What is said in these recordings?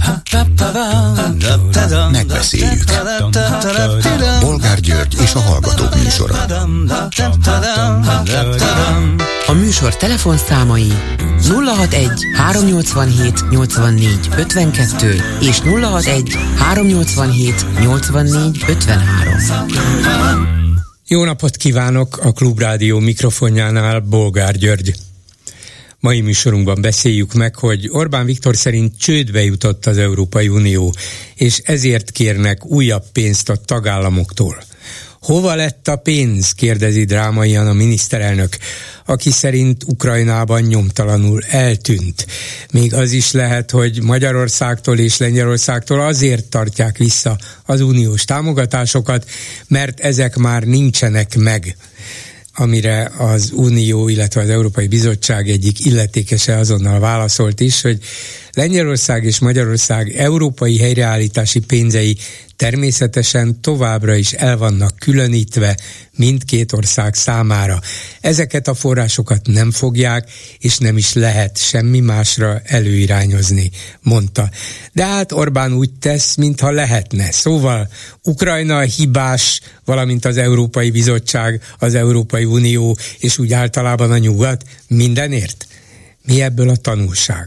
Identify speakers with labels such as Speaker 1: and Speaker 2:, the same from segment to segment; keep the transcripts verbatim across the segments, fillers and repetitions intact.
Speaker 1: Megbeszéljük. Bolgár György és a Hallgatók műsora.
Speaker 2: A műsor telefonszámai nulla hatvanegy háromnyolcvanhét nyolcvannégy ötvenkettő és nulla hatvanegy háromnyolcvanhét nyolcvannégy ötvenhárom.
Speaker 3: Jó napot kívánok, a Klubrádió mikrofonjánál Bolgár György. Mai műsorunkban beszéljük meg, hogy Orbán Viktor szerint csődbe jutott az Európai Unió, és ezért kérnek újabb pénzt a tagállamoktól. Hova lett a pénz? Kérdezi drámaian a miniszterelnök, aki szerint Ukrajnában nyomtalanul eltűnt. Még az is lehet, hogy Magyarországtól és Lengyelországtól azért tartják vissza az uniós támogatásokat, mert ezek már nincsenek meg. Amire az Unió, illetve az Európai Bizottság egyik illetékese azonnal válaszolt is, hogy Lengyelország és Magyarország európai helyreállítási pénzei természetesen továbbra is el vannak különítve mindkét ország számára. Ezeket a forrásokat nem fogják, és nem is lehet semmi másra előirányozni, mondta. De hát Orbán úgy tesz, mintha lehetne. Szóval Ukrajna hibás, valamint az Európai Bizottság, az Európai Unió, és úgy általában a nyugat mindenért. Mi ebből a tanulság?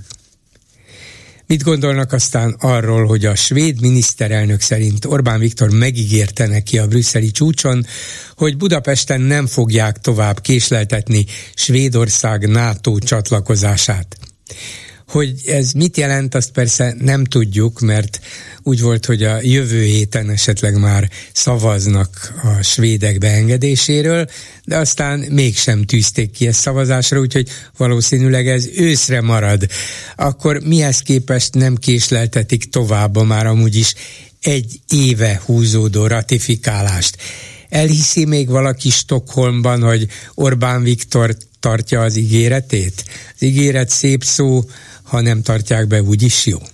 Speaker 3: Mit gondolnak aztán arról, hogy a svéd miniszterelnök szerint Orbán Viktor megígérte neki a brüsszeli csúcson, hogy Budapesten nem fogják tovább késleltetni Svédország NATO csatlakozását? Hogy ez mit jelent, azt persze nem tudjuk, mert úgy volt, hogy a jövő héten esetleg már szavaznak a svédek beengedéséről, de aztán mégsem tűzték ki ezt szavazásra, úgyhogy valószínűleg ez őszre marad. Akkor mihez képest nem késleltetik tovább a már amúgy is egy éve húzódó ratifikálást? Elhiszi még valaki Stockholmban, hogy Orbán Viktor tartja az ígéretét? Az ígéret szép szó, ha nem tartják be, úgyis jó.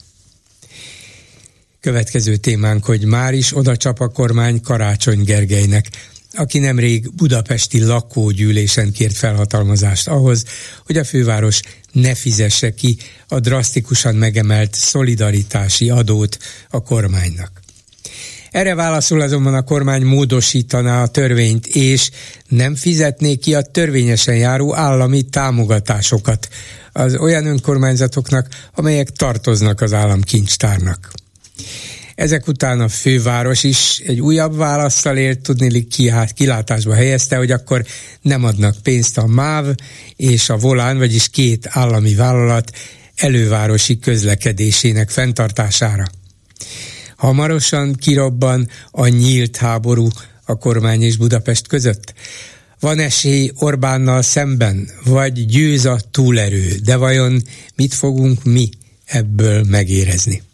Speaker 3: Következő témánk, hogy már is oda csap a kormány Karácsony Gergelynek, aki nemrég budapesti lakógyűlésen kért felhatalmazást ahhoz, hogy a főváros ne fizesse ki a drasztikusan megemelt szolidaritási adót a kormánynak. Erre válaszul azonban a kormány módosítaná a törvényt, és nem fizetné ki a törvényesen járó állami támogatásokat az olyan önkormányzatoknak, amelyek tartoznak az államkincstárnak. Ezek után a főváros is egy újabb válasszal élt, tudniillik kilátásba helyezte, hogy akkor nem adnak pénzt a MÁV és a Volán, vagyis két állami vállalat elővárosi közlekedésének fenntartására. Hamarosan kirobban a nyílt háború a kormány és Budapest között. Van esély Orbánnal szemben, vagy győz a túlerő, de vajon mit fogunk mi ebből megérezni?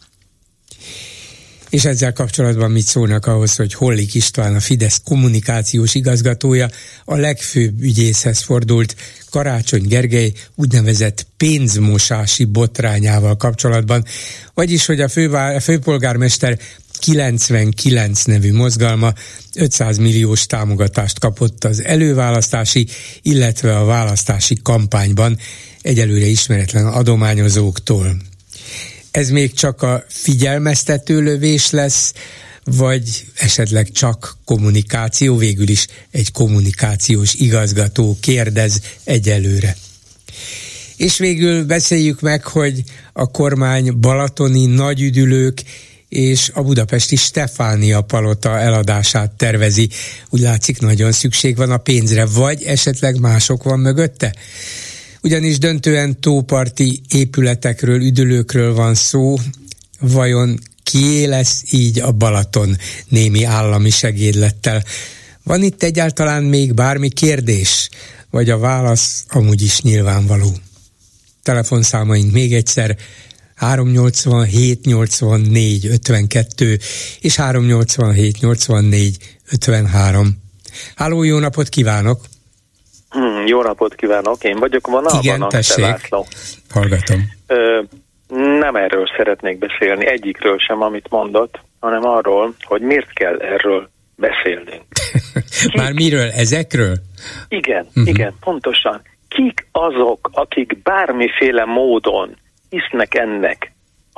Speaker 3: És ezzel kapcsolatban mit szólnak ahhoz, hogy Hollik István, a Fidesz kommunikációs igazgatója a legfőbb ügyészhez fordult Karácsony Gergely úgynevezett pénzmosási botrányával kapcsolatban, vagyis hogy a, fővá- a főpolgármester kilencvenkilenc nevű mozgalma ötszáz milliós támogatást kapott az előválasztási, illetve a választási kampányban egyelőre ismeretlen adományozóktól. Ez még csak a figyelmeztető lövés lesz, vagy esetleg csak kommunikáció, végül is egy kommunikációs igazgató kérdez egyelőre. És végül beszéljük meg, hogy a kormány balatoni nagyüdülők és a budapesti Stefánia palota eladását tervezi. Úgy látszik, nagyon szükség van a pénzre, vagy esetleg mások van mögötte? Ugyanis döntően tóparti épületekről, üdülőkről van szó, vajon kié lesz így a Balaton némi állami segédlettel? Van itt egyáltalán még bármi kérdés, vagy a válasz amúgy is nyilvánvaló? Telefonszámaink még egyszer háromnyolcvanhét nyolcvannégy ötvenkettő és háromnyolcvanhét nyolcvannégy ötvenhárom. Háló, jó napot kívánok!
Speaker 4: Hmm, jó napot kívánok, én vagyok vonalban.
Speaker 3: Igen, tessék,
Speaker 4: László.
Speaker 3: Hallgatom.
Speaker 4: Ö, nem erről szeretnék beszélni, egyikről sem, amit mondott, hanem arról, hogy miért kell erről beszélnünk.
Speaker 3: Már miről? Ezekről?
Speaker 4: Igen, uh-huh. igen, pontosan. Kik azok, akik bármiféle módon hisznek ennek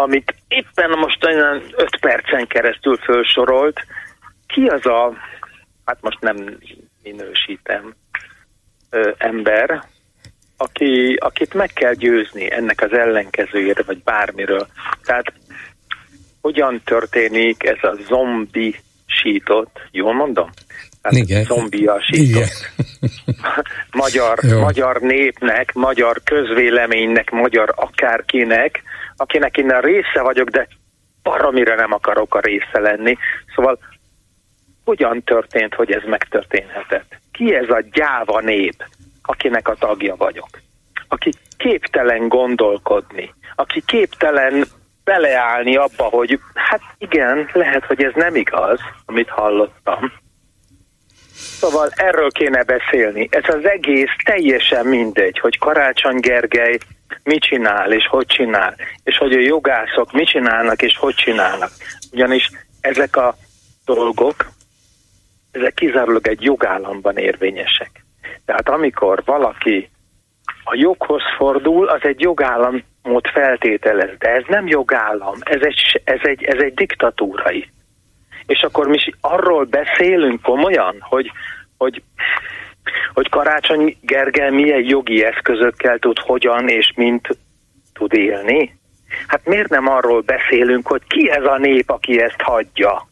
Speaker 4: amit éppen most olyan öt percen keresztül felsorolt, ki az a, hát most nem minősítem, ö, ember, aki, akit meg kell győzni ennek az ellenkezőjére, vagy bármiről. Tehát hogyan történik ez a zombi sított, jól mondom? Tehát
Speaker 3: igen.
Speaker 4: Zombiasított. magyar, magyar népnek, magyar közvéleménynek, magyar akárkinek, akinek innen része vagyok, de baromira nem akarok a része lenni. Szóval hogyan történt, hogy ez megtörténhetett? Ki ez a gyáva nép, akinek a tagja vagyok? Aki képtelen gondolkodni, aki képtelen beleállni abba, hogy hát igen, lehet, hogy ez nem igaz, amit hallottam. Szóval erről kéne beszélni. Ez az egész teljesen mindegy, hogy Karácsony Gergely mit csinál, és hogy csinál, és hogy a jogászok mit csinálnak, és hogy csinálnak. Ugyanis ezek a dolgok, ezek kizárólag egy jogállamban érvényesek. Tehát amikor valaki a joghoz fordul, az egy jogállamot feltételez, de ez nem jogállam, ez egy, ez egy, ez egy diktatúra is. És akkor mi arról beszélünk komolyan, hogy, hogy, hogy Karácsony Gergely milyen jogi eszközökkel tud, hogyan és mint tud élni? Hát miért nem arról beszélünk, hogy ki ez a nép, aki ezt hagyja?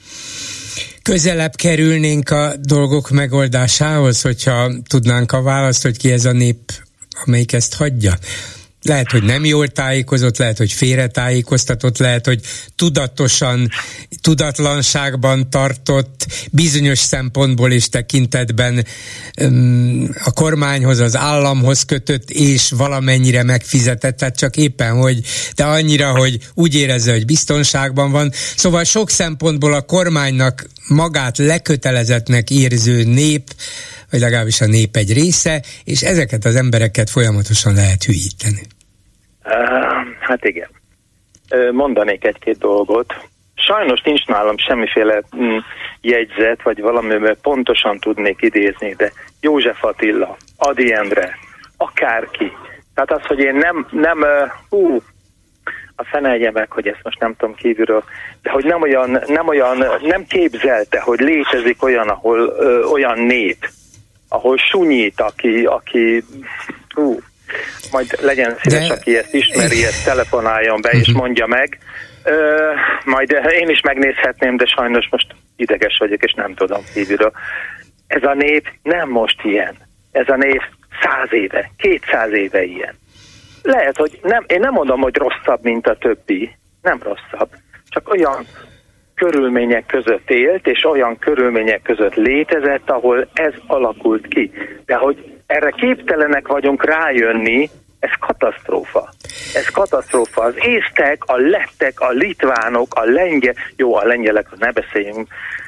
Speaker 3: Közelebb kerülnénk a dolgok megoldásához, hogyha tudnánk a választ, hogy ki ez a nép, amelyik ezt hagyja. Lehet, hogy nem jól tájékozott, lehet, hogy félretájékoztatott, lehet, hogy tudatosan, tudatlanságban tartott, bizonyos szempontból és tekintetben um, a kormányhoz, az államhoz kötött, és valamennyire megfizetett, tehát csak éppen, hogy, de annyira, hogy úgy érezze, hogy biztonságban van. Szóval sok szempontból a kormánynak magát lekötelezettnek érző nép, vagy legalábbis a nép egy része, és ezeket az embereket folyamatosan lehet hülyíteni.
Speaker 4: Uh, hát igen. Uh, mondanék egy-két dolgot. Sajnos nincs nálam semmiféle mm, jegyzet, vagy valamivel pontosan tudnék idézni, de József Attila, Ady Endre, akárki. Tehát az, hogy én nem, nem uh, hú, a fenelje meg, hogy ezt most nem tudom kívülről, de hogy nem olyan, nem olyan, nem képzelte, hogy létezik olyan, ahol uh, olyan nép, ahol sunyít, aki, aki hú, majd legyen szíves, de... aki ezt ismeri, ezt telefonáljon be, és mondja meg. Ö, majd én is megnézhetném, de sajnos most ideges vagyok, és nem tudom kívülről. Ez a nép nem most ilyen. Ez a nép száz éve, kétszáz éve ilyen. Lehet, hogy nem, én nem mondom, hogy rosszabb, mint a többi. Nem rosszabb. Csak olyan körülmények között élt, és olyan körülmények között létezett, ahol ez alakult ki. De hogy erre képtelenek vagyunk rájönni, ez katasztrófa. Ez katasztrófa. Az észtek, a lettek, a litvánok, a lengyel, jó, a lengyelekről ne beszéljünk.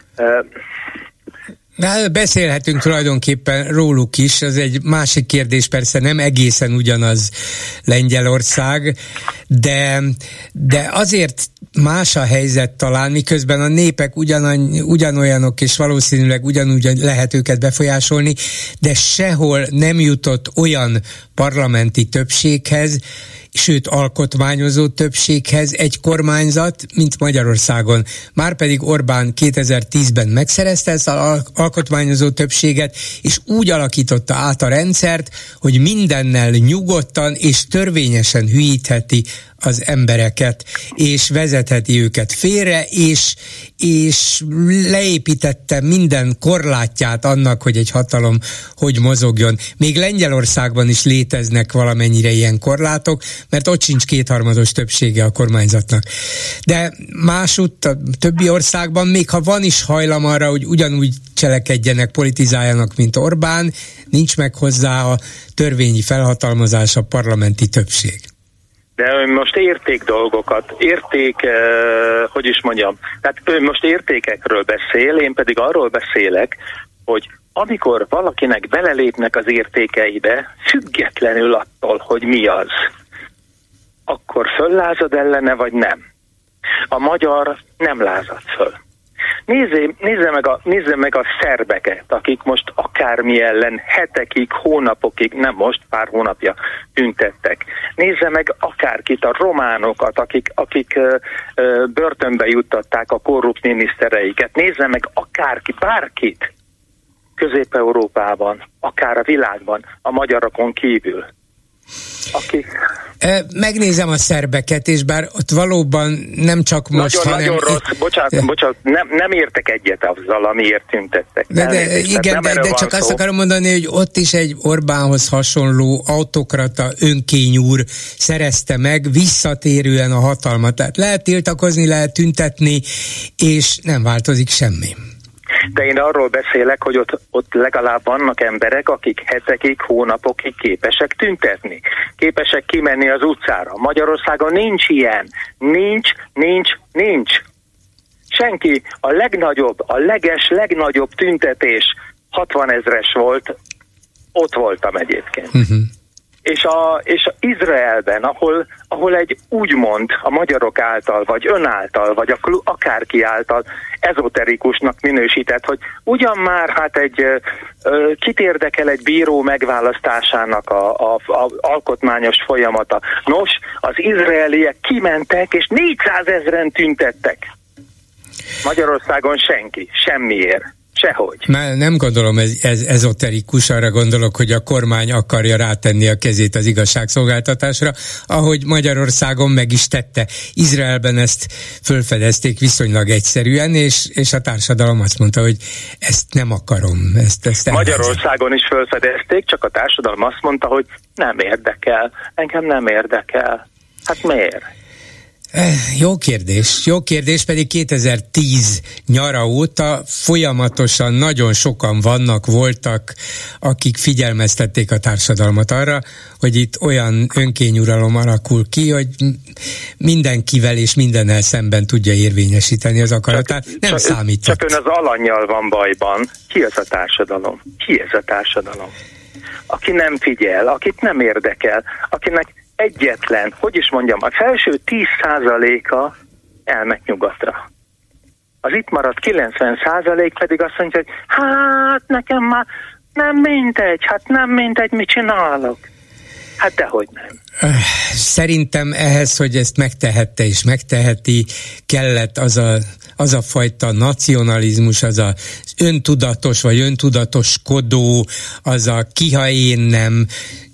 Speaker 3: De beszélhetünk tulajdonképpen róluk is, az egy másik kérdés, persze nem egészen ugyanaz Lengyelország, de, de azért más a helyzet talán, miközben a népek ugyan, ugyanolyanok, és valószínűleg ugyanúgy lehet őket befolyásolni, de sehol nem jutott olyan parlamenti többséghez, sőt alkotmányozó többséghez egy kormányzat, mint Magyarországon. Márpedig Orbán kétezer-tízben megszerezte ezt az alkotmányozó többséget, és úgy alakította át a rendszert, hogy mindennel nyugodtan és törvényesen hülyítheti az embereket, és vezetheti őket félre, és, és leépítette minden korlátját annak, hogy egy hatalom hogy mozogjon. Még Lengyelországban is léteznek valamennyire ilyen korlátok, mert ott sincs kétharmados többsége a kormányzatnak. De másutt, a többi országban, még ha van is hajlam arra, hogy ugyanúgy cselekedjenek, politizáljanak, mint Orbán, nincs meg hozzá a törvényi felhatalmazás, a parlamenti többség.
Speaker 4: De ön most érték dolgokat, érték, eh, hogy is mondjam, tehát ön most értékekről beszél, én pedig arról beszélek, hogy amikor valakinek belelépnek az értékeibe, függetlenül attól, hogy mi az, akkor föllázad ellene, vagy nem? A magyar nem lázad föl. Nézze, nézze, meg a, nézze meg a szerbeket, akik most akármi ellen hetekig, hónapokig, nem most, pár hónapja tüntettek. Nézze meg akárkit, a románokat, akik, akik ö, ö, börtönbe juttatták a korrupt minisztereiket. Nézze meg akárki, bárkit Közép-Európában, akár a világban, a magyarokon kívül. Aki...
Speaker 3: Megnézem a szerbeket, és bár ott valóban nem csak most,
Speaker 4: nagyon,
Speaker 3: hanem...
Speaker 4: Nagyon rossz, bocsánat, bocsánat nem, nem értek egyet azzal, amiért tüntettek.
Speaker 3: De, de, igen, de, de csak szó. Azt akarom mondani, hogy ott is egy Orbánhoz hasonló autokrata önkényúr szerezte meg visszatérően a hatalmat. Tehát lehet tiltakozni, lehet tüntetni, és nem változik semmi.
Speaker 4: De én arról beszélek, hogy ott, ott legalább vannak emberek, akik hetekig, hónapokig képesek tüntetni. Képesek kimenni az utcára. Magyarországon nincs ilyen. Nincs, nincs, nincs. Senki, a legnagyobb, a leges, legnagyobb tüntetés hatvanezres volt, ott voltam egyébként. Uh-huh. És, a, és a Izraelben, ahol, ahol egy úgymond a magyarok által, vagy ön által, vagy a, akárki által ezoterikusnak minősített, hogy ugyan már hát egy ö, kit érdekel egy bíró megválasztásának a, a, a alkotmányos folyamata. Nos, az izraeliek kimentek, és négyszázezren tüntettek. Magyarországon senki, semmiért. Sehogy.
Speaker 3: Már nem gondolom ez, ez ezoterikus, arra gondolok, hogy a kormány akarja rátenni a kezét az igazságszolgáltatásra, ahogy Magyarországon meg is tette. Izraelben ezt fölfedezték viszonylag egyszerűen, és, és a társadalom azt mondta, hogy ezt nem akarom. Ezt, ezt
Speaker 4: Magyarországon is fölfedezték, csak a társadalom azt mondta, hogy nem érdekel. Engem nem érdekel. Hát miért?
Speaker 3: Jó kérdés, jó kérdés, pedig kétezer-tíz nyara óta folyamatosan nagyon sokan vannak, voltak, akik figyelmeztették a társadalmat arra, hogy itt olyan önkényuralom alakul ki, hogy mindenkivel és mindennel szemben tudja érvényesíteni az akaratát. Nem
Speaker 4: csak,
Speaker 3: számított.
Speaker 4: Csak ön az alannyal van bajban. Ki ez a társadalom? Ki ez a társadalom? Aki nem figyel, akit nem érdekel, akinek egyetlen, hogy is mondjam, a felső tíz százaléka elmegy nyugatra. Az itt maradt kilencven százalék pedig azt mondja, hogy hát nekem már nem mindegy, hát nem mindegy, mit csinálok. Hát dehogy nem.
Speaker 3: Szerintem ehhez, hogy ezt megtehette és megteheti, kellett az a, az a fajta nacionalizmus, az a öntudatos vagy öntudatoskodó, az a ki, ha én nem,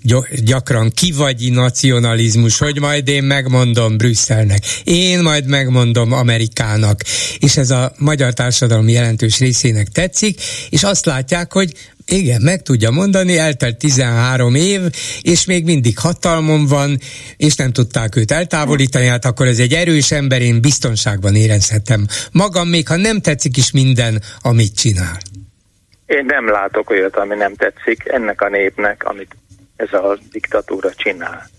Speaker 3: gyakran kivagyi nacionalizmus, hogy majd én megmondom Brüsszelnek, én majd megmondom Amerikának, és ez a magyar társadalom jelentős részének tetszik, és azt látják, hogy igen, meg tudja mondani, eltelt tizenhárom év, és még mindig hatalmon van, és nem tudták őt eltávolítani, hát akkor ez egy erős ember, én biztonságban érezhetem magam, még ha nem tetszik is minden, amit csinál.
Speaker 4: Én nem látok olyat, ami nem tetszik ennek a népnek, amit ez a diktatúra csinál.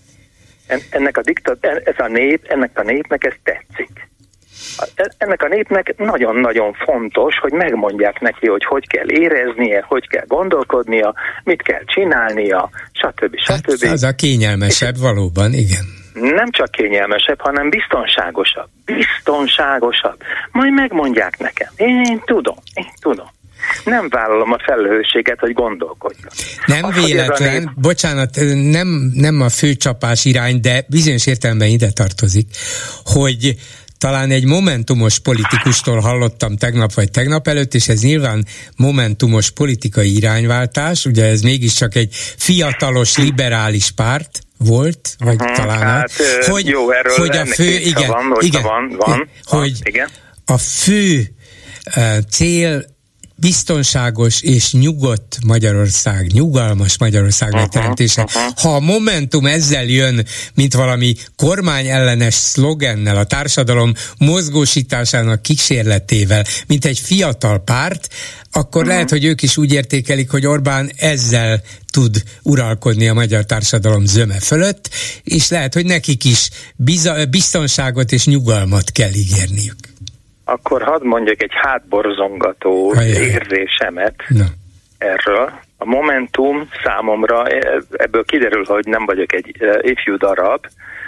Speaker 4: Ennek a diktat, ez a nép, ennek a népnek ez tetszik. Ennek a népnek nagyon-nagyon fontos, hogy megmondják neki, hogy hogy kell éreznie, hogy kell gondolkodnia, mit kell csinálnia, stb. stb.
Speaker 3: Hát az a kényelmesebb, és valóban, igen.
Speaker 4: Nem csak kényelmesebb, hanem biztonságosabb. Biztonságosabb. Majd megmondják nekem. Én, én tudom, én tudom. Nem vállalom a felelősséget, hogy gondolkodjak.
Speaker 3: Nem az, véletlen, nép... bocsánat, nem, nem a főcsapás irány, de bizonyos értelemben ide tartozik, hogy talán egy momentumos politikustól hallottam tegnap vagy tegnap előtt, és ez nyilván momentumos politikai irányváltás, ugye ez mégiscsak egy fiatalos liberális párt volt, vagy uh-huh, talán,
Speaker 4: hát,
Speaker 3: hogy,
Speaker 4: jó, erről
Speaker 3: hogy a fő, igen,
Speaker 4: van,
Speaker 3: igen,
Speaker 4: van, van,
Speaker 3: hogy
Speaker 4: igen.
Speaker 3: a fő uh, cél biztonságos és nyugodt Magyarország, nyugalmas Magyarország uh-huh, megteremtése. Uh-huh. Ha a Momentum ezzel jön, mint valami kormányellenes szlogennel, a társadalom mozgósításának kísérletével, mint egy fiatal párt, akkor uh-huh. lehet, hogy ők is úgy értékelik, hogy Orbán ezzel tud uralkodni a magyar társadalom zöme fölött, és lehet, hogy nekik is biza- biztonságot és nyugalmat kell ígérniük.
Speaker 4: Akkor hadd mondjak egy hátborzongató Ajaj. érzésemet no. erről. A Momentum számomra, ebből kiderül, hogy nem vagyok egy ifjú darab,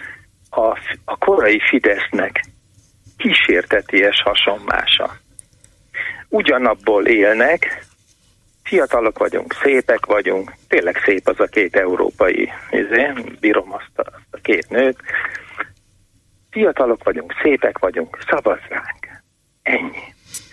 Speaker 4: a, a korai Fidesznek kísérteties hasonlása. ugyanabból élnek, fiatalok vagyunk, szépek vagyunk, tényleg szép az a két európai, ezért, bírom azt a, azt a két nőt, fiatalok vagyunk, szépek vagyunk, szavazz ránk. Ennyi.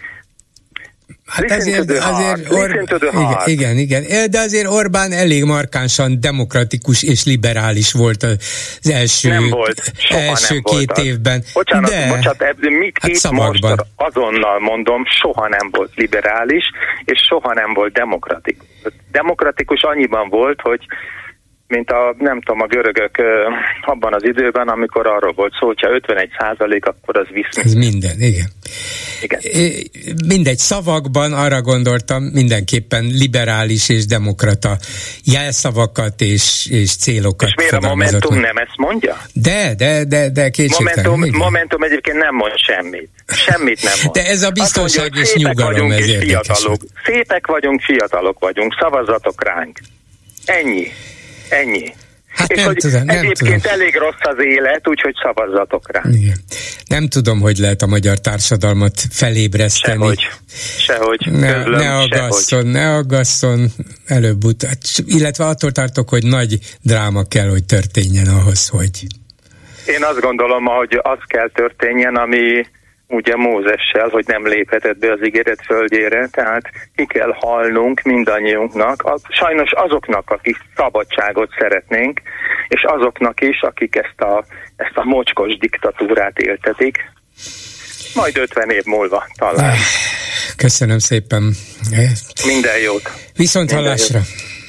Speaker 3: Hát azért, azért Or- igen, igen, igen, de azért Orbán elég markánsan demokratikus és liberális volt az első,
Speaker 4: nem volt,
Speaker 3: első
Speaker 4: nem
Speaker 3: két
Speaker 4: volt
Speaker 3: évben.
Speaker 4: Bocsánat,
Speaker 3: de,
Speaker 4: bocsánat, mit
Speaker 3: hát
Speaker 4: itt most azonnal mondom, soha nem volt liberális, és soha nem volt demokratikus. Demokratikus annyiban volt, hogy mint a, nem tudom, a görögök abban az időben, amikor arról volt szó, hogyha ötvenegy százalék, akkor az visz.
Speaker 3: Ez minden, igen.
Speaker 4: Igen.
Speaker 3: Mindegy, szavakban arra gondoltam, mindenképpen liberális és demokrata jelszavakat és, és célokat.
Speaker 4: És miért a Momentum meg. Nem ezt mondja?
Speaker 3: De, de, de, de kétségtelen.
Speaker 4: Momentum, Momentum egyébként nem mond semmit. Semmit nem mond.
Speaker 3: De ez a biztonság mondja, és nyugalom, ez érdekes.
Speaker 4: Fiatalok. Szépek vagyunk, fiatalok vagyunk, szavazzatok ránk. Ennyi. Ennyi.
Speaker 3: Hát
Speaker 4: és
Speaker 3: nem
Speaker 4: hogy
Speaker 3: tudom, nem
Speaker 4: egyébként
Speaker 3: tudom.
Speaker 4: elég rossz az élet, úgyhogy szavazzatok rá.
Speaker 3: Igen. Nem tudom, hogy lehet a magyar társadalmat felébreszteni.
Speaker 4: Sehogy. Sehogy.
Speaker 3: Ne,
Speaker 4: Közlöm,
Speaker 3: ne aggasszon,
Speaker 4: sehogy.
Speaker 3: ne aggasszon, előbb-utána. Illetve attól tartok, hogy nagy dráma kell, hogy történjen ahhoz, hogy...
Speaker 4: Én azt gondolom, hogy az kell történjen, ami ugye Mózessel, hogy nem léphetett be az ígéret földjére, tehát ki kell halnunk mindannyiunknak, az, sajnos azoknak, akik szabadságot szeretnénk, és azoknak is, akik ezt a, ezt a mocskos diktatúrát éltetik, majd ötven év múlva talán.
Speaker 3: Köszönöm szépen.
Speaker 4: Minden jót.
Speaker 3: Viszont hallásra.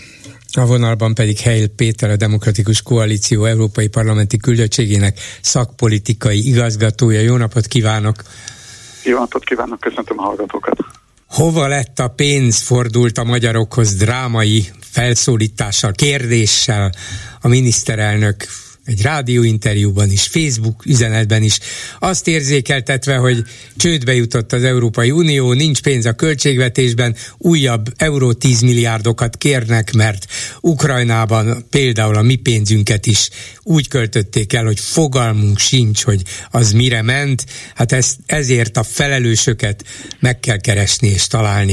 Speaker 3: A vonalban pedig Heil Péter, a Demokratikus Koalíció Európai Parlamenti Küldöttségének szakpolitikai igazgatója. Jó napot kívánok!
Speaker 5: Jó napot kívánok, köszöntöm a hallgatókat!
Speaker 3: Hova lett a pénz, fordult a magyarokhoz drámai felszólítással, kérdéssel a miniszterelnök egy rádióinterjúban is, Facebook üzenetben is, azt érzékeltetve, hogy csődbe jutott az Európai Unió, nincs pénz a költségvetésben, újabb euró tíz milliárdokat kérnek, mert Ukrajnában például a mi pénzünket is úgy költötték el, hogy fogalmunk sincs, hogy az mire ment, hát ez, ezért a felelősöket meg kell keresni és találni.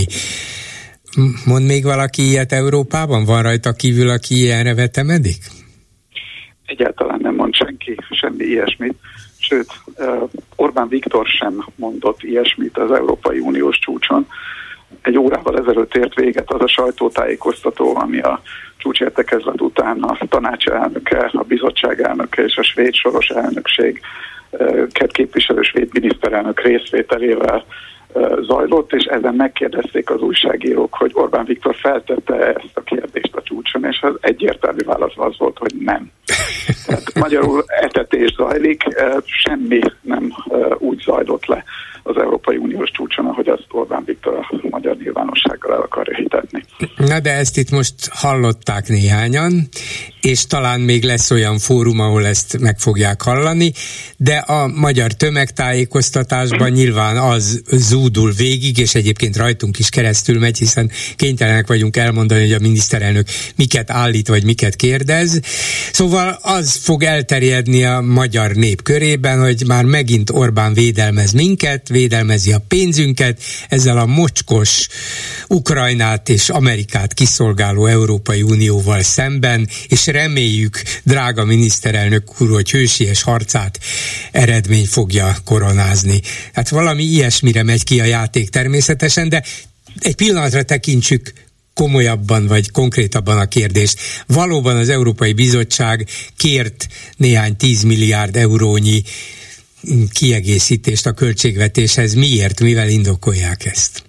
Speaker 3: Mond még valaki ilyet Európában? Van rajta kívül, aki ilyenre vetemedik?
Speaker 5: Egyáltalán nem mond senki semmi ilyesmit, sőt, Orbán Viktor sem mondott ilyesmit az Európai Uniós csúcson. Egy órával ezelőtt ért véget az a sajtótájékoztató, ami a csúcsértekezlet után a tanácselnöke, a bizottság elnöke és a svéd soros elnökség képviselő svéd miniszterelnök részvételével zajlott, és ezen megkérdezték az újságírók, hogy Orbán Viktor feltette ezt a kérdést a csúcson, és az egyértelmű válasz az volt, hogy nem. Tehát magyarul etetés zajlik, semmi nem úgy zajlott le az Európai Uniós csúcson, ahogy azt Orbán Viktor a magyar nyilvánossággal el akarja hitetni.
Speaker 3: Na de ezt itt most hallották néhányan, és talán még lesz olyan fórum, ahol ezt meg fogják hallani, de a magyar tömegtájékoztatásban nyilván az zúdul végig, és egyébként rajtunk is keresztül megy, hiszen kénytelenek vagyunk elmondani, hogy a miniszterelnök miket állít, vagy miket kérdez. Szóval az fog elterjedni a magyar nép körében, hogy már megint Orbán védelmez minket, védelmezi a pénzünket, ezzel a mocskos Ukrajnát és Amerikát kiszolgáló Európai Unióval szemben, és reméljük, drága miniszterelnök úr, hogy hősies harcát eredmény fogja koronázni. Hát valami ilyesmire megy ki a játék természetesen, de egy pillanatra tekintsük komolyabban vagy konkrétabban a kérdést. Valóban az Európai Bizottság kért néhány tíz milliárd eurónyi kiegészítést a költségvetéshez. Miért? Mivel indokolják ezt?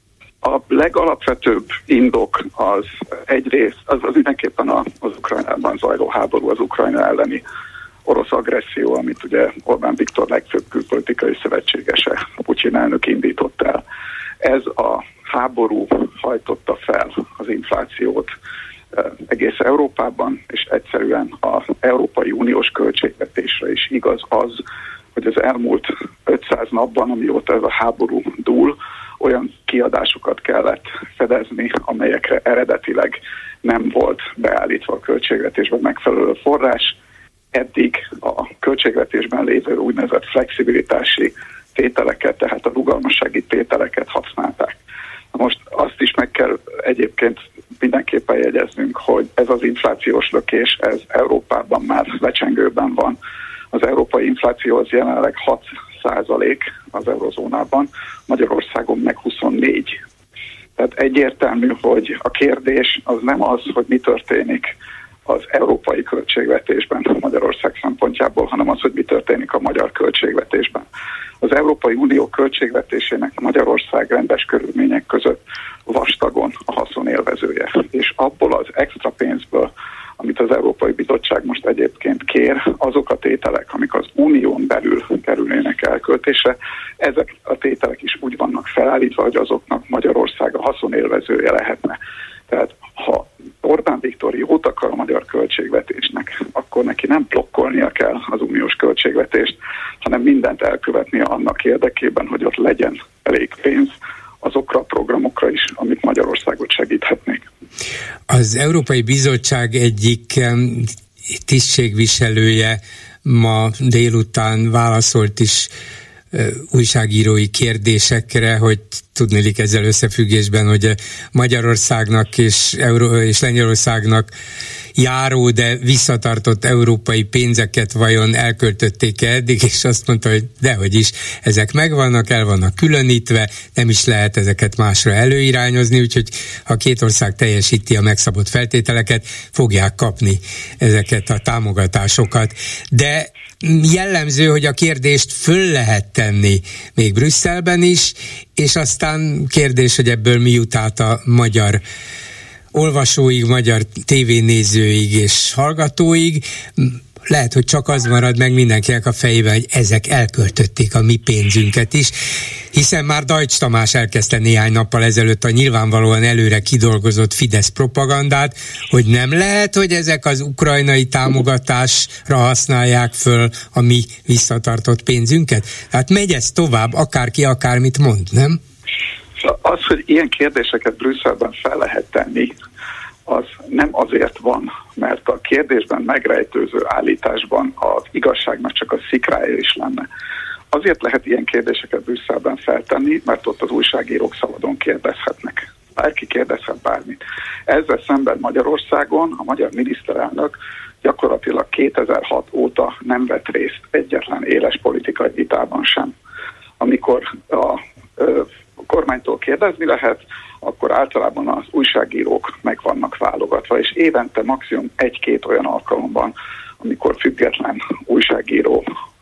Speaker 5: A legalapvetőbb indok az egyrészt, az, az mindenképpen az Ukrajnában zajló háború, az Ukrajna elleni orosz agresszió, amit ugye Orbán Viktor legfőbb külpolitikai szövetségese, Putyin elnök indított el. Ez a háború hajtotta fel az inflációt egész Európában, és egyszerűen az Európai Uniós költségvetésre is igaz az, hogy az elmúlt ötszáz napban, amióta ez a háború dúl, olyan kiadásokat kellett fedezni, amelyekre eredetileg nem volt beállítva a költségvetésben megfelelő forrás. Eddig a költségvetésben lévő úgynevezett flexibilitási tételeket, tehát a rugalmassági tételeket használták. Most azt is meg kell egyébként mindenképpen jegyeznünk, hogy ez az inflációs lökés, ez Európában már lecsengőben van. Az európai infláció az jelenleg hat százalék az eurozónában, Magyarországon meg huszonnégy. Tehát egyértelmű, hogy a kérdés az nem az, hogy mi történik az európai költségvetésben Magyarország szempontjából, hanem az, hogy mi történik a magyar költségvetésben. Az Európai Unió költségvetésének Magyarország rendes körülmények között vastagon a haszonélvezője. És abból az extra pénzből, amit az Európai Bizottság most egyébként kér, azok a tételek, amik az unión belül kerülnének elköltésre, ezek a tételek is úgy vannak felállítva, hogy azoknak Magyarország a haszonélvezője lehetne. Tehát ha Orbán Viktor jót akar a magyar költségvetésnek, akkor neki nem blokkolnia kell az uniós költségvetést, hanem mindent elkövetnie annak érdekében, hogy ott legyen elég pénz azokra a programokra is, amik Magyarországot segíthetnék.
Speaker 3: Az Európai Bizottság egyik tisztségviselője ma délután válaszolt is újságírói kérdésekre, hogy tudnélik ezzel összefüggésben, hogy Magyarországnak és, Euró- és Lengyelországnak járó, de visszatartott európai pénzeket vajon elköltötték-e eddig, és azt mondta, hogy dehogy is, ezek megvannak, el vannak különítve, nem is lehet ezeket másra előirányozni, úgyhogy ha két ország teljesíti a megszabott feltételeket, fogják kapni ezeket a támogatásokat. De jellemző, hogy a kérdést föl lehet tenni még Brüsszelben is, és aztán kérdés, hogy ebből mi jut át a magyar olvasóig, magyar tévénézőig és hallgatóig. Lehet, hogy csak az marad meg mindenkinek a fejében, hogy ezek elköltötték a mi pénzünket is, hiszen már Deutsch Tamás elkezdte néhány nappal ezelőtt a nyilvánvalóan előre kidolgozott Fidesz propagandát, hogy nem lehet, hogy ezek az ukrajnai támogatásra használják föl a mi visszatartott pénzünket. Tehát megy ez tovább, akárki akármit mond, nem?
Speaker 5: Az, hogy ilyen kérdéseket Brüsszelben fel lehet tenni, az nem azért van, mert a kérdésben megrejtőző állításban az igazságnak csak a szikrája is lenne. Azért lehet ilyen kérdéseket Brüsszelben feltenni, mert ott az újságírók szabadon kérdezhetnek. Bárki kérdezhet bármit. Ezzel szemben Magyarországon a magyar miniszterelnök gyakorlatilag kétezer-hat óta nem vett részt egyetlen éles politikai vitában sem. Amikor a ö, a kormánytól kérdezni lehet, akkor általában az újságírók meg vannak válogatva, és évente maximum egy-két olyan alkalomban, amikor független újságíró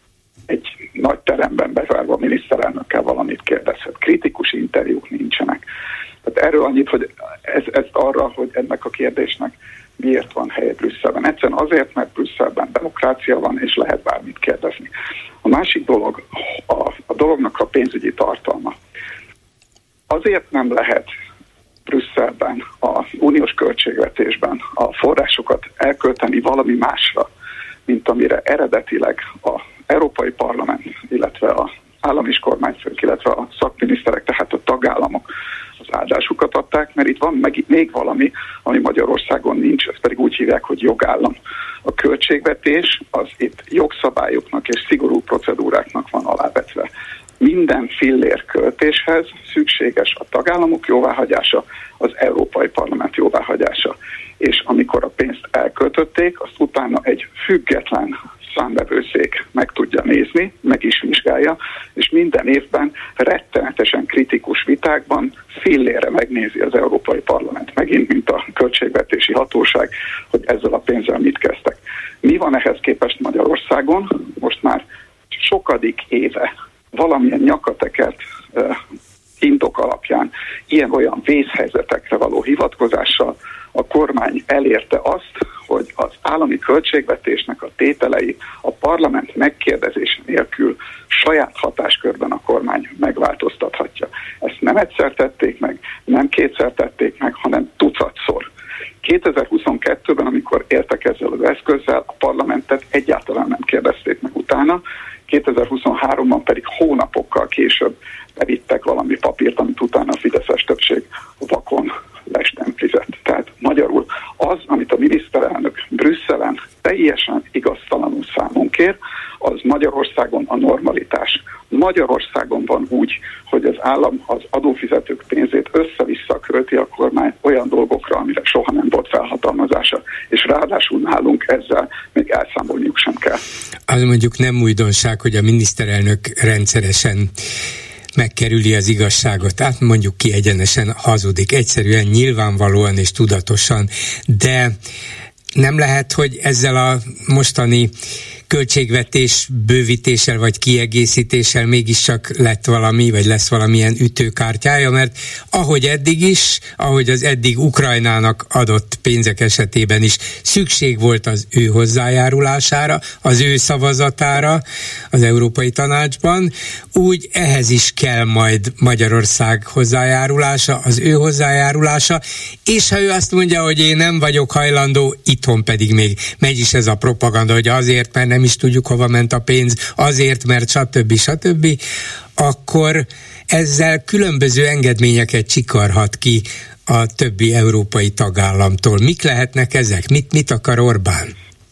Speaker 5: egy nagy teremben bezárva a miniszterelnökkel valamit kérdezhet. Kritikus interjúk nincsenek. Tehát erről annyit, hogy ez, ez arra, hogy ennek a kérdésnek miért van helye Brüsszelben. Egyszerűen azért, mert Brüsszelben demokrácia van, és lehet bármit kérdezni. A másik dolog, a, a dolognak a pénzügyi tartalma. Azért nem lehet Brüsszelben, az uniós költségvetésben a forrásokat elkölteni valami másra, mint amire eredetileg az Európai Parlament, illetve az állam és kormányfők, illetve a szakminiszterek, tehát a tagállamok az áldásukat adták, mert itt van meg, még valami, ami Magyarországon nincs, ezt pedig úgy hívják, hogy jogállam. A költségvetés az itt jogszabályoknak és szigorú procedúráknak van alávetve. Minden fillér költéshez szükséges a tagállamok jóváhagyása, az Európai Parlament jóváhagyása. És amikor a pénzt elköltötték, azt utána egy független számvevőszék meg tudja nézni, meg is vizsgálja, és minden évben rettenetesen kritikus vitákban fillére megnézi az Európai Parlament megint, mint a költségvetési hatóság, hogy ezzel a pénzzel mit kezdtek. Mi van ehhez képest Magyarországon? Most már sokadik éve valamilyen nyakatekert uh, indok alapján ilyen-olyan vészhelyzetekre való hivatkozással a kormány elérte azt, hogy az állami költségvetésnek a tételei a parlament megkérdezése nélkül saját hatáskörben a kormány megváltoztathatja. Ezt nem egyszer tették meg, nem kétszer tették meg, hanem tucatszor. kétezer-huszonkettőben, amikor értek ezzel az eszközzel, a parlamentet egyáltalán nem kérdezték meg utána, kétezer-huszonháromban pedig hónapokkal később bevittek valami papírt, amit utána a fideszes többség vakon lestemplizett. Tehát magyarul az, amit a miniszterelnök Brüsszelen teljesen igaztalanul számon kér, az Magyarországon a normalitás. Magyarországon van úgy, hogy az állam az adófizetők pénzét össze-vissza költi a kormány olyan dolgokra, amire soha nem volt felhatalmazása, és ráadásul nálunk ezzel még elszámolniuk sem kell.
Speaker 3: Az mondjuk nem újdonság, hogy a miniszterelnök rendszeresen megkerüli az igazságot, tehát mondjuk ki egyenesen hazudik, egyszerűen, nyilvánvalóan és tudatosan, de nem lehet, hogy ezzel a mostani költségvetés bővítéssel vagy kiegészítéssel mégiscsak lett valami, vagy lesz valamilyen ütőkártyája, mert ahogy eddig is, ahogy az eddig Ukrajnának adott pénzek esetében is szükség volt az ő hozzájárulására, az ő szavazatára az Európai Tanácsban, úgy ehhez is kell majd Magyarország hozzájárulása, az ő hozzájárulása, és ha ő azt mondja, hogy én nem vagyok hajlandó, itthon pedig még megy is ez a propaganda, hogy azért, mert nem is tudjuk, hova ment a pénz, azért, mert stb. stb., akkor ezzel különböző engedményeket csikarhat ki a többi európai tagállamtól. Mik lehetnek ezek? Mit, mit akar Orbán?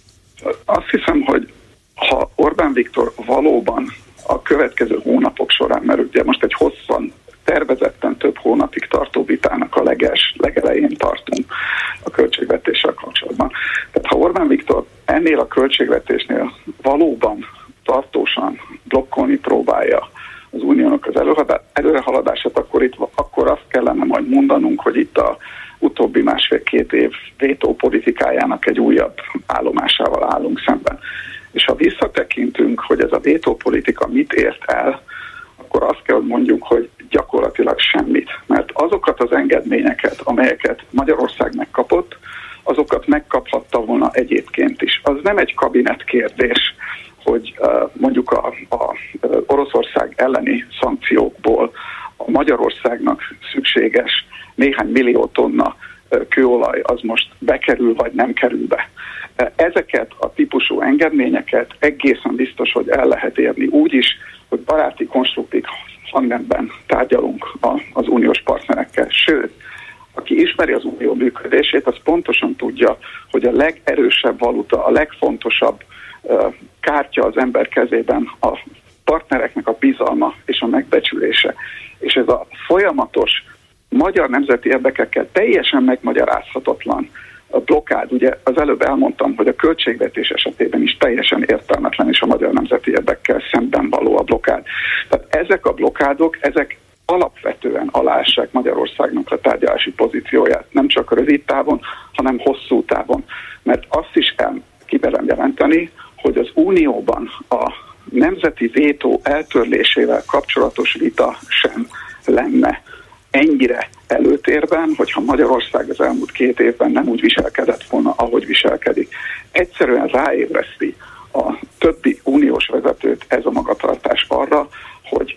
Speaker 5: Azt hiszem, hogy ha Orbán Viktor valóban a következő hónapok során, mert ugye most egy hosszan, tervezetten több hónapig tartó vitának a leges, legelején tartunk a költségvetéssel kapcsolatban. Tehát ha Orbán Viktor ennél a költségvetésnél valóban tartósan blokkolni próbálja az uniónak az előrehaladását, akkor, itt, akkor azt kellene majd mondanunk, hogy itt a utóbbi másfél-két év vétó politikájának egy újabb állomásával állunk szemben. És ha visszatekintünk, hogy ez a vétó politika mit ért el, akkor azt kell, hogy mondjuk, hogy gyakorlatilag semmit. Mert azokat az engedményeket, amelyeket Magyarország megkapott, azokat megkaphatta volna egyébként is. Az nem egy kabinet kérdés, hogy uh, mondjuk a, a Oroszország elleni szankciókból a Magyarországnak szükséges néhány millió tonna uh, kőolaj az most bekerül vagy nem kerül be. Uh, ezeket a típusú engedményeket egészen biztos, hogy el lehet érni úgy is, hogy baráti, konstruktív hangnemben tárgyalunk a, az uniós partnerekkel. Sőt, aki ismeri az unió működését, az pontosan tudja, hogy a legerősebb valuta, a legfontosabb uh, kártya az ember kezében a partnereknek a bizalma és a megbecsülése. És ez a folyamatos magyar nemzeti érdekekkel teljesen megmagyarázhatatlan a blokkád, ugye az előbb elmondtam, hogy a költségvetés esetében is teljesen értelmetlen és a magyar nemzeti érdekkel szemben való a blokkád. Tehát ezek a blokkádok, ezek alapvetően aláássák Magyarországnak a tárgyalási pozícióját, nem csak rövid távon, hanem hosszú távon. Mert azt is el kimerem jelenteni, hogy az Unióban a nemzeti vétó eltörlésével kapcsolatos vita sem lenne ennyire előtérben, hogyha Magyarország az elmúlt két évben nem úgy viselkedett volna, ahogy viselkedik. Egyszerűen ráébreszti a többi uniós vezetőt ez a magatartás arra, hogy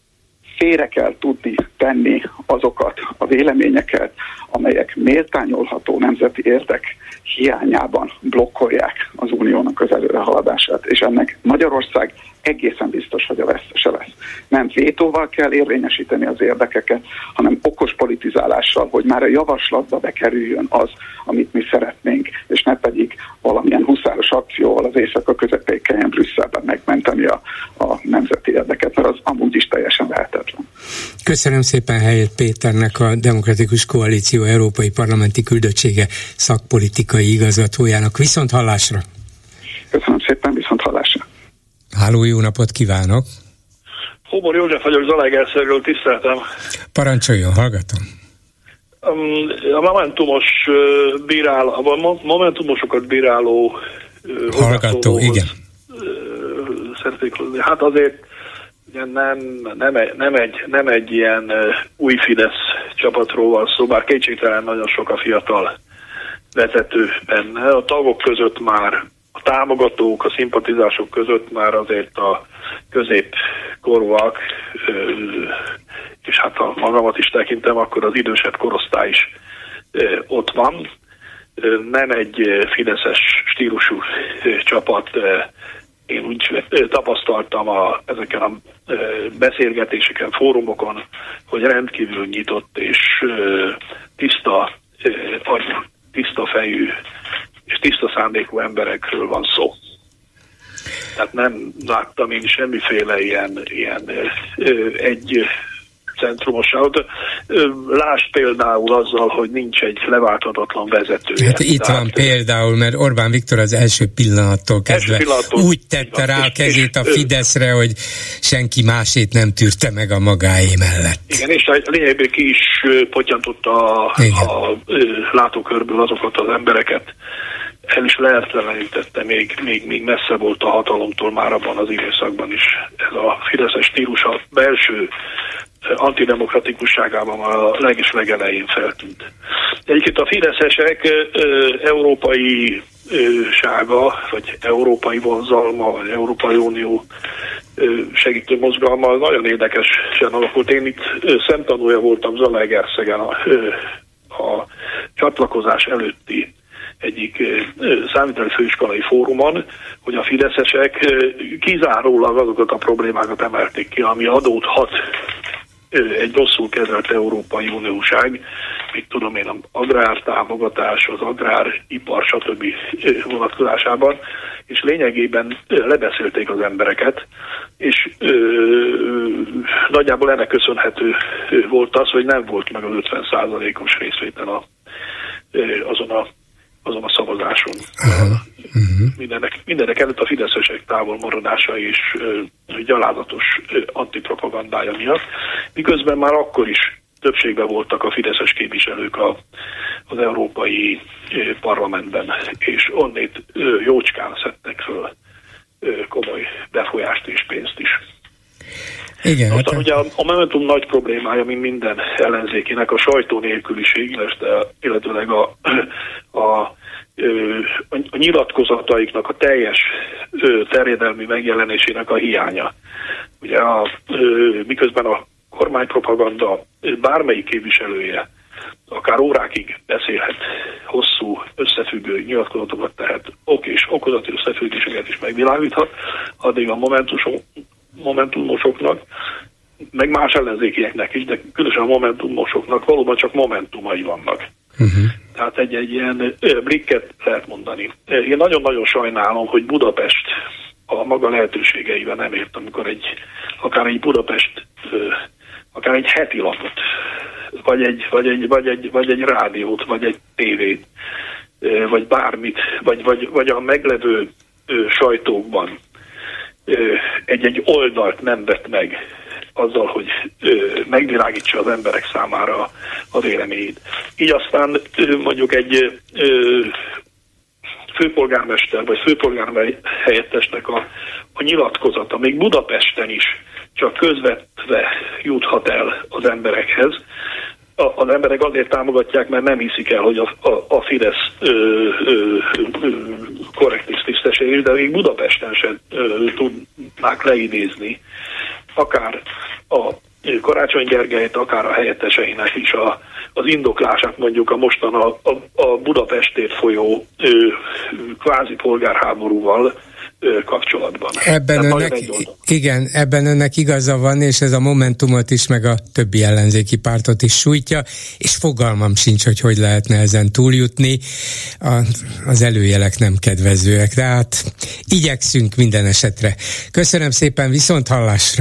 Speaker 5: félre kell tudni tenni azokat a véleményeket, amelyek méltányolható nemzeti érdek hiányában blokkolják az uniónak az előrehaladását, és ennek Magyarország egészen biztos, hogy a vesztese lesz. Nem vétóval kell érvényesíteni az érdekeket, hanem okos politizálással, hogy már a javaslatba bekerüljön az, amit mi szeretnénk, és ne pedig valamilyen huszáros akcióval az éjszaka közepén kelljen Brüsszelben megmenteni a, a nemzeti érdeket, mert az amúgy is teljesen lehetetlen.
Speaker 3: Köszönöm szépen Helyett Péternek, a Demokratikus Koalíció Európai Parlamenti Küldöttsége szakpolitikai igazgatójának. Viszont hallásra!
Speaker 5: Köszönöm szépen, viszont hallásra!
Speaker 3: Háló, jó napot kívánok!
Speaker 6: Hóbor József vagyok, Zalaegerszegről, tiszteltem.
Speaker 3: Parancsoljon, hallgatom.
Speaker 6: A momentumos bírál, a momentumosokat bíráló
Speaker 3: hallgató, igen.
Speaker 6: Szeretnék hozni. Hát azért nem, nem, egy, nem, egy, nem egy ilyen új Fidesz csapatról van szó, bár kétségtelen nagyon sok a fiatal vezető benne. A tagok között már, a támogatók, a szimpatizások között már azért a középkorúak, és hát ha magamat is tekintem, akkor az idősebb korosztály is ott van. Nem egy fideszes stílusú csapat. Én úgy tapasztaltam a, ezeken a beszélgetéseken, fórumokon, hogy rendkívül nyitott és tiszta agyú, tiszta fejű és tiszta szándékú emberekről van szó. Tehát nem láttam én semmiféle ilyen, ilyen ö, egy centrumosságot. Lásd például azzal, hogy nincs egy leválthatatlan vezetője.
Speaker 3: Hát itt van például, mert Orbán Viktor az első pillanattól kezdve első pillanattól úgy tette rá a kezét a Fideszre, hogy senki másét nem tűrte meg a magáé mellett.
Speaker 6: Igen, és lényegében ki is pottyantotta a, a, a látókörből azokat az embereket, el is lehetetlenítette, még, még, még messze volt a hatalomtól már abban az időszakban is. Ez a fideszes stílus a belső antidemokratikusságában a leges legelején feltűnt. Egyébként a fideszesek európai sága, vagy európai vonzalma, vagy Európai Unió segítő mozgalma nagyon érdekesen alakult. Én itt szemtanúja voltam Zalaegerszegen a, a csatlakozás előtti egyik számviteli főiskolai fórumon, hogy a fideszesek kizárólag azokat a problémákat emelték ki, ami adódhat egy rosszul kezelt Európai Unióság, mit tudom én, az agrártámogatás, az agráripar, stb. Vonatkozásában, és lényegében lebeszélték az embereket, és ö, nagyjából ennek köszönhető volt az, hogy nem volt meg az ötven százalékos részvétel a, azon a azon a szavazáson. Uh-huh. Uh-huh. Mindenek, mindenek előtt a fideszesek távolmaradása és uh, gyalázatos uh, antipropagandája miatt, miközben már akkor is többségben voltak a fideszes képviselők a, az Európai uh, Parlamentben, és onnét uh, jócskán szedtek föl uh, komoly befolyást és pénzt is.
Speaker 3: Igen,
Speaker 6: aztán hát ugye a, a Momentum nagy problémája, mint minden ellenzékének, a sajtó nélküliség, illetőleg a, a, a, a nyilatkozataiknak a teljes terjedelmi megjelenésének a hiánya. Ugye a, miközben a kormánypropaganda bármelyik képviselője akár órákig beszélhet, hosszú összefüggő nyilatkozatokat tehet, ok és okozati összefüggéseket is megvilágíthat, addig a Momentumosok momentumosoknak, meg más ellenzékieknek is, de különösen a momentumosoknak valóban csak momentumai vannak. Uh-huh. Tehát egy, egy ilyen blikket lehet mondani. Én nagyon-nagyon sajnálom, hogy Budapest a maga lehetőségeivel nem ért, amikor egy, akár egy Budapest, akár egy heti lapot, vagy egy, vagy egy, vagy egy, vagy egy rádiót, vagy egy tévét, vagy bármit, vagy, vagy, vagy a meglevő sajtókban egy-egy oldalt nem vett meg azzal, hogy ö, megvilágítsa az emberek számára a véleményét. Így aztán ö, mondjuk egy ö, főpolgármester vagy főpolgármester helyettesnek a, a nyilatkozata még Budapesten is csak közvetve juthat el az emberekhez. A, az emberek azért támogatják, mert nem hiszik el, hogy a, a, a Fidesz ö, ö, ö, korrekt és tisztességes, de még Budapesten sem ö, tudnák leidézni akár a Karácsony Gergelyt, akár a helyetteseinek is a, az indoklását mondjuk a mostan a, a, a Budapestért folyó ö, kvázi polgárháborúval ö, kapcsolatban.
Speaker 3: Ebben önnek, igen, ebben önnek igaza van, és ez a Momentumot is, meg a többi ellenzéki pártot is sújtja, és fogalmam sincs, hogy hogy lehetne ezen túljutni. A, az előjelek nem kedvezőek, de hát igyekszünk minden esetre. Köszönöm szépen, viszont hallásra!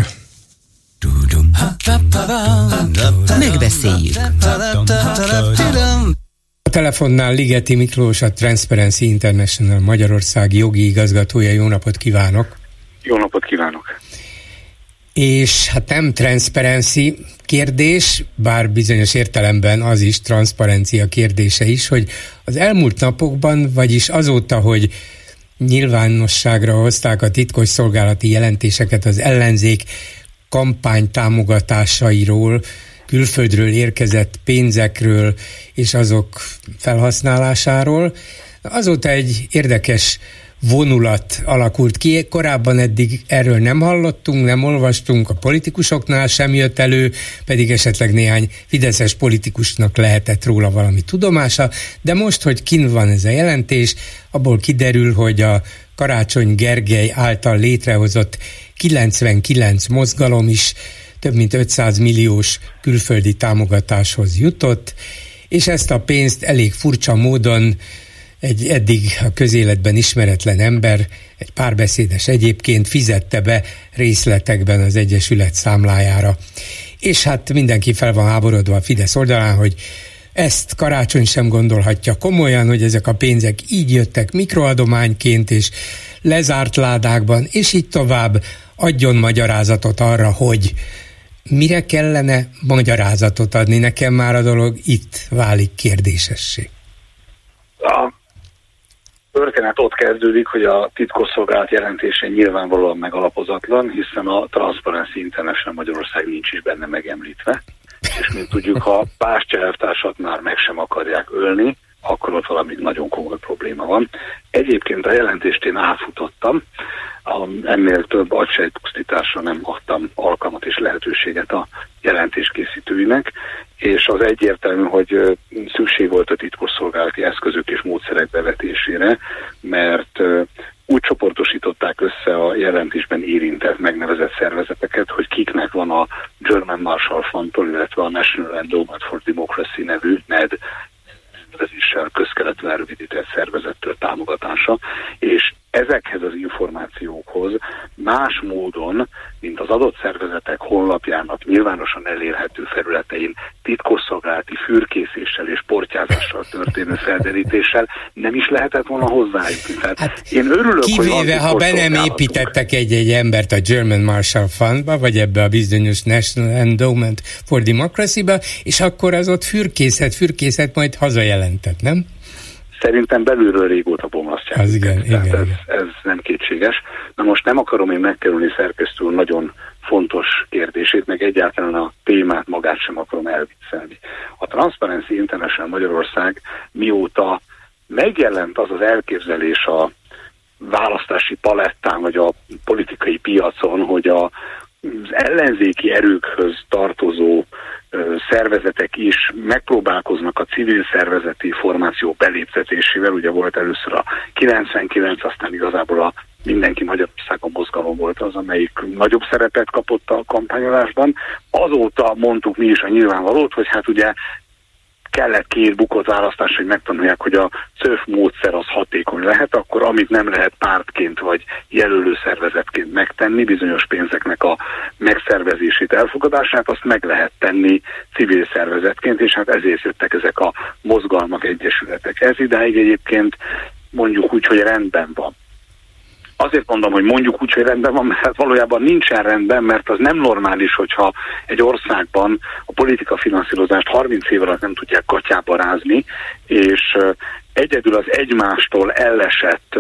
Speaker 2: Megbeszéljük.
Speaker 3: A telefonnál Ligeti Miklós, a Transparency International Magyarország jogi igazgatója. Jó napot kívánok!
Speaker 7: Jó napot kívánok!
Speaker 3: És hát nem transzparency kérdés, bár bizonyos értelemben az is transzparencia kérdése is, hogy az elmúlt napokban, vagyis azóta, hogy nyilvánosságra hozták a titkosszolgálati jelentéseket az ellenzék kampány támogatásairól, külföldről érkezett pénzekről és azok felhasználásáról. Azóta egy érdekes vonulat alakult ki. Korábban eddig erről nem hallottunk, nem olvastunk, a politikusoknál sem jött elő, pedig esetleg néhány fideszes politikusnak lehetett róla valami tudomása, de most, hogy kint van ez a jelentés, abból kiderül, hogy a Karácsony Gergely által létrehozott kilencvenkilenc mozgalom is több mint ötszáz milliós külföldi támogatáshoz jutott, és ezt a pénzt elég furcsa módon egy eddig a közéletben ismeretlen ember, egy párbeszédes egyébként fizette be részletekben az Egyesület számlájára. És hát mindenki fel van háborodva a Fidesz oldalán, hogy ezt Karácsony sem gondolhatja komolyan, hogy ezek a pénzek így jöttek mikroadományként és lezárt ládákban, és így tovább. Adjon magyarázatot arra, hogy mire kellene magyarázatot adni. Nekem már a dolog itt válik kérdésessé.
Speaker 7: A történet ott kezdődik, hogy a titkosszolgálat jelentése nyilvánvalóan megalapozatlan, hiszen a Transparency International Magyarország nincs is benne megemlítve, és mint tudjuk, ha Bástya elvtársat már meg sem akarják ölni, akkor ott valami nagyon komoly probléma van. Egyébként a jelentést én átfutottam, ennél több agysejtpusztításra nem adtam alkalmat és lehetőséget a jelentés készítőinek, és az egyértelmű, hogy szükség volt a titkosszolgálati eszközök és módszerek bevetésére, mert úgy csoportosították össze a jelentésben érintett megnevezett szervezeteket, hogy kiknek van a German Marshall Fundtól, illetve a National Endowment for Democracy nevű N E D nevezéssel közkeletül elrövidített szervezettől támogatása, és ezekhez az információkhoz más módon, mint az adott szervezetek honlapjának nyilvánosan elérhető felületein titkosszolgálati fürkészéssel és portyázással történő felderítéssel nem is lehetett volna hozzájutni. Hát én örülök,
Speaker 3: kivéve, ha be nem építettek egy-egy embert a German Marshall Fundba, vagy ebbe a bizonyos National Endowment for Democracy-ba, és akkor az ott fürkészet, fürkészet majd hazajelentett, nem?
Speaker 7: Szerintem belülről régóta bomlasztják.
Speaker 3: Az igen, igen,
Speaker 7: ez,
Speaker 3: igen.
Speaker 7: ez nem kétséges. Na most nem akarom én megkerülni szerkesztő nagyon fontos kérdését, meg egyáltalán a témát magát sem akarom elviccelni. A Transparency International Magyarország mióta megjelent az az elképzelés a választási palettán, vagy a politikai piacon, hogy a, az ellenzéki erőkhöz tartozó szervezetek is megpróbálkoznak a civil szervezeti formáció beléptetésével. Ugye volt először a kilencvenkilenc, aztán igazából a Mindenki Magyarországon mozgalom volt az, amelyik nagyobb szerepet kapott a kampányolásban. Azóta mondtuk mi is a nyilvánvalót, hogy hát ugye kellett két bukott választás, hogy megtanulják, hogy a cöf módszer az hatékony lehet, akkor amit nem lehet pártként vagy jelölő szervezetként megtenni, bizonyos pénzeknek a megszervezését, elfogadását, azt meg lehet tenni civil szervezetként, és hát ezért jöttek ezek a mozgalmak, egyesületek. Ez idáig egyébként mondjuk úgy, hogy rendben van. Azért mondom, hogy mondjuk úgy, hogy rendben van, mert valójában nincsen rendben, mert az nem normális, hogyha egy országban a politika finanszírozást harminc év alatt nem tudják katyába rázni, és egyedül az egymástól ellesett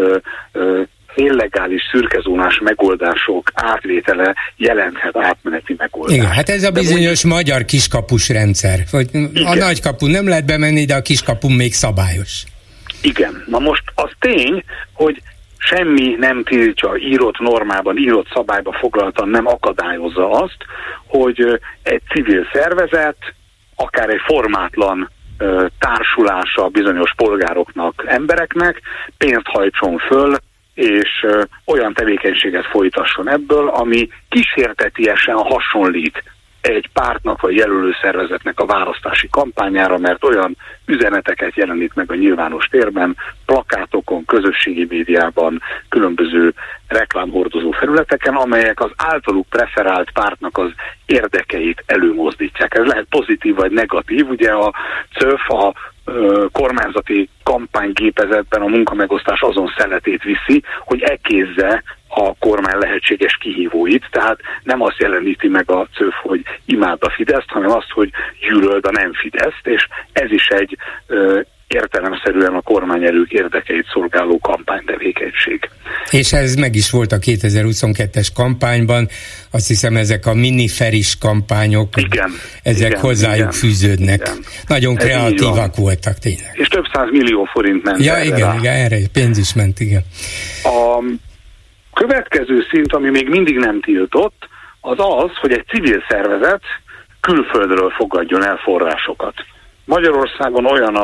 Speaker 7: illegális szürkezónás megoldások átvétele jelenthet átmeneti megoldást.
Speaker 3: Igen, hát ez a bizonyos de magyar kiskapus rendszer. Hogy a nagykapu nem lehet bemenni, de a kiskapun még szabályos.
Speaker 7: Igen, na most az tény, hogy semmi nem tiltja, írott normában, írott szabályba foglaltan nem akadályozza azt, hogy egy civil szervezet, akár egy formátlan ö, társulása bizonyos polgároknak, embereknek pénzt hajtson föl, és ö, olyan tevékenységet folytasson ebből, ami kísértetiesen hasonlít egy pártnak vagy jelölő szervezetnek a választási kampányára, mert olyan üzeneteket jelenít meg a nyilvános térben, plakátokon, közösségi médiában, különböző reklámhordozó felületeken, amelyek az általuk preferált pártnak az érdekeit előmozdítják. Ez lehet pozitív vagy negatív, ugye a cöf, a ö, kormányzati kampánygépezetben a munkamegosztás azon szeletét viszi, hogy ekézze a kormány lehetséges kihívóit, tehát nem azt jeleníti meg a cöf, hogy imád a Fideszt, hanem azt, hogy gyűlöld a nem Fideszt, és ez is egy ö, értelemszerűen a kormányerők érdekeit szolgáló kampánytevékenység.
Speaker 3: És ez meg is volt a kétezer-huszonkettes kampányban, azt hiszem ezek a miniferis kampányok,
Speaker 7: igen,
Speaker 3: ezek
Speaker 7: igen,
Speaker 3: hozzájuk igen, fűződnek. Igen. Nagyon ez kreatívak voltak tényleg.
Speaker 7: És több száz millió forint ment
Speaker 3: ja,
Speaker 7: erre.
Speaker 3: igen, igen, erre pénz is ment, igen.
Speaker 7: A következő szint, ami még mindig nem tiltott, az az, hogy egy civil szervezet külföldről fogadjon el forrásokat. Magyarországon olyan a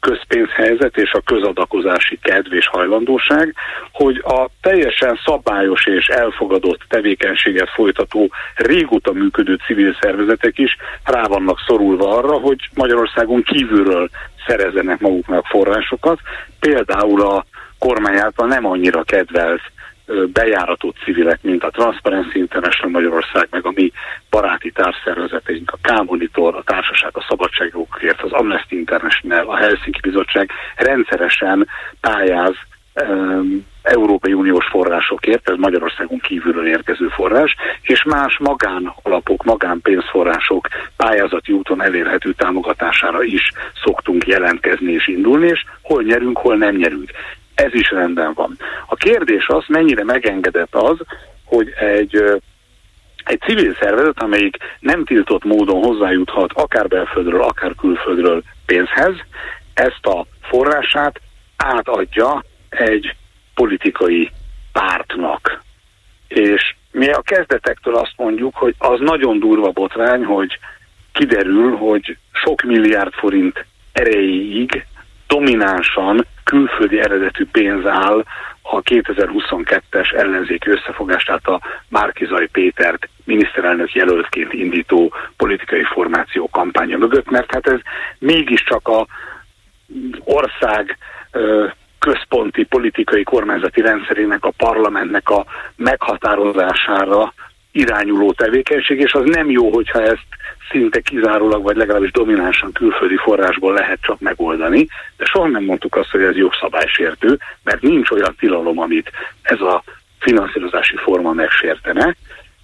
Speaker 7: közpénzhelyzet és a közadakozási kedv és hajlandóság, hogy a teljesen szabályos és elfogadott tevékenységet folytató, régóta működő civil szervezetek is rá vannak szorulva arra, hogy Magyarországon kívülről szerezzenek maguknak forrásokat, például a kormány által nem annyira kedvelt bejáratott civilek, mint a Transparency International Magyarország, meg a mi baráti társszervezeteink, a K-Monitor, a Társaság a Szabadságjogokért, az Amnesty International, a Helsinki Bizottság rendszeresen pályáz um, Európai Uniós forrásokért, ez Magyarországon kívülről érkező forrás, és más magánalapok, magánpénzforrások pályázati úton elérhető támogatására is szoktunk jelentkezni és indulni, és hol nyerünk, hol nem nyerünk. Ez is rendben van. A kérdés az, mennyire megengedett az, hogy egy, egy civil szervezet, amelyik nem tiltott módon hozzájuthat akár belföldről, akár külföldről pénzhez, ezt a forrását átadja egy politikai pártnak. És mi a kezdetektől azt mondjuk, hogy az nagyon durva botrány, hogy kiderül, hogy sok milliárd forint erejéig dominánsan külföldi eredetű pénz áll a kétezer-huszonkettes ellenzéki összefogást, tehát a Márki-Zay Pétert miniszterelnök jelöltként indító politikai formáció kampánya mögött, mert hát ez mégiscsak az ország központi politikai kormányzati rendszerének, a parlamentnek a meghatározására irányuló tevékenység, és az nem jó, hogyha ezt szinte kizárólag, vagy legalábbis dominánsan külföldi forrásból lehet csak megoldani, de soha nem mondtuk azt, hogy ez jogszabálysértő, mert nincs olyan tilalom, amit ez a finanszírozási forma megsértene.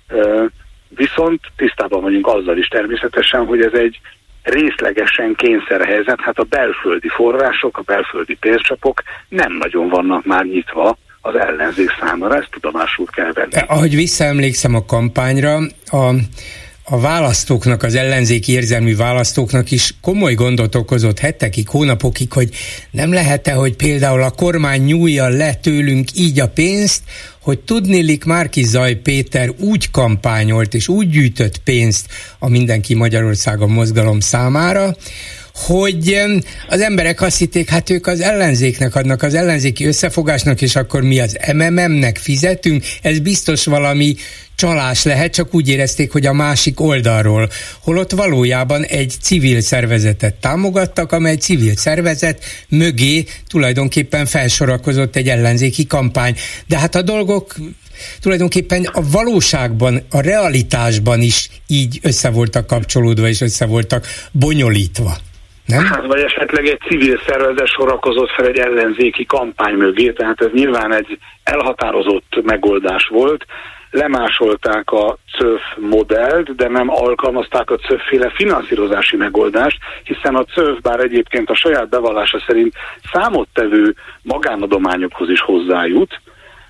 Speaker 7: Viszont tisztában vagyunk azzal is természetesen, hogy ez egy részlegesen kényszerhelyzet, hát a belföldi források, a belföldi pénzcsapok nem nagyon vannak már nyitva az ellenzék számára, ezt tudomásul kell venni.
Speaker 3: Ahogy visszaemlékszem a kampányra, a a választóknak, az ellenzéki érzelmű választóknak is komoly gondot okozott hetekig, hónapokig, hogy nem lehet-e, hogy például a kormány nyújja le tőlünk így a pénzt, hogy tudniillik Márki-Zay Péter úgy kampányolt és úgy gyűjtött pénzt a Mindenki Magyarországon mozgalom számára, hogy az emberek azt hitték, hát ők az ellenzéknek adnak, az ellenzéki összefogásnak, és akkor mi az em em em-nek fizetünk, ez biztos valami csalás lehet, csak úgy érezték, hogy a másik oldalról. Holott valójában egy civil szervezetet támogattak, amely civil szervezet mögé tulajdonképpen felsorakozott egy ellenzéki kampány. De hát a dolgok tulajdonképpen a valóságban, a realitásban is így össze voltak kapcsolódva és össze voltak bonyolítva. Nem?
Speaker 7: Hát, vagy esetleg egy civil szervezet sorakozott fel egy ellenzéki kampány mögé, tehát ez nyilván egy elhatározott megoldás volt. Lemásolták a cöf modellt, de nem alkalmazták a cöf-féle finanszírozási megoldást, hiszen a cöf, bár egyébként a saját bevallása szerint számottevő magánadományokhoz is hozzájut.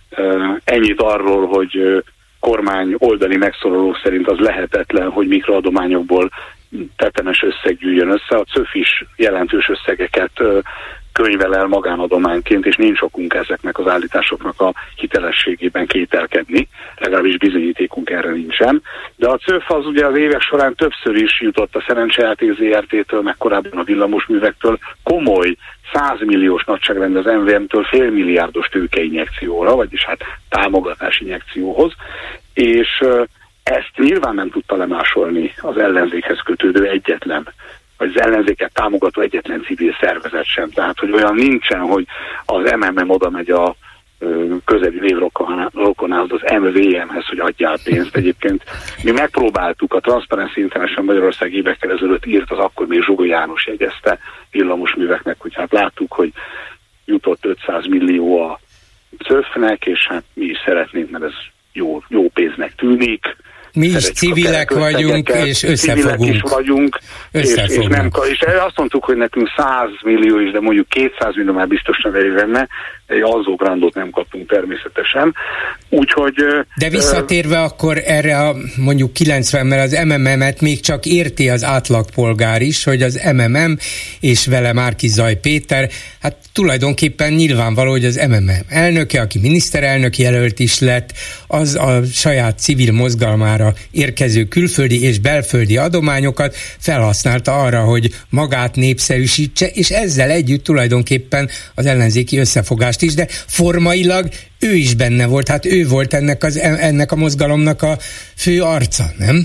Speaker 7: Ennyit arról, hogy kormány oldali megszólalók szerint az lehetetlen, hogy mikroadományokból tetemes összeg gyűjjön össze. A cöf is jelentős összegeket könyvel el magánadományként, és nincs okunk ezeknek az állításoknak a hitelességében kételkedni, legalábbis bizonyítékunk erre nincsen. De a cöf az ugye az évek során többször is jutott a Szerencsejáték zé er té-től, meg korábban a villamosművektől komoly százmilliós nagyságrend az em vé em-től félmilliárdos tőkeinjekcióra, vagyis hát támogatási injekcióhoz, és ezt nyilván nem tudta lemásolni az ellenzékhez kötődő egyetlen, vagy az ellenzéket támogató egyetlen civil szervezet sem. Tehát, hogy olyan nincsen, hogy az em em em oda megy a közeli névrokonához, az em vé em-hez, hogy adjál pénzt. Egyébként mi megpróbáltuk, a Transparency International Magyarország évekkel ezelőtt írt, az akkor még Zsugo János jegyezte villamosműveknek, hogy hát láttuk, hogy jutott ötszáz millió a cöf-nek, és hát mi is szeretnénk, mert ez jó, jó pénznek tűnik.
Speaker 3: Mi is civilek vagyunk, és összefogunk.
Speaker 7: Civilek is vagyunk, összefogunk. És, és, nem, és azt mondtuk, hogy nekünk száz millió is, de mondjuk kétszáz millió már biztosan elég lenne, egy alzógrandot nem kaptunk természetesen. Úgyhogy...
Speaker 3: De visszatérve uh, akkor erre a mondjuk kilencvenben az em em em-et még csak érti az átlagpolgár is, hogy az em em em és vele Márki-Zay Péter, hát tulajdonképpen nyilvánvaló, hogy az em em em elnöke, aki miniszterelnök jelölt is lett, az a saját civil mozgalmára érkező külföldi és belföldi adományokat felhasználta arra, hogy magát népszerűsítse, és ezzel együtt tulajdonképpen az ellenzéki összefogást is, de formailag ő is benne volt, hát ő volt ennek, az, ennek a mozgalomnak a fő arca, nem?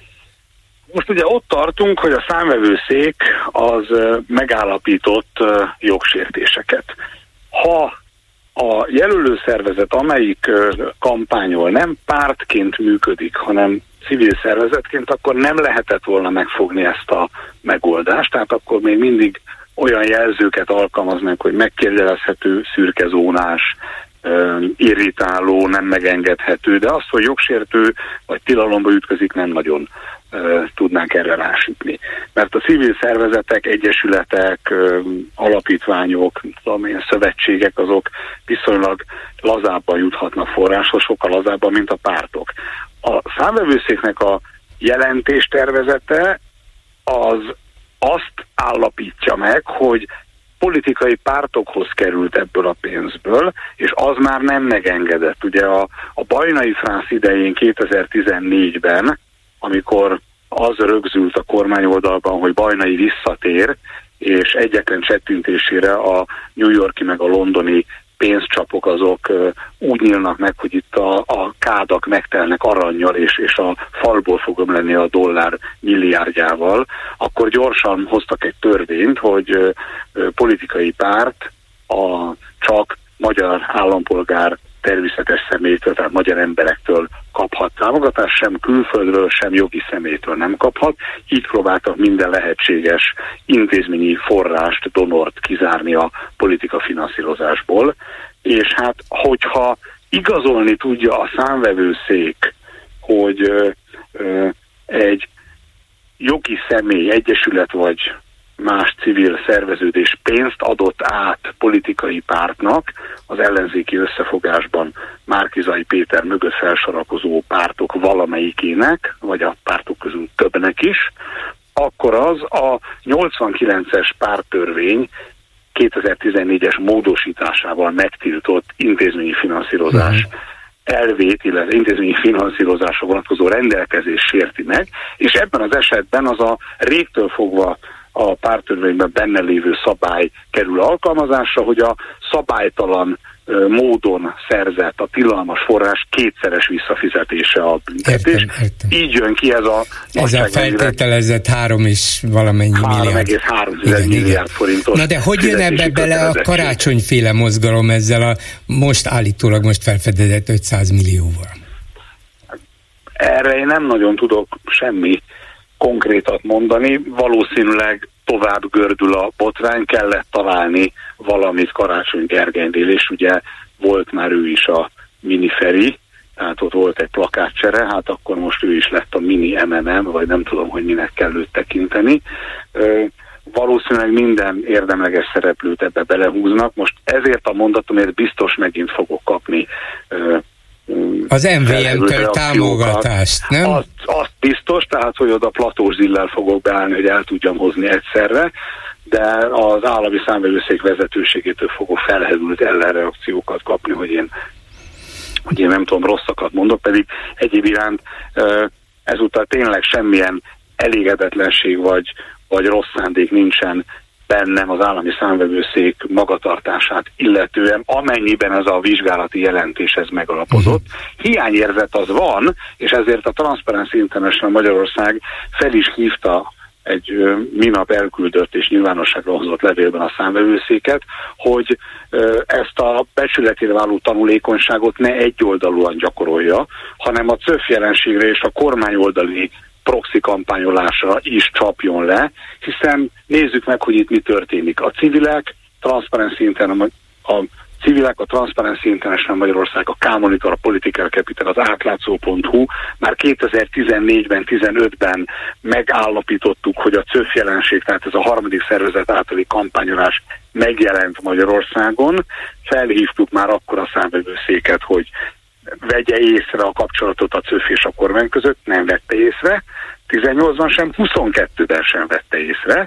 Speaker 7: Most ugye ott tartunk, hogy a számvevőszék az megállapított jogsértéseket. Ha a jelölőszervezet, amelyik kampányol nem pártként működik, hanem civil szervezetként, akkor nem lehetett volna megfogni ezt a megoldást, tehát akkor még mindig olyan jelzőket alkalmaznak, hogy megkérdezhető, szürkezónás, irritáló, nem megengedhető, de azt, hogy jogsértő vagy tilalomba ütközik, nem nagyon tudnánk erre rásütni. Mert a civil szervezetek, egyesületek, alapítványok, valamilyen szövetségek, azok viszonylag lazábban juthatnak forráshoz, sokkal lazábban, mint a pártok. A számvevőszéknek a jelentéstervezete az azt állapítja meg, hogy politikai pártokhoz került ebből a pénzből, és az már nem megengedett. Ugye a, a Bajnai Franz idején kétezer-tizennégyben, amikor az rögzült a kormányoldalban, hogy Bajnai visszatér, és egyetlen csettintésére a New York-i meg a londoni pénzcsapok azok úgy nyílnak meg, hogy itt a, a kádak megtelnek arannyal, és, és a falból fogom lenni a dollár milliárdjával, akkor gyorsan hoztak egy törvényt, hogy politikai párt a csak magyar állampolgár természetes személytől, tehát magyar emberektől kaphat támogatást, sem külföldről, sem jogi személytől nem kaphat. Így próbáltak minden lehetséges intézményi forrást, donort kizárni a politika finanszírozásból. És hát, hogyha igazolni tudja a számvevőszék, hogy ö, ö, egy jogi személy, egyesület vagy más civil szerveződés pénzt adott át politikai pártnak, az ellenzéki összefogásban Márki-Zay Péter mögött felsorakozó pártok valamelyikének, vagy a pártok közül többnek is, akkor az a nyolcvankilences párttörvény kétezer-tizennégyes módosításával megtiltott intézményi finanszírozás elvét, illetve intézményi finanszírozásra vonatkozó rendelkezés sérti meg, és ebben az esetben az a régtől fogva a párttörvényben benne lévő szabály kerül alkalmazásra, hogy a szabálytalan ö, módon szerzett a tilalmas forrás kétszeres visszafizetése a büntetés. Értem, értem. Így jön ki ez a...
Speaker 3: Ez a feltételezett három és valamennyi milliárd.
Speaker 7: három egész három milliárd forintos.
Speaker 3: Na de hogy jön ebbe bele a karácsonyféle mozgalom ezzel a most állítólag most felfedezett ötszáz millióval?
Speaker 7: Erre én nem nagyon tudok semmi konkrétat mondani, valószínűleg tovább gördül a botrány, kellett találni valamit Karácsony Gergelynél, és ugye volt már ő is a mini Feri, tehát ott volt egy plakátcsere, hát akkor most ő is lett a mini em em em, vagy nem tudom, hogy minek kell őt tekinteni. Ö, valószínűleg minden érdemleges szereplőt ebbe belehúznak, most ezért a mondatomért biztos megint fogok kapni ö,
Speaker 3: az em vé em-től támogatást, nem?
Speaker 7: Azt, azt biztos, tehát, hogy oda Platós Zillel fogok beállni, hogy el tudjam hozni egyszerre, de az állami számvevőszék vezetőségétől fogok felhevült ellenreakciókat kapni, hogy én, hogy én nem tudom, rosszakat mondok, pedig egyéb iránt ezúttal tényleg semmilyen elégedetlenség vagy, vagy rossz szándék nincsen bennem az állami számvevőszék magatartását illetően, amennyiben ez a vizsgálati jelentés ez megalapozott. Hiányérzet az van, és ezért a Transparency International Magyarország fel is hívta egy ö, minap elküldött és nyilvánosságra hozott levélben a számvevőszéket, hogy ö, ezt a becsületére váló tanulékonyságot ne egyoldalúan gyakorolja, hanem a cöf jelenségre és a kormányoldali proxy kampányolásra is csapjon le, hiszen nézzük meg, hogy itt mi történik. A civilek, Transparency International, a civilek, a Transparency International Magyarország, a K-Monitor, a Political Capital, az átlátszó pont hu már kétezer-tizennégyben, tizenötben megállapítottuk, hogy a cöf jelenség, tehát ez a harmadik szervezet általi kampányolás megjelent Magyarországon. Felhívtuk már akkor a számvevőszéket, hogy vegye észre a kapcsolatot a cöf és a kormány között, nem vette észre, tizennyolcban sem, huszonkettőben sem vette észre,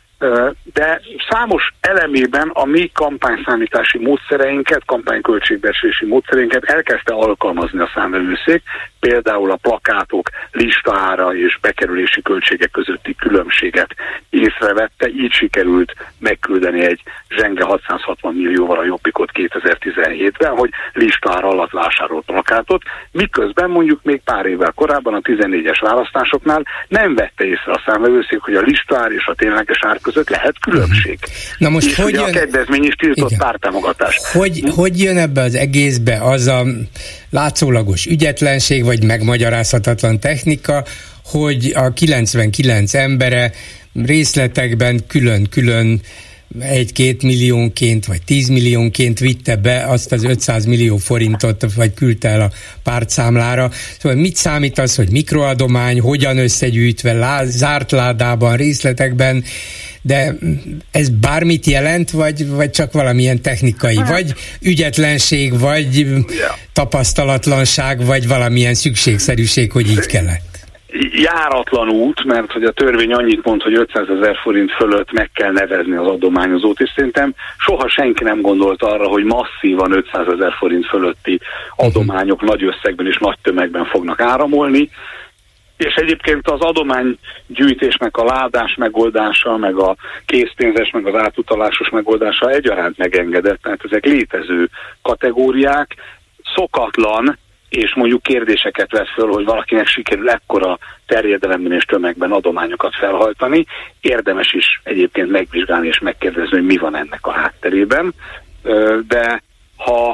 Speaker 7: de számos elemében a mi kampányszámítási módszereinket, kampányköltségbecslési módszereinket elkezdte alkalmazni a számvevőszék, például a plakátok listára és bekerülési költségek közötti különbséget észrevette, így sikerült megküldeni egy zsenge hatszázhatvan millióval a Jobbikot kétezer-tizenhétben, hogy listára alatt vásárolt plakátot, miközben mondjuk még pár évvel korábban a tizennégyes választásoknál nem vette észre a számvevőszék, hogy a listár és a tényleges ár között lehet különbség.
Speaker 3: Na most
Speaker 7: és
Speaker 3: hogy
Speaker 7: jön...
Speaker 3: jön...
Speaker 7: a kedvezmény is tiltott pártámogatás.
Speaker 3: Hogy, hogy jön ebbe az egészbe az a látszólagos ügyetlenség, vagy megmagyarázhatatlan technika, hogy a kilencvenkilenc embere részletekben külön-külön egy-két milliónként, vagy tíz milliónként vitte be azt az ötszáz millió forintot, vagy küldte el a pártszámlára. Szóval mit számít az, hogy mikroadomány, hogyan összegyűjtve, lá, zárt ládában, részletekben, de ez bármit jelent, vagy, vagy csak valamilyen technikai, vagy ügyetlenség, vagy tapasztalatlanság, vagy valamilyen szükségszerűség, hogy így kellett?
Speaker 7: Járatlan út, mert hogy a törvény annyit mond, hogy ötszázezer forint fölött meg kell nevezni az adományozót, és szerintem soha senki nem gondolt arra, hogy masszívan ötszázezer forint fölötti adományok nagy összegben és nagy tömegben fognak áramolni, és egyébként az adománygyűjtésnek a ládás megoldása, meg a készpénzes, meg az átutalásos megoldása egyaránt megengedett, tehát ezek létező kategóriák, szokatlan, és mondjuk kérdéseket vesz föl, hogy valakinek sikerül ekkora terjedelemben és tömegben adományokat felhajtani. Érdemes is egyébként megvizsgálni és megkérdezni, hogy mi van ennek a hátterében. De ha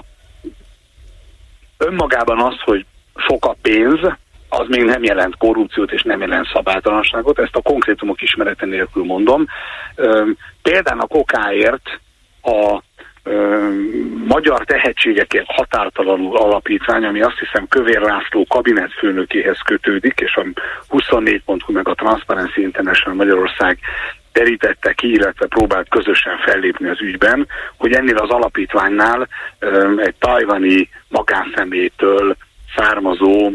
Speaker 7: önmagában az, hogy sok a pénz, az még nem jelent korrupciót és nem jelent szabálytalanságot, ezt a konkrétumok ismerete nélkül mondom. Például a kokáért a Ö, Magyar Tehetségekért Határtalanul Alapítvány, ami azt hiszem Kövér László kabinetfőnökéhez kötődik, és a huszonnégy pont hu meg a Transparency International Magyarország terítette ki, illetve próbált közösen fellépni az ügyben, hogy ennél az alapítványnál ö, egy tajvani magánszemélytől származó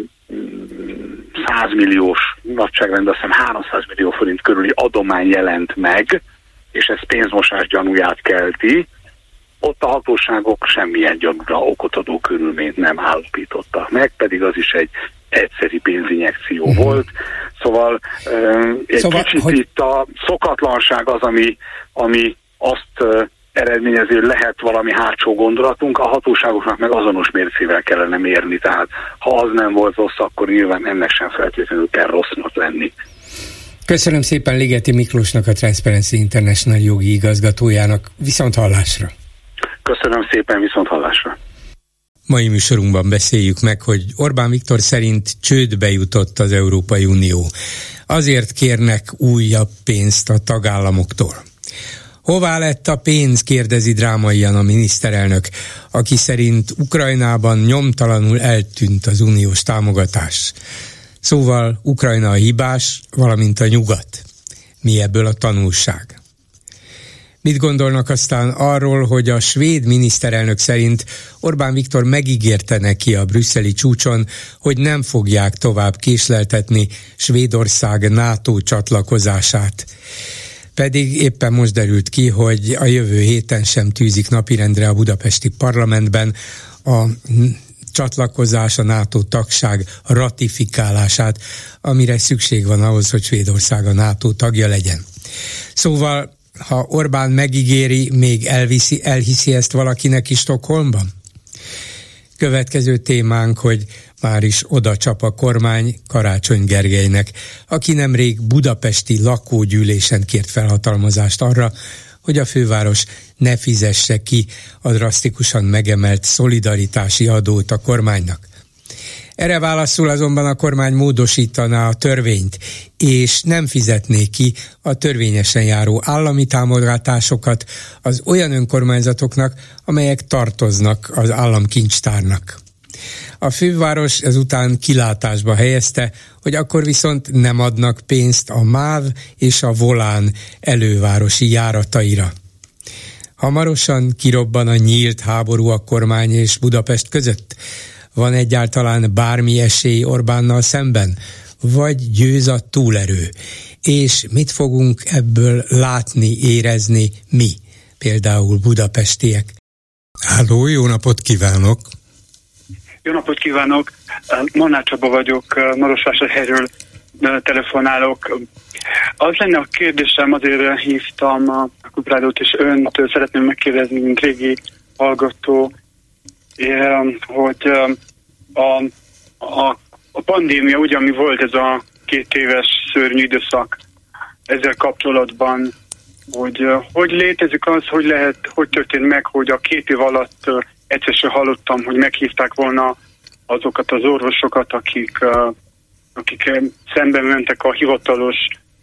Speaker 7: száz milliós nagyságrendben, azt hiszem háromszáz millió forint körüli adomány jelent meg, és ez pénzmosás gyanúját kelti. Ott a hatóságok semmilyen gyanúra okot adó körülményt nem állapítottak meg, pedig az is egy egyszeri pénzinjekció uh-huh. volt. Szóval egy szóval, kicsit hogy... itt a szokatlanság az, ami, ami azt eredményezi, hogy lehet valami hátsó gondolatunk, a hatóságoknak meg azonos mércével kellene mérni, tehát ha az nem volt rossz, akkor nyilván ennek sem feltétlenül kell rossznak lenni.
Speaker 3: Köszönöm szépen Ligeti Miklósnak, a Transparency International jogi igazgatójának. Viszont hallásra!
Speaker 7: Köszönöm szépen, viszont hallásra!
Speaker 3: Mai műsorunkban beszéljük meg, hogy Orbán Viktor szerint csődbe jutott az Európai Unió. Azért kérnek újabb pénzt a tagállamoktól. Hová lett a pénz, kérdezi drámaian a miniszterelnök, aki szerint Ukrajnában nyomtalanul eltűnt az uniós támogatás. Szóval Ukrajna a hibás, valamint a nyugat. Mi ebből a tanulság? Mit gondolnak aztán arról, hogy a svéd miniszterelnök szerint Orbán Viktor megígérte neki a brüsszeli csúcson, hogy nem fogják tovább késleltetni Svédország NATO csatlakozását. Pedig éppen most derült ki, hogy a jövő héten sem tűzik napirendre a budapesti parlamentben a csatlakozás, a NATO tagság ratifikálását, amire szükség van ahhoz, hogy Svédország a NATO tagja legyen. Szóval, ha Orbán megígéri, még elviszi, elhiszi ezt valakinek is Stockholmban? Következő témánk, hogy már is oda csap a kormány Karácsony Gergelynek, aki nemrég budapesti lakógyűlésen kért felhatalmazást arra, hogy a főváros ne fizesse ki a drasztikusan megemelt szolidaritási adót a kormánynak. Erre válaszul azonban a kormány módosítaná a törvényt, és nem fizetné ki a törvényesen járó állami támogatásokat az olyan önkormányzatoknak, amelyek tartoznak az államkincstárnak. A főváros ezután kilátásba helyezte, hogy akkor viszont nem adnak pénzt a MÁV és a Volán elővárosi járataira. Hamarosan kirobban a nyílt háború a kormány és Budapest között? Van egyáltalán bármi esély Orbánnal szemben? Vagy győz a túlerő? És mit fogunk ebből látni, érezni mi, például budapestiek? Háló, jó napot kívánok!
Speaker 8: Jó napot kívánok! Molnár Csaba vagyok, Marosvásárhelyről telefonálok. Az lenne a kérdésem, azért hívtam a Klubrádiót, és önt szeretném megkérdezni, mint régi hallgató, hogy a, a, a pandémia, ugye, ami volt ez a két éves szörnyű időszak, ezzel kapcsolatban, hogy hogy létezik az, hogy lehet, hogy történt meg, hogy a két év alatt egyszer sem hallottam, hogy meghívták volna azokat az orvosokat, akik, akik szemben mentek a hivatalos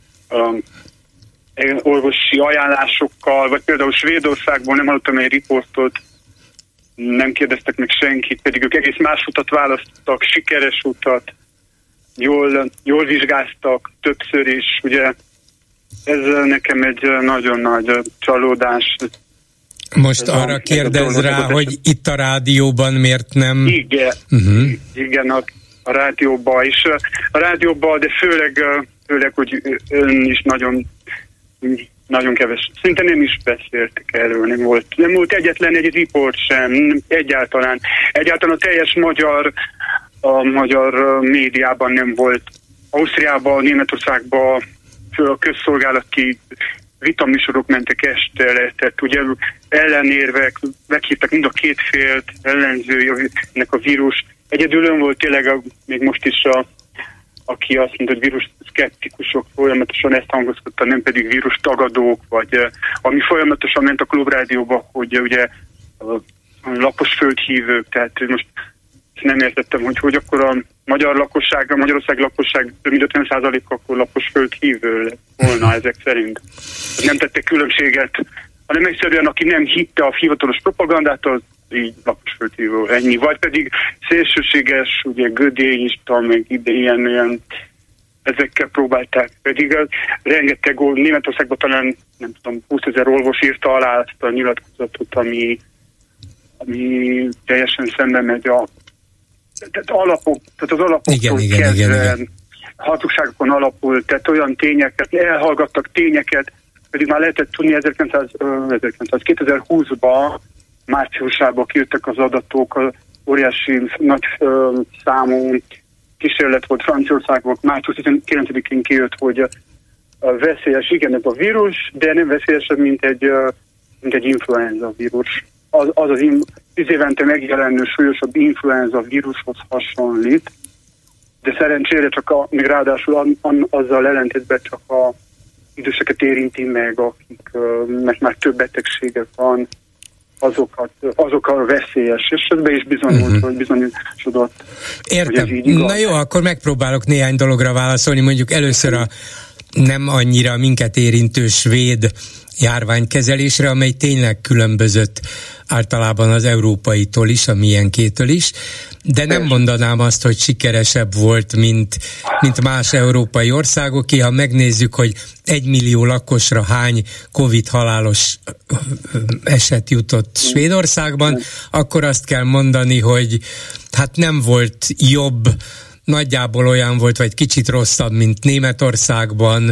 Speaker 8: orvosi ajánlásokkal, vagy például Svédországból nem hallottam egy riportot, nem kérdeztek meg senkit, pedig ők egész más utat választottak, sikeres utat, jól, jól vizsgáztak többször is, ugye ez nekem egy nagyon nagy csalódás.
Speaker 3: Most ez arra a, kérdez rá, hogy itt a rádióban miért nem...
Speaker 8: Igen, uh-huh. igen a, a rádióban is. A rádióban, de főleg, főleg, hogy ön is nagyon, nagyon keves. Szinte nem is beszéltek erről, nem volt, nem volt egyetlen egy riport sem, egyáltalán. Egyáltalán a teljes magyar, a magyar médiában nem volt. Ausztriában, Németországban fő a közszolgálati vitaműsorok mentek este, lehetett, ugye ellenérvek, meghívtak mind a két félt, ellenzői ennek a vírus. Egyedül ön volt tényleg, a, még most is, a, aki azt mondta, hogy vírus szkeptikusok folyamatosan ezt hangoztatta, nem pedig vírus tagadók, vagy ami folyamatosan ment a Klubrádióba, hogy ugye a, a lapos földhívők, tehát most nem értettem, hogy hogy akkor a magyar lakosság, a Magyarország lakosság több mint ötven százalék akkor lapos földhívő lett volna ezek szerint. Nem tettek különbséget, hanem egyszerűen aki nem hitte a hivatalos propagandát, az így lapos földhívő, ennyi. Vagy pedig szélsőséges, ugye gödényista, meg ide ilyen, ilyen ezekkel próbálták. Pedig az, rengeteg, Németországban talán nem tudom, húszezer orvos írta alá azt a nyilatkozatot, ami, ami teljesen szemben megy a Tehát, alapok, tehát az alapoktól
Speaker 3: igen, igen,
Speaker 8: kezdve
Speaker 3: igen, igen.
Speaker 8: hatóságokon alapul, tehát olyan tényeket, elhallgattak tényeket, pedig már lehetett tudni kétezer-húszban, márciusában kijöttek az adatok, az óriási nagy ö, számú kísérlet volt Franciaországban, március tizenkilencedikén kijött, hogy a veszélyes, igen, ez a vírus, de nem veszélyesebb, mint egy, mint egy influenza vírus. Az, az az tíz évente megjelenő súlyosabb influenza vírushoz hasonlít, de szerencsére csak a, még ráadásul an, an, azzal ellentétben csak a időseket érinti meg, akiknek már több betegsége van, azokat, azok a veszélyes, és ez be is bizonyult, uh-huh. hogy bizonyosodott.
Speaker 3: Értem. Na jó, akkor megpróbálok néhány dologra válaszolni, mondjuk először a nem annyira minket érintő svéd járványkezelésre, amely tényleg különbözött általában az európaitól is, a milyenkétől is, de nem mondanám azt, hogy sikeresebb volt, mint, mint más európai országoké. Ha megnézzük, hogy egy millió lakosra hány Covid halálos eset jutott Svédországban, akkor azt kell mondani, hogy hát nem volt jobb, nagyjából olyan volt, vagy kicsit rosszabb, mint Németországban,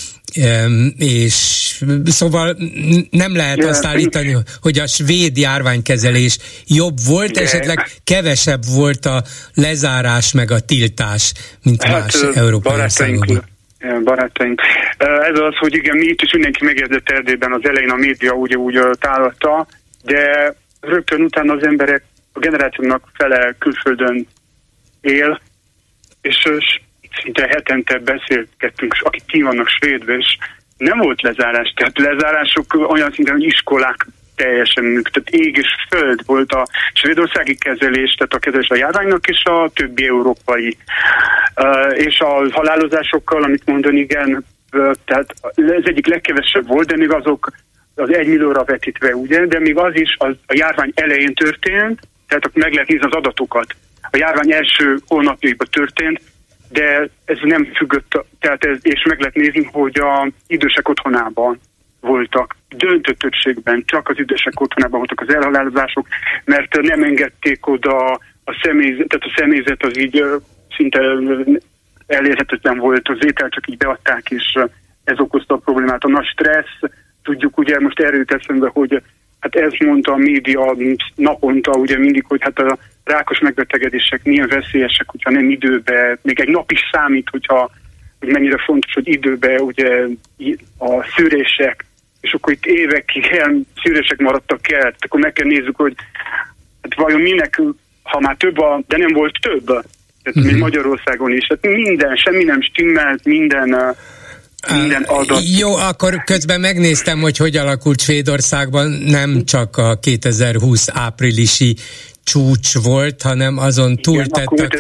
Speaker 3: és szóval nem lehet azt állítani, hogy a svéd járványkezelés jobb volt, esetleg kevesebb volt a lezárás meg a tiltás, mint hát, más európai országokban.
Speaker 8: Barátaink. Ez az, hogy igen, mi itt is mindenki megérdett Erdélyben, az elején a média úgy, úgy tálalta, de rögtön utána az emberek, a generációnak fele külföldön él, és szinte hetente beszélgettünk, akik ki vannak Svédben, és nem volt lezárás. Tehát lezárások olyan szinten, hogy iskolák teljesen működött. Ég és föld volt a svédországi kezelés, tehát a kezelés a járványnak és a többi európai. Uh, és a halálozásokkal, amit mondani, igen, uh, tehát ez egyik legkevesebb volt, de még azok az egy millióra vetítve, ugye, de még az is az, a járvány elején történt, tehát meg lehet nézni az adatokat. A járvány első hónapjaiban történt, de ez nem függött, tehát ez, és meg lehet nézni, hogy a idősek otthonában voltak, döntő többségben, csak az idősek otthonában voltak az elhalálozások, mert nem engedték oda a személyzet, tehát a személyzet az így szinte elérhetetlen volt, az ételt csak így beadták, és ez okozta a problémát. A nagy stressz, tudjuk ugye most erről eszembe, hogy hát ezt mondta a média naponta ugye mindig, hogy hát a rákos megbetegedések milyen veszélyesek, hogyha nem időben, még egy nap is számít, hogyha hogy mennyire fontos, hogy időben ugye a szűrések, és akkor itt évekig ilyen szűrések maradtak el, akkor meg kell nézzük, hogy hát vajon minek, ha már több, a, de nem volt több, tehát uh-huh. még Magyarországon is, hát minden, semmi nem stimmelt, minden minden adat.
Speaker 3: Jó, akkor közben megnéztem, hogy hogy alakult Svédországban, nem csak a kétezer-húsz áprilisi csúcs volt, hanem azon túltettek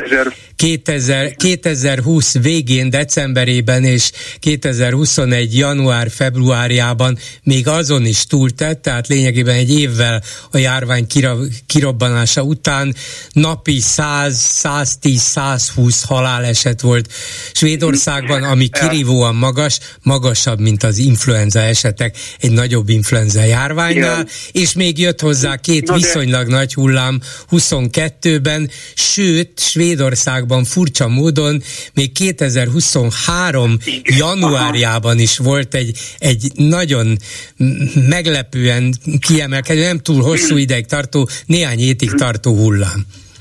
Speaker 3: kétezer-húsz végén, decemberében és kétezer-huszonegy január-februárjában még azon is túltett, tehát lényegében egy évvel a járvány kirobbanása után napi száz, száztíz, százhúsz haláleset volt Svédországban, ami kirívóan magas, magasabb, mint az influenza esetek egy nagyobb influenza járványnál, igen. És még jött hozzá két viszonylag nagy hullám huszonkettőben, sőt, Svédországban furcsa módon még kétezer-huszonhárom januárjában is volt egy, egy nagyon meglepően kiemelkedő, nem túl hosszú ideig tartó, néhány hétig tartó hullám.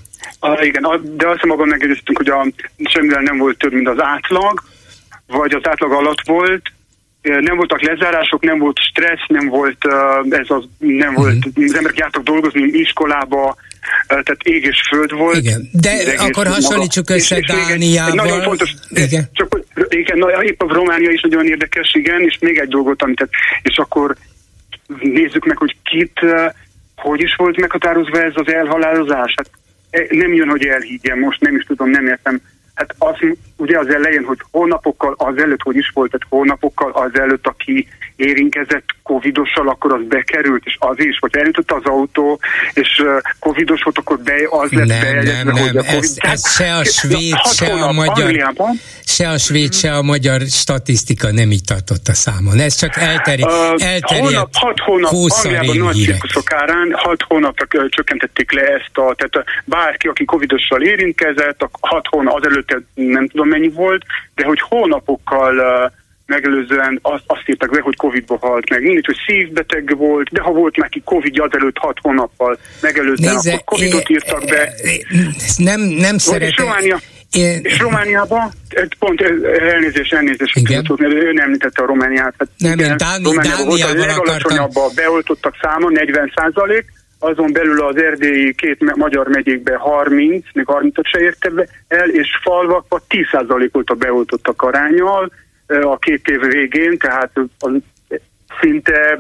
Speaker 8: Ah, igen, de azt magam megegyeztünk, hogy a semmivel nem volt több, mint az átlag, vagy az átlag alatt volt, nem voltak lezárások, nem volt stressz, nem volt, ez az, nem volt, az emberek jártak dolgozni iskolába, tehát ég és föld volt.
Speaker 3: Igen, de akkor hasonlítsuk össze Dániával.
Speaker 8: Nagyon fontos,
Speaker 3: igen.
Speaker 8: Csak, igen, na, épp a Románia is nagyon érdekes, igen, és még egy dolgot, amit, és akkor nézzük meg, hogy kit, hogy is volt meghatározva ez az elhalálozás. Hát nem jön, hogy elhiggyem, most nem is tudom, nem értem. Hát az, ugye az elején, hogy hónapokkal azelőtt, hogy is volt, tehát hónapokkal azelőtt, aki érintkezett covidossal, akkor az bekerült, és az is, hogy elütött az autó, és uh, covidos volt, akkor be, az lett
Speaker 3: nem,
Speaker 8: bejelentve,
Speaker 3: nem,
Speaker 8: hogy
Speaker 3: nem.
Speaker 8: a covid...
Speaker 3: Ez, ez se a svéd, se a magyar, se a svéd, se a magyar statisztika nem így tartott a számon. Ez csak elteri, uh, elterjedt
Speaker 8: hónap, hat hónap, Angliában nagy cirkuszok árán, hat hónapra uh, csökkentették le ezt a, tehát uh, bárki, aki covidossal érintkezett, a hat hónap azelőtt nem tudom mennyi volt, de hogy hónapokkal uh, megelőzően azt, azt írtak be, hogy Covidba halt meg. Mindig, hogy szívbeteg volt, de ha volt neki Covid azelőtt hat hónappal megelőzően, Nézze, akkor Covidot írtak be.
Speaker 3: Nem, nem szeretem.
Speaker 8: És, Románia, é, és Romániában, pont elnézés, elnézés, mert ő nem említette a Romániát. Hát
Speaker 3: nem, igen, Dáni, Romániában volt a
Speaker 8: legalacsonyabb a beoltottak száma, negyven százalék, azon belül az erdélyi két magyar megyékben harminc, még harmincot se érte be el, és falvakban tíz százalék volt a beoltottak arányal a két év végén, tehát az szinte,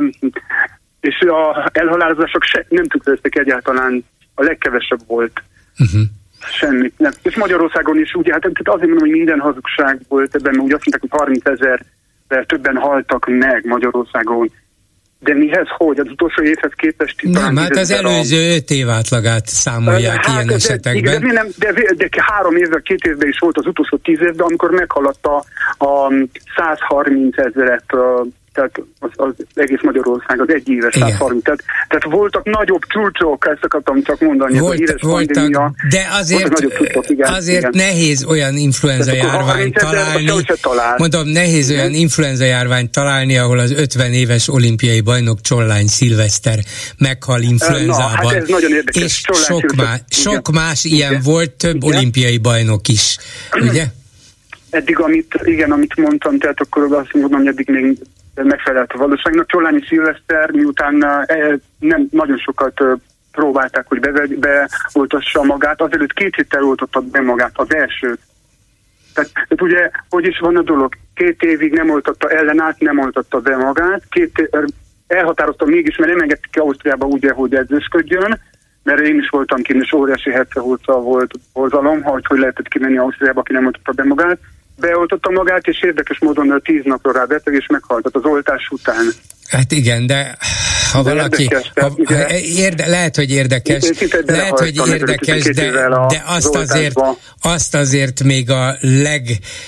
Speaker 8: és az elhalálozások se, nem tükröztek egyáltalán, a legkevesebb volt. Uh-huh. Semmit. Nem. És Magyarországon is ugye, hát azért mondom, hogy minden hazugság volt ebben, mert úgy azt mondták, hogy harmincezer többen haltak meg Magyarországon. De mihez, hogy? Az utolsó évhez képest...
Speaker 3: Nem, hát az előző öt év átlagát számolják hát, ilyen de, esetekben.
Speaker 8: De, nem, de, de három évvel, két évben is volt az utolsó tíz évben, amikor meghaladta a százharminc ezeret, tehát az, az egész Magyarország, az egy éves százharminc. Tehát, tehát voltak nagyobb csúcsok, ezt akartam csak mondani.
Speaker 3: Volt,
Speaker 8: ez a
Speaker 3: voltak, pandémia, de azért, csúcsok, igen, azért igen. nehéz olyan influenza járványt találni. Mondom, nehéz igen. olyan influenza járványt találni, ahol az ötven éves olimpiai bajnok Csollány Szilveszter meghal influenzában.
Speaker 8: Na, hát ez nagyon érdekes.
Speaker 3: És sok, má, sok más ilyen igen. volt, több igen. olimpiai bajnok is. Ugye?
Speaker 8: Eddig, amit, igen, amit mondtam, tehát akkor azt mondom, hogy eddig még megfelelt a valóságnak. Csollányi Szilveszter, miután eh, nem nagyon sokat eh, próbálták, hogy beoltassa be magát, azelőtt két héttel oltotta be magát, az első. Tehát, tehát ugye, hogy is van a dolog? Két évig nem oltotta ellenállt, nem oltotta be magát, két, elhatároztam mégis, mert nem engedték ki Ausztriába úgy, hogy edzősködjön, mert én is voltam kint, és óriási hetvenhúsz volt hozzalom, hogy hogy lehetett kimenni Ausztriába, aki nem oltotta be magát. Beoltotta magát, és érdekes módon tíz napra rá beteg, és meghalt az oltás után.
Speaker 3: Hát igen, de ha de valaki, érdekes, ha, ha érde, lehet, hogy érdekes, lehet, hogy érdekes, de, de azt, azért, azt azért még a leg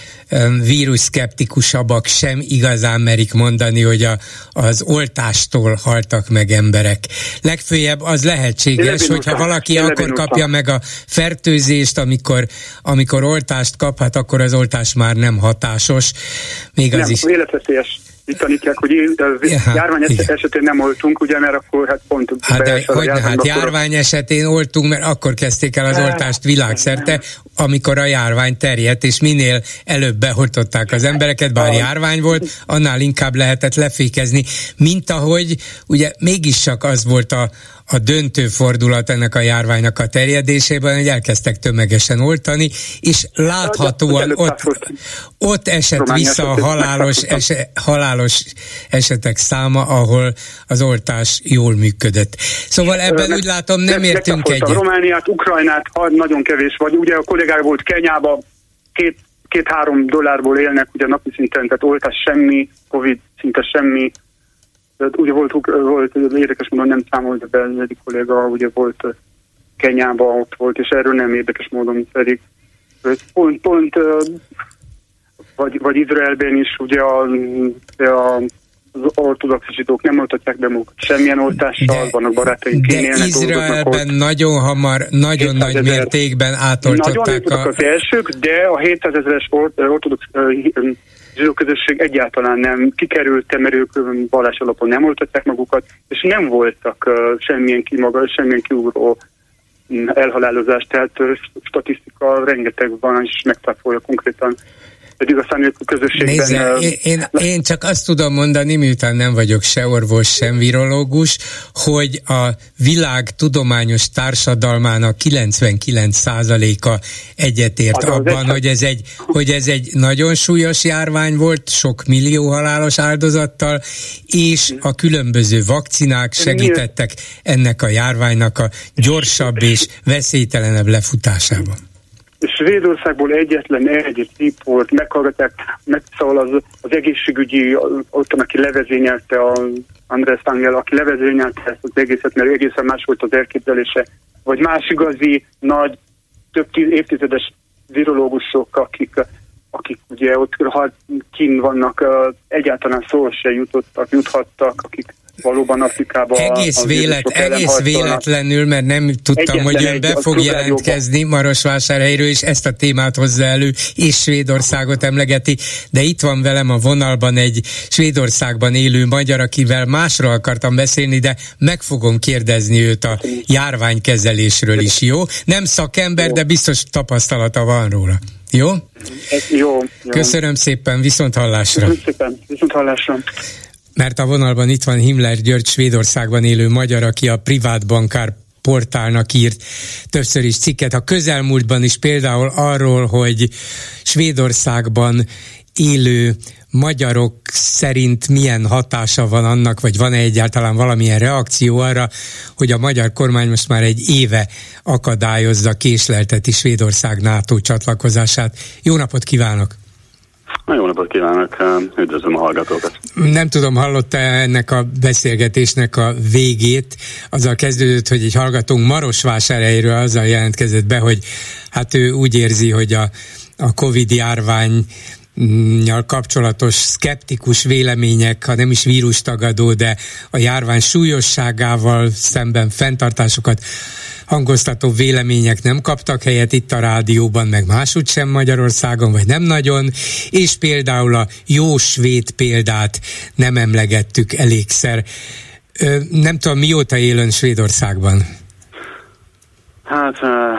Speaker 3: vírusszkeptikusabbak sem igazán merik mondani, hogy a, az oltástól haltak meg emberek. Legfőjebb az lehetséges, hogyha valaki akkor kapja meg a fertőzést, amikor, amikor oltást kap, hát akkor az oltás már nem hatásos. Még az
Speaker 8: nem,
Speaker 3: is...
Speaker 8: életveszélyes. Itt tanítják, hogy ja, járvány igen. esetén nem oltunk, ugye, mert akkor hát pont...
Speaker 3: Hát, de, hogy, járvány, hát járvány esetén oltunk, mert akkor kezdték el az oltást világszerte, amikor a járvány terjedt, és minél előbb beoltották az embereket, bár járvány volt, annál inkább lehetett lefékezni, mint ahogy ugye mégis csak az volt a a döntő fordulat ennek a járványnak a terjedésében, hogy elkezdtek tömegesen oltani, és láthatóan ott, ott esett vissza a halálos, eset, halálos esetek száma, ahol az oltás jól működött. Szóval ebben úgy látom, nem értünk egyet.
Speaker 8: Romániát, Ukrajnát nagyon kevés, vagy ugye a kollégák volt Kenyában, két, két-három dollárból élnek, ugye napi szinten, tehát oltás semmi, Covid szinte semmi. Tehát ugye volt, volt érdekes módon nem számolt be egyik kolléga, ugye volt Kenyában, ott volt, és erről nem érdekes módon pedig. Pont, pont vagy, vagy Izraelben is ugye a, a az ortodox zsidók nem oltatják be magukat semmilyen oltással, de, vannak barátaink
Speaker 3: de élnek, Izraelben nagyon hamar, nagyon nagy mértékben átoltották.
Speaker 8: Nagyon a... az elsők, de a hétszázezeres ortodox zsidó közösség egyáltalán nem kikerült, mert ők vallás alapon nem oltatják magukat, és nem voltak uh, semmilyen kimaga, semmilyen kiugró um, elhalálozás, tehát uh, statisztika rengeteg van, és megtáfolja konkrétan. Pedig aztán ők a közösségben...
Speaker 3: Nézze, uh, én, én, én csak azt tudom mondani, miután nem vagyok se orvos, sem virológus, hogy a világ tudományos társadalmának kilencvenkilenc százaléka egyetért az abban, az hogy, ez egy, hogy ez egy nagyon súlyos járvány volt, sok millió halálos áldozattal, és a különböző vakcinák segítettek ennek a járványnak a gyorsabb és veszélytelenebb lefutásában.
Speaker 8: Svédországból egyetlen egy riport, meghallgatják, meg szóval az, az egészségügyi, ott, aki levezényelte, a András Angel, aki levezényelte ezt az egészet, mert egészen más volt az elképzelése, vagy más igazi, nagy, több évtizedes virológusok, akik, akik ugye ott kint vannak, egyáltalán szó se jutottak, juthattak, akik valóban Afrikában...
Speaker 3: Egész, vélet, egész véletlenül, mert nem tudtam, hogy ön be fog jelentkezni Marosvásárhelyről, és ezt a témát hozza elő, és Svédországot emlegeti, de itt van velem a vonalban egy Svédországban élő magyar, akivel másról akartam beszélni, de meg fogom kérdezni őt a járványkezelésről is, jó? Nem szakember, de biztos tapasztalata van róla. Jó?
Speaker 8: Jó. jó.
Speaker 3: Köszönöm szépen, viszont hallásra.
Speaker 8: Köszönöm szépen, viszont hallásra.
Speaker 3: Mert a vonalban itt van Himmler György, Svédországban élő magyar, aki a Privát Bankár portálnak írt többször is cikket. A közelmúltban is például arról, hogy Svédországban élő magyarok szerint milyen hatása van annak, vagy van-e egyáltalán valamilyen reakció arra, hogy a magyar kormány most már egy éve akadályozza, késlelteti Svédország NATO csatlakozását. Jó napot kívánok!
Speaker 9: Jó napot kívánok, üdvözlöm a hallgatókat.
Speaker 3: Nem tudom, hallotta ennek a beszélgetésnek a végét, azzal kezdődött, hogy egy hallgatónk Marosvásárhelyről azzal jelentkezett be, hogy hát ő úgy érzi, hogy a, a Covid járvánnyal kapcsolatos szkeptikus vélemények, ha nem is vírustagadó, de a járvány súlyosságával szemben fenntartásokat hangoztató vélemények nem kaptak helyet itt a rádióban, meg máshogy sem Magyarországon, vagy nem nagyon, és például a jó svéd példát nem emlegettük elégszer. Nem tudom, mióta él ön Svédországban?
Speaker 9: Hát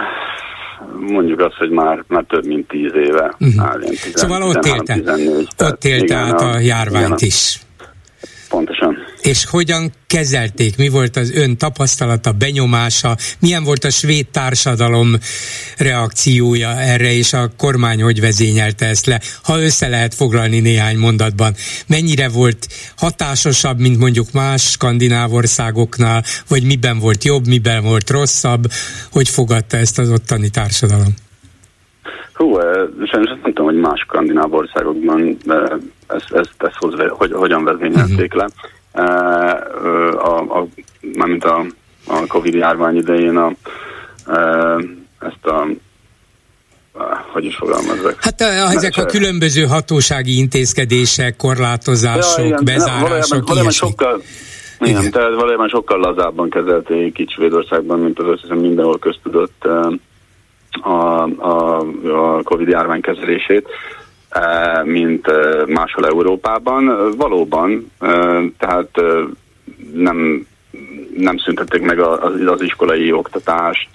Speaker 9: mondjuk azt, hogy már, már több mint tíz éve.
Speaker 3: Uh-huh. Áll, tizen, szóval ott élte, ott élte át a járványt
Speaker 9: igen,
Speaker 3: is.
Speaker 9: Pontosan.
Speaker 3: És hogyan kezelték? Mi volt az ön tapasztalata, benyomása? Milyen volt a svéd társadalom reakciója erre, és a kormány hogy vezényelte ezt le? Ha össze lehet foglalni néhány mondatban. Mennyire volt hatásosabb, mint mondjuk más skandináv országoknál, vagy miben volt jobb, miben volt rosszabb? Hogy fogadta ezt az ottani társadalom?
Speaker 9: Hú, sajnos nem tudom, hogy más skandináv országokban ezt, ezt, ezt hoz, hogy, hogyan vezényelték le. A, a, mármint a, a Covid járvány idején a, ezt a hogy is fogalmazzak.
Speaker 3: Hát a, ezek a különböző hatósági intézkedések, korlátozások, ja, bezárások,
Speaker 9: valójában, valójában sokkal, igen, igen. Tehát valójában sokkal lazábban kezelték itt Svédországban, mint az összesen mindenhol köztudott a, a, a Covid járvány kezelését, mint máshol Európában. Valóban, tehát nem, nem szüntették meg az, az iskolai oktatást,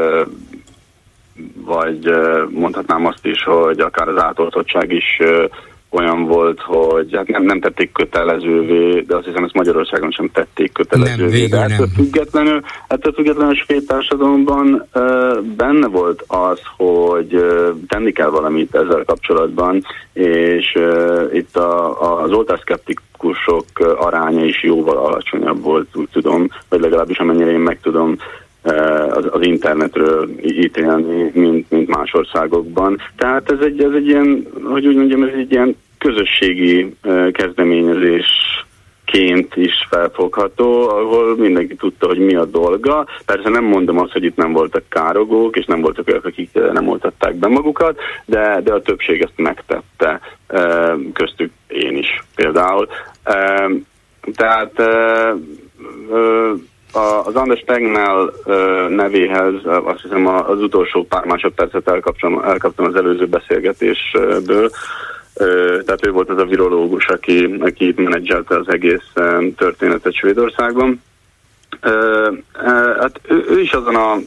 Speaker 9: vagy mondhatnám azt is, hogy akár az átoltottság is olyan volt, hogy hát nem, nem tették kötelezővé, de azt hiszem, ezt Magyarországon sem tették kötelezővé. Nem, de ettől függetlenül, ettől függetlenül a svéd társadalomban uh, benne volt az, hogy uh, tenni kell valamit ezzel kapcsolatban, és uh, itt a, a, az oltásszkeptikusok aránya is jóval alacsonyabb volt, úgy tudom, vagy legalábbis amennyire én meg tudom Az, az internetről ítélni, mint, mint más országokban. Tehát ez egy, ez egy ilyen, hogy úgy mondjam, ez egy ilyen közösségi kezdeményezésként is felfogható, ahol mindenki tudta, hogy mi a dolga. Persze nem mondom azt, hogy itt nem voltak károgók, és nem voltak olyanok, akik nem oltatták be magukat, de, de a többség ezt megtette. Köztük én is például. Tehát az Anders Tegnell nevéhez azt hiszem az utolsó pár másodpercet elkaptam, elkaptam az előző beszélgetésből. Tehát ő volt az a virológus, aki, aki itt menedzselte az egész történetet Svédországban. Hát ő, ő is azon a...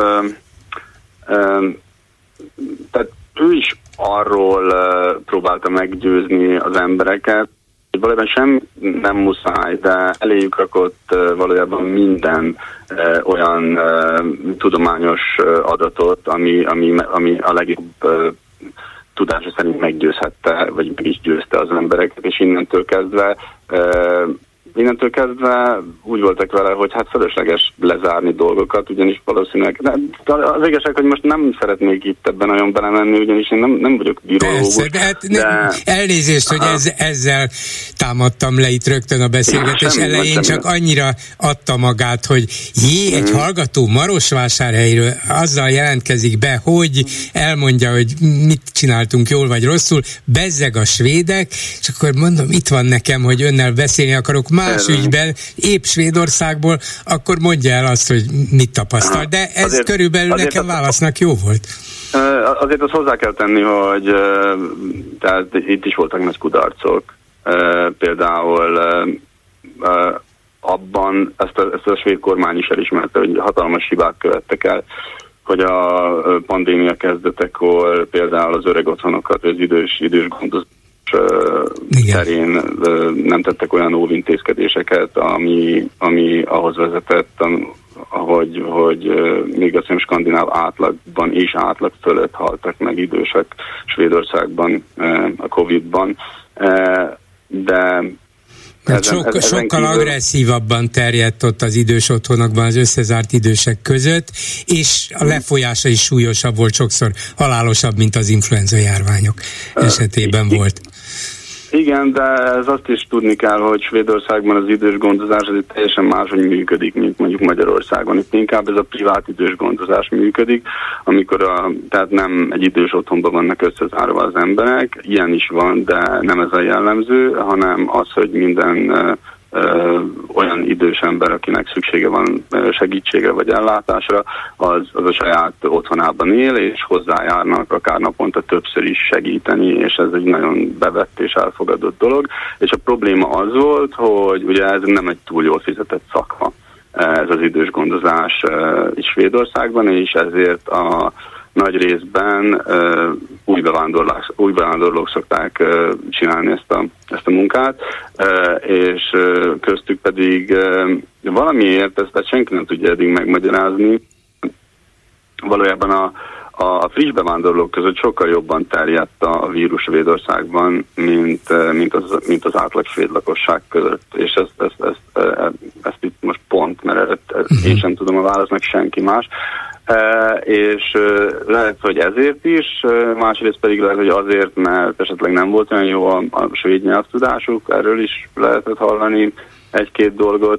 Speaker 9: Tehát ő is arról próbálta meggyőzni az embereket, valójában sem nem muszáj, de eléjük rakott valójában minden e, olyan e, tudományos adatot, ami, ami, ami a legjobb e, tudása szerint meggyőzhette, vagy meg is győzte az embereket, és innentől kezdve e, innentől kezdve úgy voltak vele, hogy hát fölösleges lezárni dolgokat, ugyanis valószínűleg, de az igazság, hogy most nem szeretnék itt ebben nagyon belemenni, ugyanis én nem, nem vagyok virológus.
Speaker 3: Persze, de hát de... elnézést, hogy ez, ezzel támadtam le itt rögtön a beszélgetés semmi, elején, csak semmi. Annyira adta magát, hogy jé, egy hmm. hallgató Marosvásárhelyről azzal jelentkezik be, hogy elmondja, hogy mit csináltunk jól vagy rosszul, bezzeg a svédek, és akkor mondom, itt van nekem, hogy önnel beszélni akarok más ügyben, épp Svédországból, akkor mondja el azt, hogy mit tapasztal. De ez azért, körülbelül nekem válasznak jó volt.
Speaker 9: Azért azt hozzá kell tenni, hogy tehát itt is voltak nagy kudarcok. Például abban ezt a, ezt a svéd kormány is elismerte, hogy hatalmas hibák követtek el, hogy a pandémia kezdetekor például az öreg otthonokat, az idős, idős gondozók terén nem tettek olyan óvintézkedéseket, ami, ami ahhoz vezetett, ahogy, hogy még azt hiszem skandináv átlagban és átlag fölött haltak meg idősek Svédországban a Covid-ban. De
Speaker 3: Ezen, sok, ezen sokkal kívül... agresszívabban terjedt ott az idős otthonokban az összezárt idősek között, és a lefolyása is súlyosabb volt, sokszor halálosabb, mint az influenza járványok esetében uh, volt.
Speaker 9: Igen, de ez azt is tudni kell, hogy Svédországban az idős gondozás az itt teljesen máshogy működik, mint mondjuk Magyarországon. Itt inkább ez a privát idős gondozás működik, amikor a, tehát nem egy idős otthonban vannak összezárva az emberek, ilyen is van, de nem ez a jellemző, hanem az, hogy minden ö, olyan idős ember, akinek szüksége van segítségre vagy ellátásra, az, az a saját otthonában él, és hozzájárnak akár naponta többször is segíteni, és ez egy nagyon bevett és elfogadott dolog. És a probléma az volt, hogy ugye ez nem egy túl jól fizetett szakma, ez az idős gondozás is Svédországban, és ezért a nagy részben uh, új, bevándorlás, új bevándorlók szokták uh, csinálni ezt a, ezt a munkát, uh, és uh, köztük pedig uh, valamiért ezt, ezt senki nem tudja eddig megmagyarázni. Valójában a, a friss bevándorlók között sokkal jobban terjedt a vírus Svédországban, mint, mint, az, mint az átlag svéd lakosság között. És ezt, ezt, ezt, ezt, ezt itt most pont, mert ezt, én sem tudom a választ, meg senki más. Uh, és uh, lehet, hogy ezért is, uh, másrészt pedig lehet, hogy azért, mert esetleg nem volt olyan jó a, a svéd nyelvtudásuk, erről is lehetett hallani egy-két dolgot,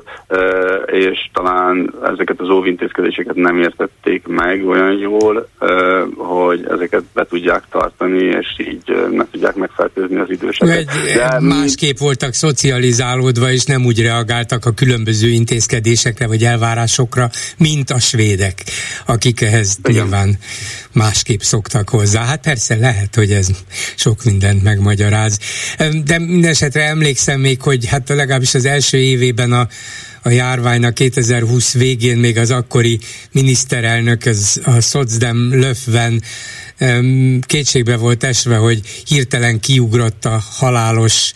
Speaker 9: és talán ezeket az óvintézkedéseket nem értették meg olyan jól, hogy ezeket be tudják tartani, és így meg tudják megfertőzni az időseket.
Speaker 3: De másképp voltak szocializálódva, és nem úgy reagáltak a különböző intézkedésekre, vagy elvárásokra, mint a svédek, akik ehhez igen. nyilván másképp szoktak hozzá. Hát persze lehet, hogy ez sok mindent megmagyaráz. De mindenesetre emlékszem még, hogy hát legalábbis az első évében a, a járványnak kétezer-húsz végén még az akkori miniszterelnök, ez a Szocdem Löfven kétségbe volt esve, hogy hirtelen kiugrott a halálos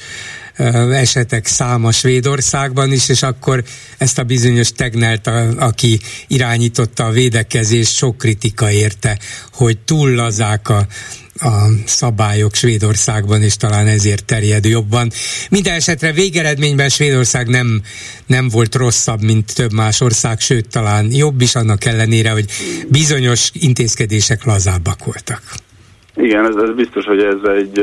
Speaker 3: esetek száma Svédországban is, és akkor ezt a bizonyos Tegnelt, a, aki irányította a védekezést, sok kritika érte, hogy túl lazák a a szabályok Svédországban, és talán ezért terjed jobban. Minden esetre végeredményben Svédország nem, nem volt rosszabb, mint több más ország, sőt talán jobb is, annak ellenére, hogy bizonyos intézkedések lazábbak voltak.
Speaker 9: Igen, ez, ez biztos, hogy ez egy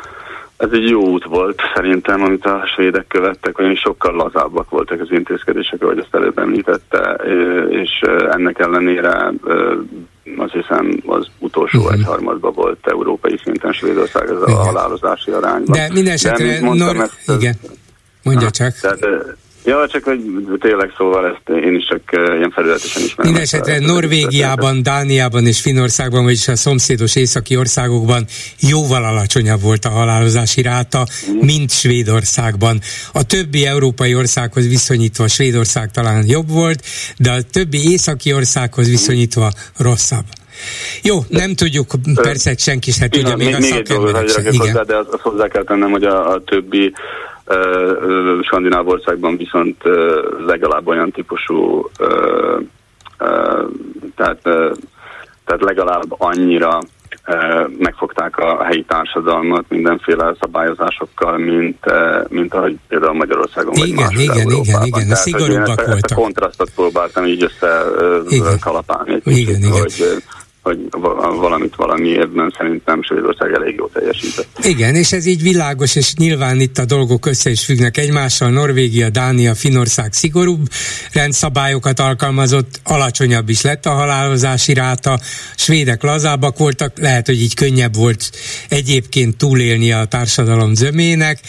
Speaker 9: Ez egy jó út volt szerintem, amit a svédek követtek, hogy sokkal lazábbak voltak az intézkedések, ahogy ezt előbb említette, és ennek ellenére azt hiszem az utolsó uh-huh. egyharmadban volt európai szinten Svédország ez a halálozási arányban.
Speaker 3: De minden esetre, Nor- ezt, igen, mondja csak. Tehát,
Speaker 9: ja, csak hogy tényleg szóval ezt én is csak ilyen felületesen ismerem.
Speaker 3: Minden esetre Norvégiában, Dániában és Finnországban, vagyis a szomszédos északi országokban jóval alacsonyabb volt a halálozási ráta, mm. mint Svédországban. A többi európai országhoz viszonyítva Svédország talán jobb volt, de a többi északi országhoz viszonyítva rosszabb. Jó, nem tudjuk, persze senki se tudja, még, még a szakemberek sem.
Speaker 9: Hozzá, de azt, azt hozzá kell tennem, hogy a, a többi Uh, skandináv országban viszont uh, legalább olyan típusú uh, uh, tehát, uh, tehát legalább annyira uh, megfogták a helyi társadalmat mindenféle szabályozásokkal, mint, uh, mint ahogy például Magyarországon
Speaker 3: igen,
Speaker 9: vagy más
Speaker 3: igen, igen, igen, szigorúbbak voltak.
Speaker 9: Ezt a kontrasztot próbáltam így össze uh, kalapálni egy
Speaker 3: igen, kicsit, igen.
Speaker 9: hogy hogy valamit valamiértben szerintem Svédország elég jól teljesített.
Speaker 3: Igen, és ez így világos, és nyilván itt a dolgok össze is függnek egymással. Norvégia, Dánia, Finnország szigorúbb rendszabályokat alkalmazott, alacsonyabb is lett a halálozási ráta, svédek lazábbak voltak, lehet, hogy így könnyebb volt egyébként túlélni a társadalom zömének,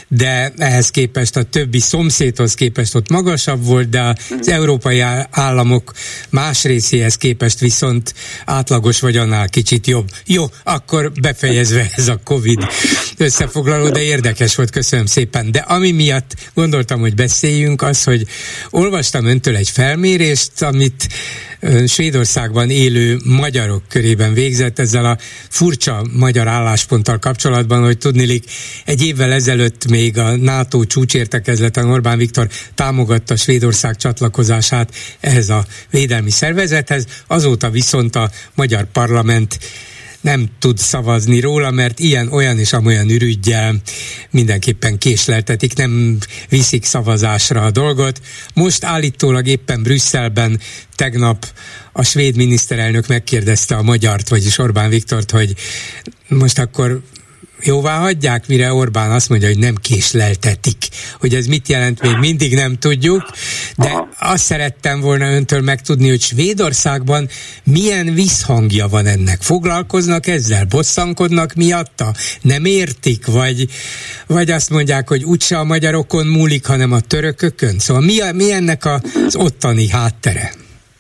Speaker 3: de ehhez képest a többi szomszédhoz képest ott magasabb volt, de az mm. európai államok más részéhez képest viszont átlagos vagy annál kicsit jobb. Jó, akkor befejezve ez a Covid összefoglaló, de érdekes volt, köszönöm szépen. De ami miatt gondoltam, hogy beszéljünk, az, hogy olvastam öntől egy felmérést, amit Svédországban élő magyarok körében végzett ezzel a furcsa magyar állásponttal kapcsolatban, hogy tudniillik egy évvel ezelőtt még a NATO csúcsértekezleten Orbán Viktor támogatta Svédország csatlakozását ehhez a védelmi szervezethez, azóta viszont a magyar parlament nem tud szavazni róla, mert ilyen, olyan és amolyan ürüggyel mindenképpen késleltetik, nem viszik szavazásra a dolgot. Most állítólag éppen Brüsszelben tegnap a svéd miniszterelnök megkérdezte a magyart, vagyis Orbán Viktort, hogy most akkor jóvá hagyják, mire Orbán azt mondja, hogy nem késleltetik. Hogy ez mit jelent, még mindig nem tudjuk, de Aha. azt szerettem volna öntől megtudni, hogy Svédországban milyen visszhangja van ennek. Foglalkoznak ezzel? Bosszankodnak miatta? Nem értik? Vagy, vagy azt mondják, hogy úgyse a magyarokon múlik, hanem a törökökön? Szóval mi, a, mi ennek az ottani háttere?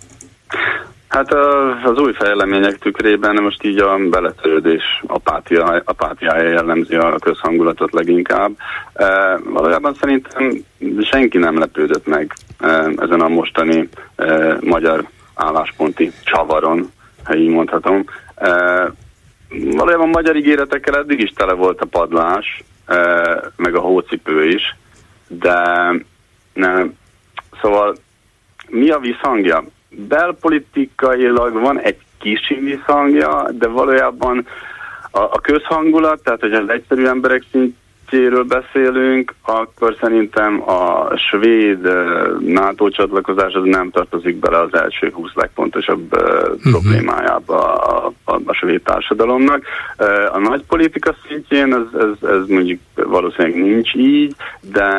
Speaker 9: Hát az új fejlemények tükrében most így a beletörődés apátia, apátiája jellemzi a közhangulatot leginkább. E, valójában szerintem senki nem lepődött meg e, ezen a mostani e, magyar állásponti csavaron, ha így mondhatom. Valójában magyar ígéretekkel eddig is tele volt a padlás, meg a hócipő is, de ne, szóval mi a visszhangja? Belpolitikailag van egy kis visszhangja, de valójában a, a közhangulat, tehát hogyha az egyszerű emberek szintjéről beszélünk, akkor szerintem a svéd NATO csatlakozás az nem tartozik bele az első húsz legfontosabb uh-huh. problémájába a, a, a svéd társadalomnak. A nagy politika szintjén ez, ez, ez mondjuk valószínűleg nincs így, de,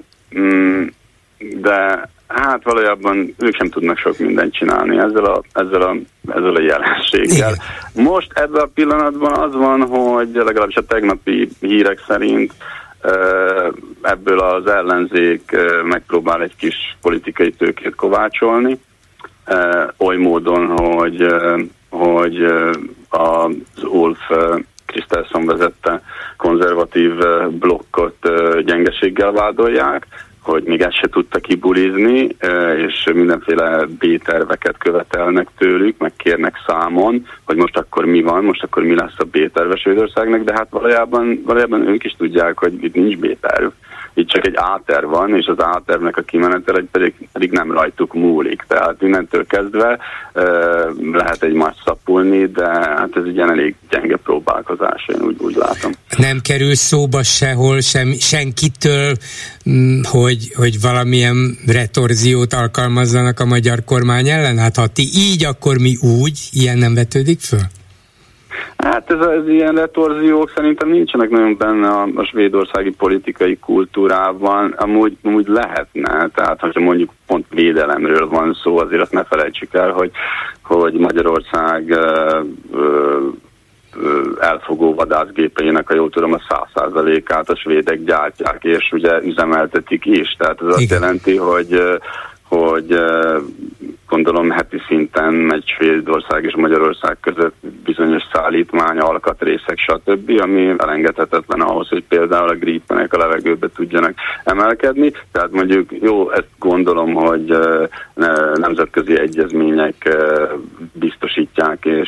Speaker 9: de hát valójában ők sem tudnak sok mindent csinálni ezzel a, ezzel a, ezzel a jelenséggel. Igen. Most ebben a pillanatban az van, hogy legalábbis a tegnapi hírek szerint ebből az ellenzék megpróbál egy kis politikai tőkét kovácsolni, oly módon, hogy, hogy az Ulf Kristersson vezette konzervatív blokkot gyengeséggel vádolják, hogy még ezt se tudta kibulizni, és mindenféle B-terveket követelnek tőlük, meg kérnek számon, hogy most akkor mi van, most akkor mi lesz a B-terve Svédországnak, de hát valójában, valójában ők is tudják, hogy itt nincs B-terv. Itt csak egy A-terv van, és az A-tervnek a kimenetel pedig, pedig nem rajtuk múlik. Tehát innentől kezdve lehet egy más szapulni, de hát ez egy ilyen elég gyenge próbálkozás, én úgy, úgy látom.
Speaker 3: Nem kerül szóba sehol sem, senkitől, hogy, hogy valamilyen retorziót alkalmazzanak a magyar kormány ellen? Hát ha ti így, akkor mi úgy? Ilyen nem vetődik föl?
Speaker 9: Hát ez, ez ilyen retorziók szerintem nincsenek nagyon benne a, a svédországi politikai kultúrában, amúgy, amúgy lehetne, tehát ha mondjuk pont védelemről van szó, azért azt ne felejtsük el, hogy, hogy Magyarország ö, ö, elfogó vadászgépeinek, a jól tudom, a száz százalékát a svédek gyártják, és ugye üzemeltetik is, tehát ez azt jelenti, hogy hogy gondolom heti szinten megy Svédország és Magyarország között bizonyos szállítmány, alkatrészek, stb., ami elengedhetetlen ahhoz, hogy például a Gripenek a levegőbe tudjanak emelkedni. Tehát mondjuk jó, ezt gondolom, hogy nemzetközi egyezmények biztosítják és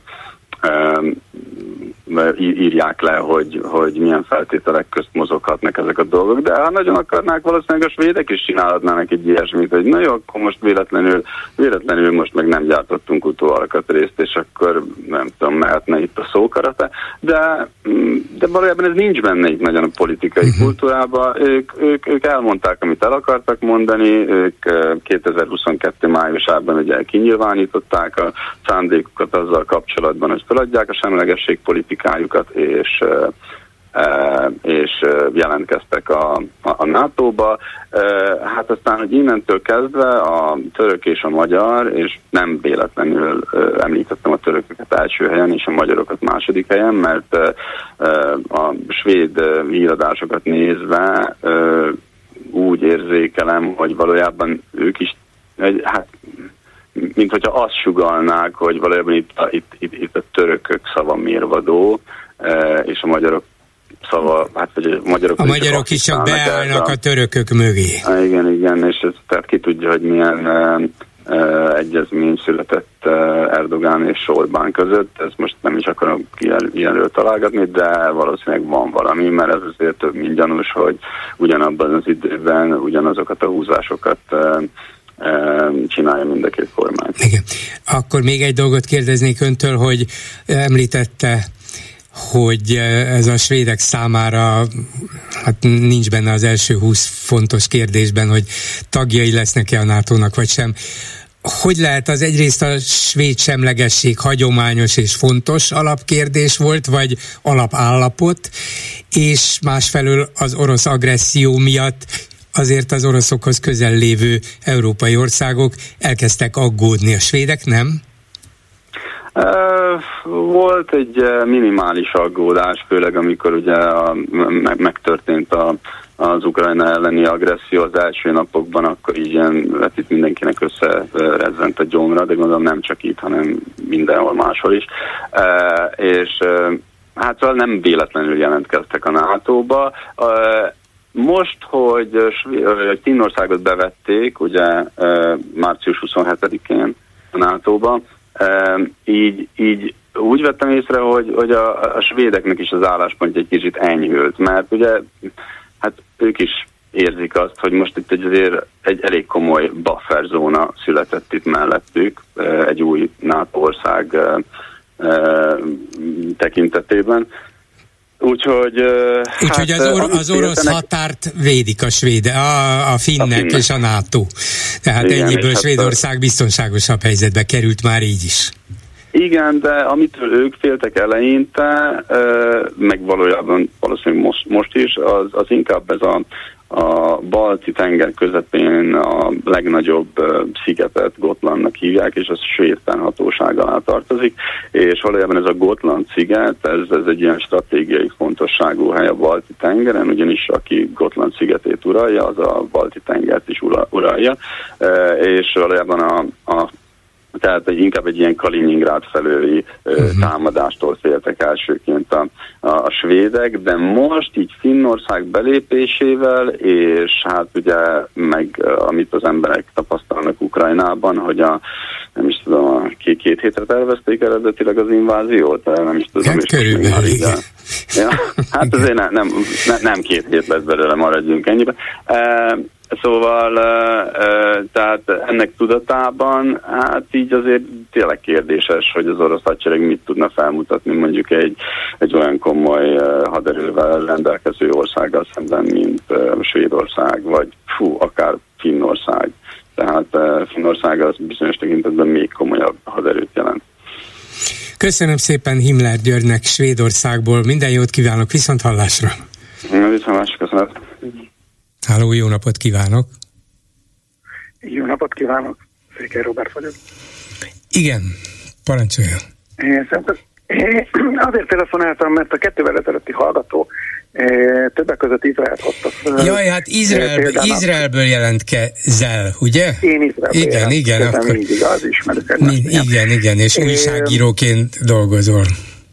Speaker 9: írják le, hogy, hogy milyen feltételek közt mozoghatnak ezek a dolgok, de ha nagyon akarnák, valószínűleg a svédek is csinálhatnának egy ilyesmit, hogy na jó, akkor most véletlenül, véletlenül most meg nem gyártottunk utóalkatrészt, és akkor nem tudom, mehetne itt a szókarata, de, de valójában ez nincs benne itt nagyon a politikai uh-huh. kultúrában. Ők, ők, ők elmondták, amit el akartak mondani, ők kétezer-huszonkettő májusában ugye kinyilvánították a szándékukat azzal kapcsolatban, hogy feladják a semlegesség politikájukat, és, és jelentkeztek a, a, a nátóba. Hát aztán, hogy innentől kezdve a török és a magyar, és nem véletlenül említettem a törököket első helyen, és a magyarokat második helyen, mert a svéd híradásokat nézve úgy érzékelem, hogy valójában ők is, hát mint hogyha azt sugallnák, hogy valójában itt a, itt, itt, itt a törökök szava mérvadó, és a magyarok szava, hát vagy a magyarok,
Speaker 3: a magyarok is csak beállnak a, a törökök mögé.
Speaker 9: Igen, igen, és ez, tehát ki tudja, hogy milyen uh, uh, egyezmény született uh, Erdogán és Orbán között, ezt most nem is akarom ilyenről találgatni, de valószínűleg van valami, mert ez azért több mint gyanús, hogy ugyanabban az időben ugyanazokat a húzásokat uh, csinálja mind a két kormány.
Speaker 3: Igen. Akkor még egy dolgot kérdeznék öntől, hogy említette, hogy ez a svédek számára hát nincs benne az első húsz fontos kérdésben, hogy tagjai lesznek-e a nátónak, vagy sem. Hogy lehet az egyrészt a svéd semlegesség hagyományos és fontos alapkérdés volt, vagy alapállapot, és másfelől az orosz agresszió miatt azért az oroszokhoz közel lévő európai országok elkezdtek aggódni. A svédek nem?
Speaker 9: Volt egy minimális aggódás, főleg amikor ugye a, meg, megtörtént a, az Ukrajna elleni agresszió az első napokban, akkor így ilyen, hát itt mindenkinek összerezzent a gyomra, de gondolom nem csak itt, hanem mindenhol máshol is. És hát szóval nem véletlenül jelentkeztek a nátóba. Most, hogy Finnországot bevették, ugye március huszonhetedikén a nátóba, így, így úgy vettem észre, hogy, hogy a, a svédeknek is az álláspontja egy kicsit enyhült, mert ugye hát ők is érzik azt, hogy most itt egy, azért egy elég komoly bufferzóna született itt mellettük, egy új NATO ország tekintetében. Úgyhogy,
Speaker 3: Úgyhogy hát, az, or- az orosz féltenek... határt védik a svéde, a, a finnek, a finnek és a NATO. Tehát igen, ennyiből Svédország hát, biztonságosabb helyzetbe került már így is.
Speaker 9: Igen, de amitől ők féltek eleinte, meg valójában valószínűleg most, most is, az, az inkább ez a, a balti tenger közepén a legnagyobb szigetet Gotlandnak hívják, és az svéd fennhatóság alá tartozik, és valójában ez a Gotland sziget, ez, ez egy ilyen stratégiai fontosságú hely a balti tengeren, ugyanis aki Gotland szigetét uralja, az a balti tengert is uralja, és valójában a, a tehát egy, inkább egy ilyen Kaliningrád felőli uh-huh. támadástól féltek elsőként a, a, a svédek, de most így Finnország belépésével, és hát ugye meg amit az emberek tapasztalnak Ukrajnában, hogy a nem is tudom, a két, két hétre tervezték eredetileg az inváziót, nem is tudom.
Speaker 3: Hát körülbelül, igen.
Speaker 9: Ja, hát azért ne, nem, ne, nem két hét lesz belőle, maradjunk ennyiben. E, Szóval, tehát ennek tudatában, hát így azért tényleg kérdéses, hogy az orosz hadsereg mit tudna felmutatni mondjuk egy, egy olyan komoly haderővel rendelkező országgal szemben, mint Svédország, vagy fú, akár Finnország. Tehát Finnország az bizonyos tekintetben még komolyabb haderőt jelent.
Speaker 3: Köszönöm szépen Himmler Györgynek Svédországból, minden jót kívánok, viszont hallásra!
Speaker 9: Viszont hallásra, köszönöm.
Speaker 3: Háló, jó napot kívánok!
Speaker 10: Jó napot kívánok! Székely Róbert vagyok.
Speaker 3: Igen, parancsoljon!
Speaker 10: Én azért telefonáltam, mert a kettővel ezelőtti hallgató többek között Izraelt hozta föl.
Speaker 3: Jaj, hát Izraelből, Izraelből jelentkezel, ugye?
Speaker 10: Én Izraelből
Speaker 3: igen, igen, akkor...
Speaker 10: így igaz, ismerek.
Speaker 3: Igen, igen, és újságíróként dolgozol.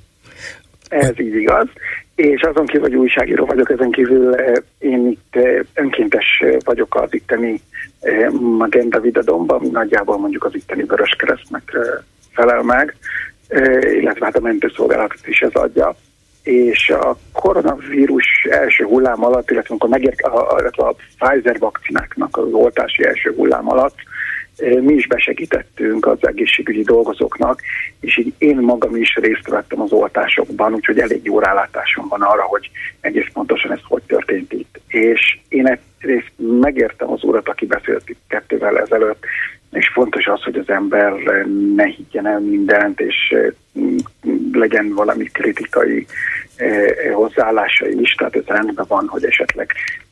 Speaker 10: Ez így igaz. És azon kívül, hogy újságíró vagyok, ezen kívül én itt önkéntes vagyok az itteni Magenta Vidadonban, ami nagyjából mondjuk az itteni Vöröskeresztnek felel meg, illetve hát a mentőszolgálatot is ez adja. És a koronavírus első hullám alatt, illetve amikor megért a, a Pfizer vakcináknak az oltási első hullám alatt, mi is besegítettünk az egészségügyi dolgozóknak, és így én magam is részt vettem az oltásokban, úgyhogy elég jó rálátásom van arra, hogy egész pontosan ez hogy történt itt. És én egyrészt megértem az urat, aki beszélt itt kettővel ezelőtt, és fontos az, hogy az ember ne higgyen el mindent, és legyen valami kritikai hozzáállásai is, tehát ez rendben van, hogy esetleg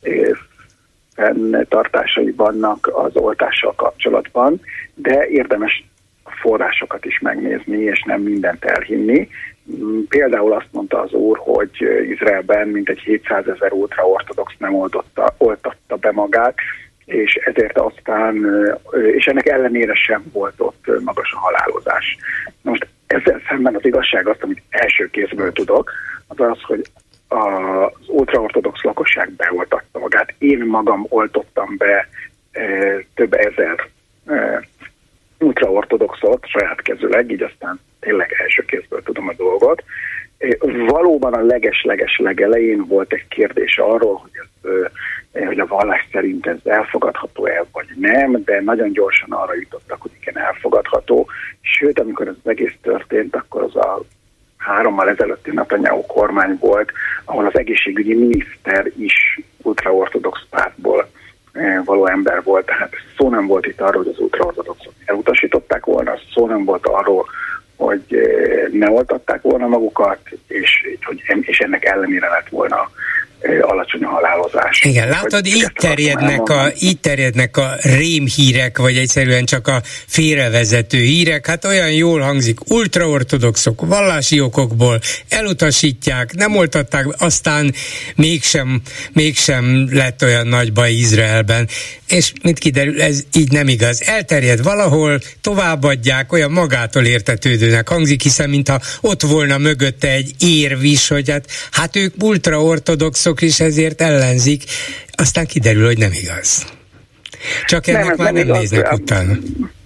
Speaker 10: tartásai vannak az oltással kapcsolatban, de érdemes a forrásokat is megnézni, és nem mindent elhinni. Például azt mondta az úr, hogy Izraelben mintegy hétszázezer ultraortodox nem oldotta, oltatta be magát, és ezért aztán, és ennek ellenére sem volt ott magas a halálozás. Most ezzel szemben az igazság azt, amit első kézből tudok, az az, hogy az ultraortodox lakosság beoltatta magát. Én magam oltottam be e, több ezer e, ultraortodoxot saját kezüleg, így aztán tényleg első kézből tudom a dolgot. E, valóban a leges-leges legelején volt egy kérdés arról, hogy, ez, e, hogy a vallás szerint ez elfogadható-e vagy nem, de nagyon gyorsan arra jutottak, hogy igen, elfogadható. Sőt, amikor ez az egész történt, akkor az a hárommal ezelőtti Netanyahu kormány volt, ahol az egészségügyi miniszter is ultraortodox pártból való ember volt, tehát szó nem volt itt arról, hogy az ultraortodoxot elutasították volna, szó nem volt arról, hogy ne oltatták volna magukat, és, hogy, és ennek ellenére lett volna alacsony a halálozás.
Speaker 3: Igen, látod, így terjednek, a, így terjednek a rémhírek, vagy egyszerűen csak a félrevezető hírek. Hát olyan jól hangzik, ultraortodoxok vallási okokból elutasítják, nem oltatták, aztán mégsem, mégsem lett olyan nagy baj Izraelben. És mint kiderül, ez így nem igaz. Elterjed valahol, továbbadják, olyan magától értetődőnek hangzik, hiszen mintha ott volna mögötte egy érv is, hogy hát, hát ők ultraortodoxok, és ezért ellenzik, aztán kiderül, hogy nem igaz. Csak ennek nem, már nem, nem néznek igaz, utána.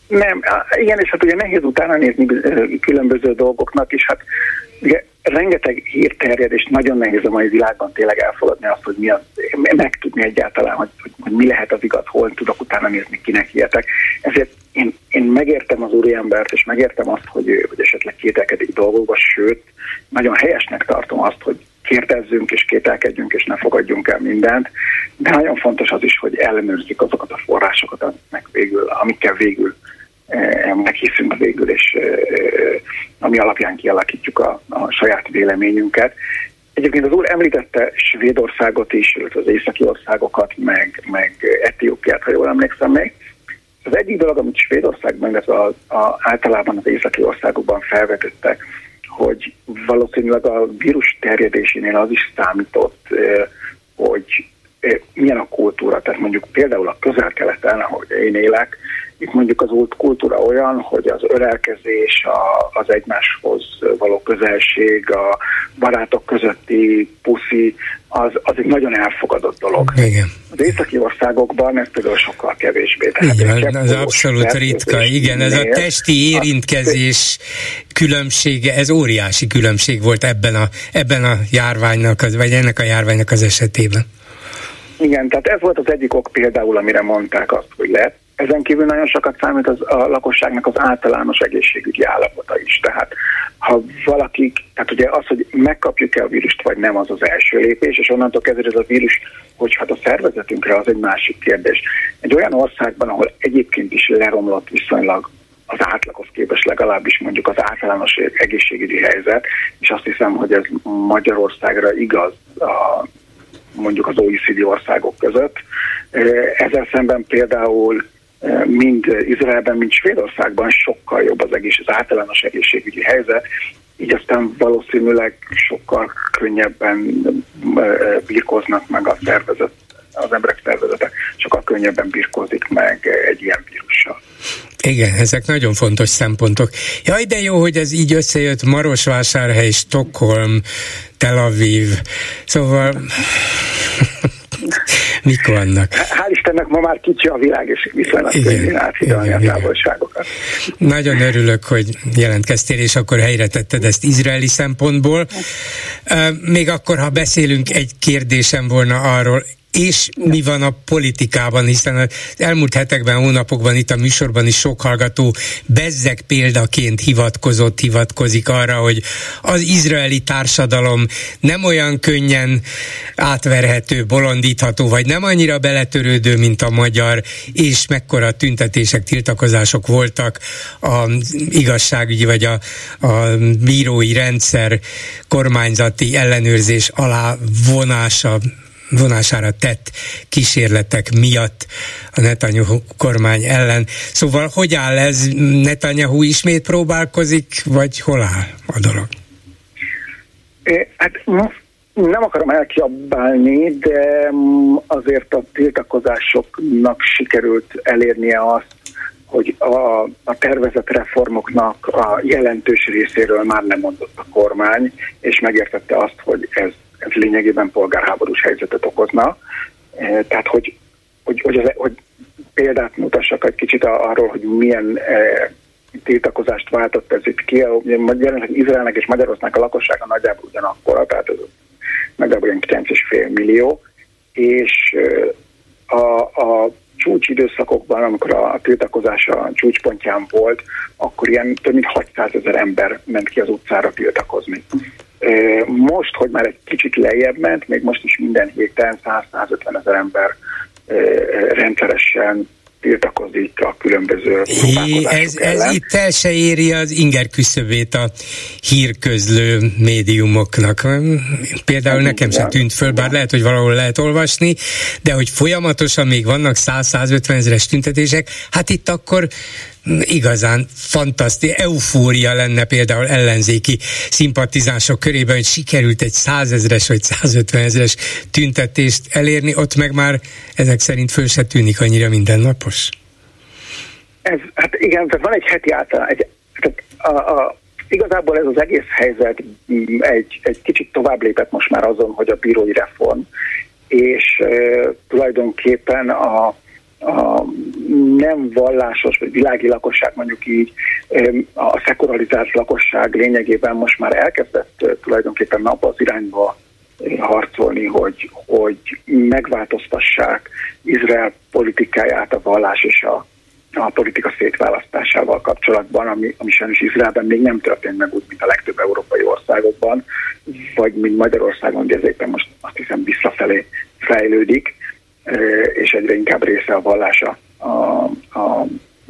Speaker 10: Nem, igen, és hát ugye nehéz utána nézni különböző dolgoknak, és hát ugye rengeteg hír terjed, és nagyon nehéz a mai világban tényleg elfogadni azt, hogy mi az, megtudni egyáltalán, hogy, hogy, hogy mi lehet az igaz, hol tudok utána nézni, kinek hihetek. Ezért én, én megértem az úriembert, és megértem azt, hogy, hogy esetleg kételkedik dolgokba, sőt, nagyon helyesnek tartom azt, hogy kérdezzünk és kételkedjünk, és ne fogadjunk el mindent, de nagyon fontos az is, hogy ellenőrzzük azokat a forrásokat, amiknek végül, amikkel végül meghiszünk végül, és ami alapján kialakítjuk a, a saját véleményünket. Egyébként az úr említette Svédországot is, illetve az északi országokat, meg, meg Etiópiát, ha jól emlékszem még. Az egyik dolog, amit Svédországban, illetve a, a, általában az északi országokban felvetettek, hogy valószínűleg a vírus terjedésénél az is számított, hogy milyen a kultúra. Tehát mondjuk például a Közel-Keleten, ahogy én élek, itt mondjuk az új kultúra olyan, hogy az ölelkezés, a, az egymáshoz való közelség, a barátok közötti puszi, az, az egy nagyon elfogadott dolog.
Speaker 3: Igen.
Speaker 10: Az északi országokban ez például sokkal kevésbé. Tehát
Speaker 3: igen, az abszolút ritka. Igen, ez a testi érintkezés különbsége, ez óriási különbség volt ebben a, ebben a járványnak, vagy ennek a járványnak az esetében.
Speaker 10: Igen, tehát ez volt az egyik ok például, amire mondták azt, hogy lehet. Ezen kívül nagyon sokat számít az, a lakosságnak az általános egészségügyi állapota is. Tehát ha valaki, tehát ugye az, hogy megkapjuk-e a vírust, vagy nem, az az első lépés, és onnantól kezdve ez a vírus, hogy hát a szervezetünkre, az egy másik kérdés. Egy olyan országban, ahol egyébként is leromlott viszonylag az átlaghoz képest legalábbis mondjuk az általános egészségügyi helyzet, és azt hiszem, hogy ez Magyarországra igaz a mondjuk az o e cé dé országok között. Ezzel szemben például mind Izraelben, mind Svédországban sokkal jobb az, egész, az általános egészségügyi helyzet, így aztán valószínűleg sokkal könnyebben birkóznak meg a szervezet, az emberek szervezete, sokkal könnyebben birkózik meg egy ilyen vírussal.
Speaker 3: Igen, ezek nagyon fontos szempontok. Jaj, de jó, hogy ez így összejött, Marosvásárhely, Stockholm, Tel Aviv, szóval mik vannak?
Speaker 10: Hál' Istennek ma már kicsi a világ, és viszonylag könnyűen áthidalni a távolságokat.
Speaker 3: Nagyon örülök, hogy jelentkeztél, és akkor helyre tetted ezt izraeli szempontból. Még akkor, ha beszélünk, egy kérdésem volna arról, és mi van a politikában, hiszen az elmúlt hetekben, hónapokban itt a műsorban is sok hallgató bezzeg példaként hivatkozott, hivatkozik arra, hogy az izraeli társadalom nem olyan könnyen átverhető, bolondítható, vagy nem annyira beletörődő, mint a magyar, és mekkora tüntetések, tiltakozások voltak az igazságügyi, vagy a, a bírói rendszer kormányzati ellenőrzés alá vonása vonására tett kísérletek miatt a Netanyahu kormány ellen. Szóval hogy áll ez? Netanyahu ismét próbálkozik, vagy hol áll a dolog?
Speaker 10: Hát nem akarom elkiabálni, de azért a tiltakozásoknak sikerült elérnie azt, hogy a, a tervezett reformoknak a jelentős részéről már nem mondott a kormány, és megértette azt, hogy ez ez lényegében polgárháborús helyzetet okozna. Tehát, hogy, hogy, hogy, az, hogy példát mutassak egy kicsit arról, hogy milyen eh, tiltakozást váltott ez itt ki. Jelenleg Izraelnek és Magyarországnak a lakossága nagyjából ugyanakkora, tehát ez nagyjából ilyen kilenc egész öt millió, és eh, a, a csúcsidőszakokban, amikor a tiltakozás a csúcspontján volt, akkor ilyen több mint hatszázezer ember ment ki az utcára tiltakozni. Most, hogy már egy kicsit lejjebb ment, még most is minden héten száz-százötven ezer ember rendszeresen tiltakozik a különböző próbálkozások
Speaker 3: ez, ez itt el se éri az inger küszöbét a hírközlő médiumoknak. Például nekem sem tűnt föl, bár lehet, hogy valahol lehet olvasni, de hogy folyamatosan még vannak száz-százötven ezeres tüntetések, hát itt akkor igazán fantasztikus, eufória lenne például ellenzéki szimpatizánsok körében, hogy sikerült egy százezres vagy százötvenezeres tüntetést elérni, ott meg már ezek szerint föl se tűnik annyira mindennapos.
Speaker 10: Ez, hát igen, tehát van egy heti általán, egy, tehát a, a, igazából ez az egész helyzet egy, egy kicsit tovább lépett most már azon, hogy a bírói reform, és e, tulajdonképpen a A, nem vallásos, vagy világi lakosság, mondjuk így, a szekularizált lakosság lényegében most már elkezdett tulajdonképpen abba az irányba harcolni, hogy, hogy megváltoztassák Izrael politikáját a vallás és a, a politika szétválasztásával kapcsolatban, ami, ami sajnos Izraelben még nem történt meg úgy, mint a legtöbb európai országokban, vagy mint Magyarországon, de ez éppen most azt hiszem visszafelé fejlődik, és egyre inkább része a vallása a, a,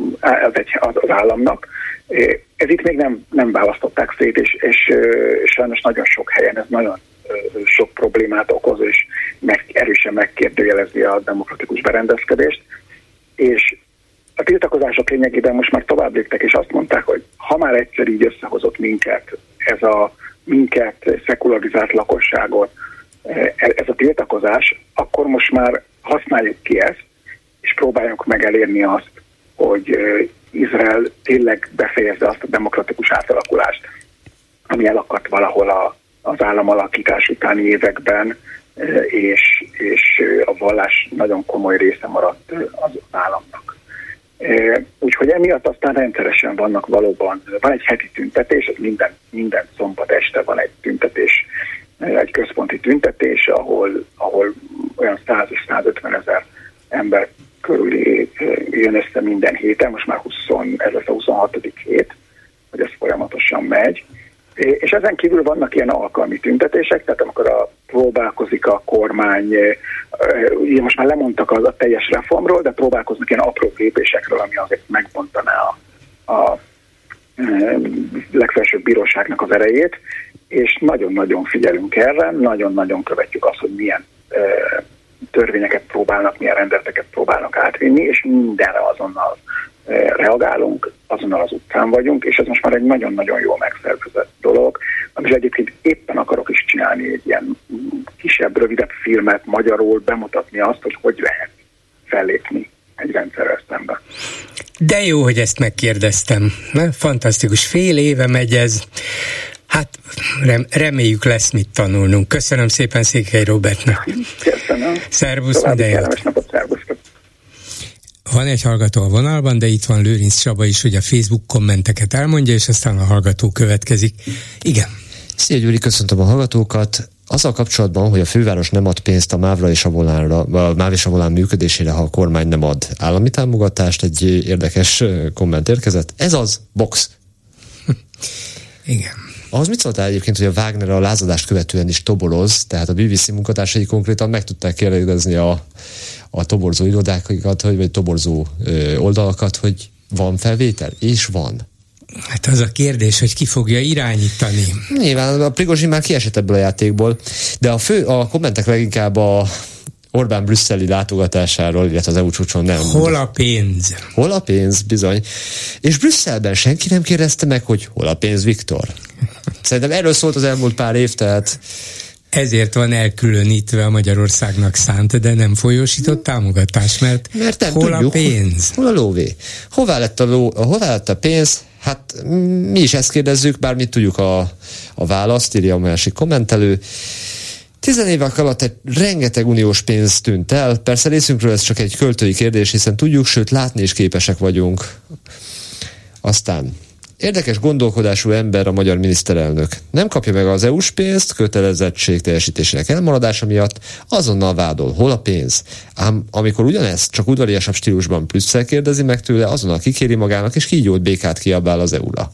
Speaker 10: az államnak. Ez itt még nem, nem választották szét, és, és, és sajnos nagyon sok helyen ez nagyon sok problémát okoz, és meg, erősen megkérdőjelezi a demokratikus berendezkedést. És a tiltakozások lényegében most már tovább léptek, és azt mondták, hogy ha már egyszer így összehozott minket, ez a minket szekularizált lakosságot, ez a tiltakozás, akkor most már használjuk ki ezt, és próbáljuk meg elérni azt, hogy Izrael tényleg befejezze azt a demokratikus átalakulást, ami elakadt valahol a, az államalakítás utáni években, és, és a vallás nagyon komoly része maradt az államnak. Úgyhogy emiatt aztán rendszeresen vannak valóban, van egy heti tüntetés, minden, minden szombat este van egy tüntetés, egy központi tüntetés, ahol, ahol olyan száz és százötven ezer ember körül jön össze minden héten, most már húsz, ez lesz a huszonhatodik hét, hogy ez folyamatosan megy. És ezen kívül vannak ilyen alkalmi tüntetések, tehát amikor a, próbálkozik a kormány, ugye most már lemondtak az a teljes reformról, de próbálkoznak ilyen apró lépésekről, ami azért megbontaná a, a legfelsőbb bíróságnak az erejét, és nagyon-nagyon figyelünk erre, nagyon-nagyon követjük azt, hogy milyen e, törvényeket próbálnak, milyen rendeleteket próbálnak átvinni, és mindenre azonnal e, reagálunk, azonnal az utcán vagyunk, és ez most már egy nagyon-nagyon jól megszervezett dolog, amit egyébként éppen akarok is csinálni egy ilyen kisebb, rövidebb filmet magyarul, bemutatni azt, hogy hogy lehet fellépni egy rendszerrel szemben.
Speaker 3: De jó, hogy ezt megkérdeztem. Na, fantasztikus, fél éve megy ez. Hát rem, reméljük lesz mit tanulnunk. Köszönöm szépen Székely Róbertnek.
Speaker 10: Köszönöm.
Speaker 3: Szervusz, minden jót. Van egy hallgató a vonalban, de itt van Lőrinc Csaba is, hogy a Facebook kommenteket elmondja, és aztán a hallgató következik. Igen.
Speaker 11: Szia Gyuri, köszöntöm a hallgatókat. Azzal kapcsolatban, hogy a főváros nem ad pénzt a MÁV-ra és a Volánra, a MÁV és a Volán működésére, ha a kormány nem ad állami támogatást, egy érdekes komment érkezett. Ez az, box.
Speaker 3: Igen.
Speaker 11: Ahhoz mit szóltál egyébként, hogy a Wagner a lázadást követően is toboroz, tehát a bé bé cé munkatársai konkrétan meg tudták kérdezni a, a toborzó irodákat, vagy toborzó ö, oldalakat, hogy van felvétel? És van.
Speaker 3: Hát az a kérdés, hogy ki fogja irányítani.
Speaker 11: Nyilván a Prigozsin már kiesett ebből a játékból, de a fő, a kommentek leginkább a Orbán brüsszeli látogatásáról, illetve az é u csúcson nem.
Speaker 3: Hol a pénz?
Speaker 11: Hol a pénz, bizony. És Brüsszelben senki nem kérdezte meg, hogy hol a pénz, Viktor? Szerintem erről szólt az elmúlt pár év, tehát...
Speaker 3: Ezért van elkülönítve a Magyarországnak szánt, de nem folyósított támogatás, mert,
Speaker 11: mert nem
Speaker 3: hol
Speaker 11: tudjuk,
Speaker 3: a pénz?
Speaker 11: Hol a lóvé? Hová lett a, ló, hová lett a pénz? Hát mi is ezt kérdezzük, bár mi tudjuk a, a választ, írja a másik kommentelő. Tizenévek alatt egy rengeteg uniós pénz tűnt el, persze részünkről ez csak egy költői kérdés, hiszen tudjuk, sőt látni is képesek vagyunk. Aztán érdekes gondolkodású ember a magyar miniszterelnök. Nem kapja meg az é u-s pénzt, kötelezettség teljesítésének elmaradása miatt, azonnal vádol. Hol a pénz? Ám amikor ugyanezt csak udvariasabb stílusban Brüsszel kérdezi meg tőle, azonnal kikéri magának, és kígyót békát kiabál az é u-ra.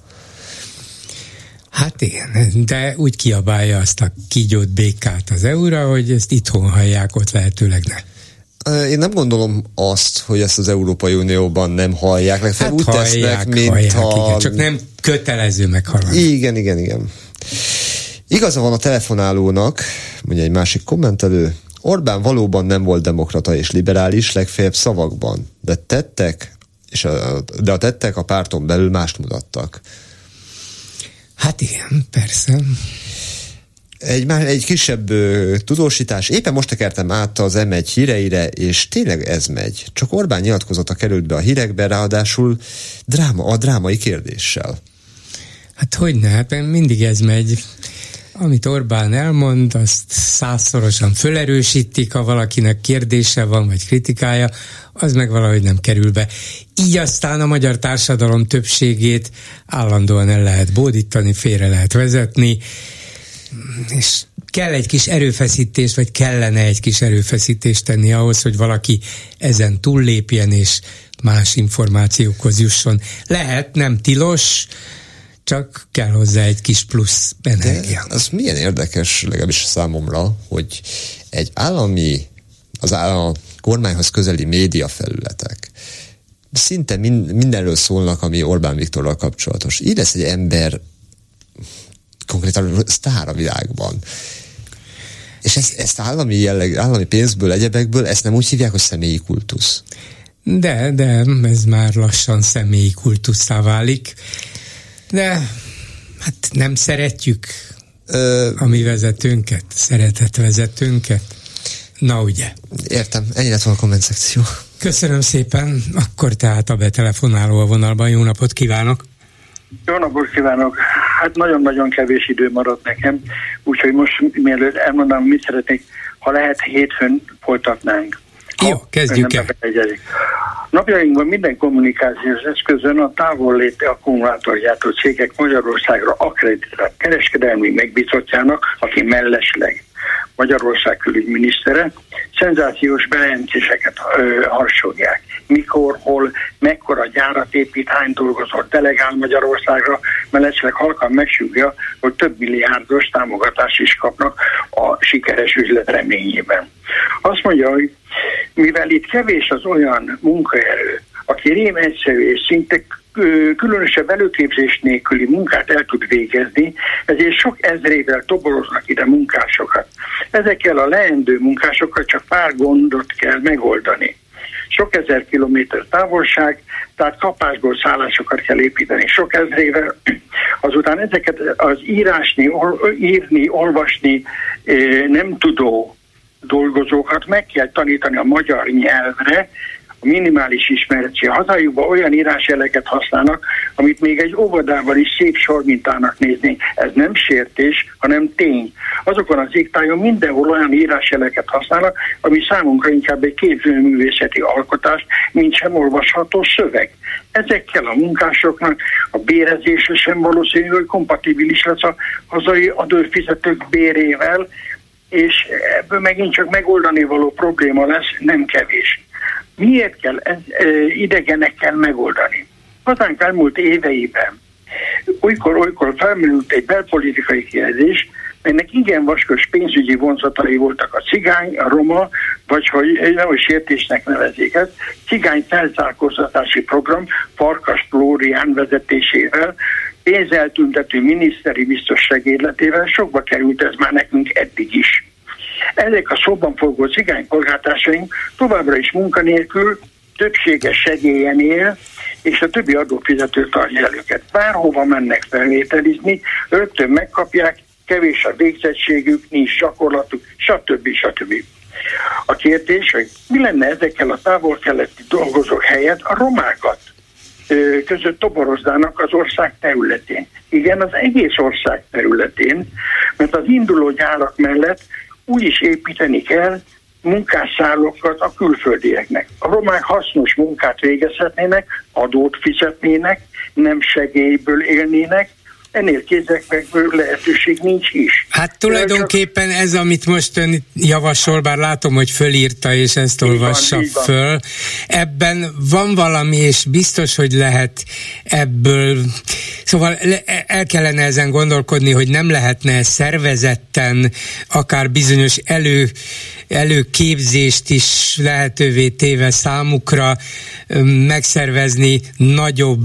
Speaker 3: Hát igen, de úgy kiabálja azt a kígyót békát az é u-ra, hogy ezt itthon hallják, ott lehetőleg ne.
Speaker 11: Én nem gondolom azt, hogy ezt az Európai Unióban nem hallják, legfeljebb hát úgy
Speaker 3: hallják,
Speaker 11: tesznek, mint
Speaker 3: hallják,
Speaker 11: ha...
Speaker 3: igen, csak nem kötelező meghallani.
Speaker 11: Igen, igen, igen. Igaza van a telefonálónak, mondja egy másik kommentelő, Orbán valóban nem volt demokrata és liberális, legfeljebb szavakban, de tettek, és a, de a tettek a párton belül mást mutattak.
Speaker 3: Hát igen, persze.
Speaker 11: Egy, egy kisebb ö, tudósítás. Éppen most tekertem át az em egy híreire, és tényleg ez megy. Csak Orbán nyilatkozata került be a hírekbe, ráadásul dráma, a drámai kérdéssel.
Speaker 3: Hát hogyne, hát mindig ez megy. Amit Orbán elmond, azt százszorosan fölerősítik, ha valakinek kérdése van, vagy kritikája, az meg valahogy nem kerül be. Így aztán a magyar társadalom többségét állandóan el lehet bódítani, félre lehet vezetni, és kell egy kis erőfeszítés, vagy kellene egy kis erőfeszítést tenni ahhoz, hogy valaki ezen túllépjen, és más információkhoz jusson. Lehet, nem tilos, csak kell hozzá egy kis plusz energia.
Speaker 11: De az milyen érdekes, legalábbis számomra, hogy egy állami, az állam kormányhoz közeli médiafelületek szinte min, mindenről szólnak, ami Orbán Viktorral kapcsolatos. Így lesz egy ember konkrétan sztár a világban. És ezt, ezt állami jelleg, állami pénzből, egyebekből, ezt nem úgy hívják, hogy személyi kultusz.
Speaker 3: De, de, ez már lassan személyi kultusszá válik. De, hát nem szeretjük Ö... a mi vezetőnket, szeretett vezetőnket. Na ugye.
Speaker 11: Értem, ennyi lett van a komment szekció.
Speaker 3: Köszönöm szépen, akkor tehát a betelefonáló a vonalban. Jó napot kívánok!
Speaker 12: Jó napot kívánok! Hát nagyon-nagyon kevés idő maradt nekem, úgyhogy most mielőtt elmondanám, mit szeretnék, ha lehet hétfőn folytatnánk.
Speaker 3: Jó, kezdjük el.
Speaker 12: Napjainkban minden kommunikációs eszközön a távolléti akkumulátorgyártó cégek Magyarországra akkreditált kereskedelmi megbízottjának, aki mellesleg Magyarország külügyminisztere, szenzációs bejelentéseket harsogják. Mikor, hol, mekkora gyárat épít, hány dolgozót delegál Magyarországra, mellesleg halkan megsúgja, hogy több milliárdos támogatást is kapnak a sikeres üzlet reményében. Azt mondja, hogy mivel itt kevés az olyan munkaerő, aki rém egyszerű és szinte különösebb előképzés nélküli munkát el tud végezni, ezért sok ezrével toboroznak ide munkásokat. Ezekkel a leendő munkásokkal csak pár gondot kell megoldani. Sok ezer kilométer távolság, tehát kapásból szállásokat kell építeni sok ezrével, azután ezeket az írásni, írni, olvasni nem tudó dolgozókat meg kell tanítani a magyar nyelvre, a minimális ismeretség. A hazájukban olyan írásjeleket használnak, amit még egy óvodában is szép sormintának néznénk. Ez nem sértés, hanem tény. Azokon az égtájon mindenhol olyan írásjeleket használnak, ami számunkra inkább egy képzőművészeti alkotás, mint sem olvasható szöveg. Ezekkel a munkásoknak a bérezése sem valószínű, hogy kompatibilis lesz a hazai adófizetők bérével, és ebből megint csak megoldani való probléma lesz, nem kevés. Miért kell ez, e, idegenekkel megoldani? Hazánk elmúlt éveiben olykor-olykor felmerült egy belpolitikai kérdés, melynek igen vaskos pénzügyi vonzatai voltak a cigány, a roma, vagy hogy nehogy sértésnek nevezik ezt, cigány felzárkóztatási program Farkas Flórián vezetésével, pénzeltüntető miniszteri biztos segédletével sokba került ez már nekünk eddig is. Ezek a szóban forgó cigánypolgártársaink továbbra is munkanélkül, többséges segélyen él, és a többi adófizető tartja el őket. Bárhova mennek felvételizni, rögtön megkapják, kevés a végzettségük, nincs gyakorlatuk, stb. stb. A kérdés, hogy mi lenne ezekkel a távol-keleti dolgozók helyett a romákat között toboroznának az ország területén. Igen, az egész ország területén, mert az induló gyárak mellett úgy is építeni kell munkásszállókat a külföldieknek. A romák hasznos munkát végezhetnének, adót fizetnének, nem segélyből élnének, ennél kézekből lehetőség nincs is.
Speaker 3: Hát tulajdonképpen ez, amit most ön javasol, bár látom, hogy fölírta, és ezt olvassa van, föl, ebben van valami, és biztos, hogy lehet ebből, szóval el kellene ezen gondolkodni, hogy nem lehetne szervezetten, akár bizonyos elő, előképzést is lehetővé téve számukra megszervezni nagyobb,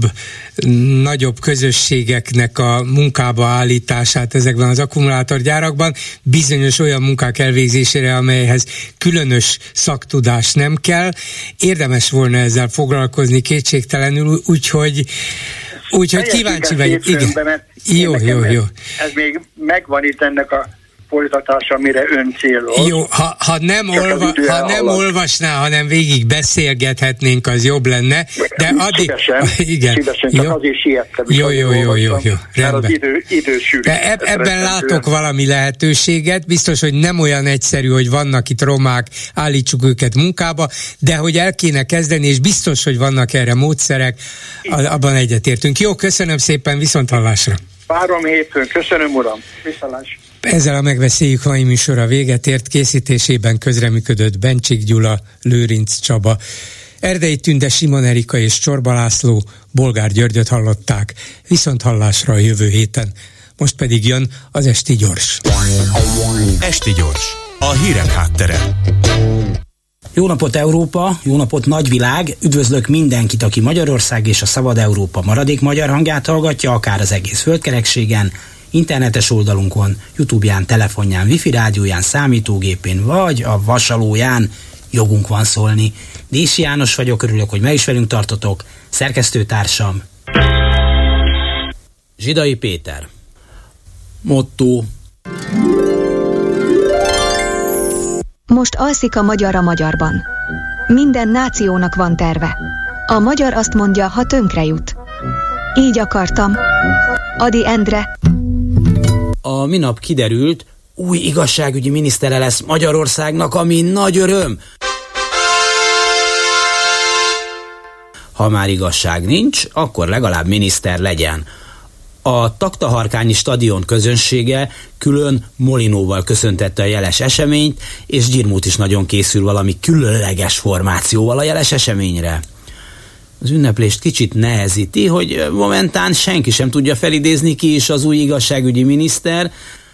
Speaker 3: nagyobb közösségeknek a munkába állítását ezekben az akkumulátorgyárakban, bizonyos olyan munkák elvégzésére, amelyhez különös szaktudás nem kell. Érdemes volna ezzel foglalkozni kétségtelenül, úgyhogy úgyhogy kíváncsi vagyok. Igen.
Speaker 12: Jó, jó, jó. Ez még megvan itt ennek a folytatása, amire ön célol.
Speaker 3: Jó, ha, ha, nem, olva, ha nem olvasná, hanem végig beszélgethetnénk, az jobb lenne, de addig...
Speaker 12: Szívesen,
Speaker 3: igen,
Speaker 12: szívesen, csak
Speaker 3: jó.
Speaker 12: azért siettem.
Speaker 3: Jó, jó, jó, jó, jó,
Speaker 12: rendben. Az idő, idősűrű.
Speaker 3: Eb, ebben látok valami lehetőséget, biztos, hogy nem olyan egyszerű, hogy vannak itt romák, állítsuk őket munkába, de hogy el kéne kezdeni, és biztos, hogy vannak erre módszerek, abban egyetértünk. Jó, köszönöm szépen, viszonthallásra.
Speaker 12: Várom hétfőn, köszönöm uram, viszontlátásra.
Speaker 3: Ezzel a Megbeszéljük mai műsora véget ért, készítésében közreműködött Bencsik Gyula, Lőrinc Csaba, Erdei Tünde, Simon Erika és Csorba László, Bolgár Györgyöt hallották. Viszonthallásra a jövő héten. Most pedig jön az Esti Gyors.
Speaker 1: Esti Gyors, a hírek háttere.
Speaker 13: Jó napot Európa, jó napot nagyvilág, üdvözlök mindenkit, aki Magyarország és a Szabad Európa maradék magyar hangját hallgatja, akár az egész földkerekségen, internetes oldalunkon, YouTube-ján, telefonján, wifi rádióján, számítógépén, vagy a vasalóján. Jogunk van szólni. Dési János vagyok, örülök, hogy meg is velünk tartotok. Szerkesztőtársam Zsidai Péter. Motto:
Speaker 14: most alszik a magyar a magyarban. Minden nációnak van terve. A magyar azt mondja, ha tönkre jut. Így akartam. Ady Endre.
Speaker 13: A minap kiderült, új igazságügyi minisztere lesz Magyarországnak, ami nagy öröm. Ha már igazság nincs, akkor legalább miniszter legyen. A Taktaharkányi stadion közönsége külön Molinóval köszöntette a jeles eseményt, és Gyirmót is nagyon készül valami különleges formációval a jeles eseményre. Az ünneplést kicsit nehezíti, hogy momentán senki sem tudja felidézni, ki is az új igazságügyi miniszter.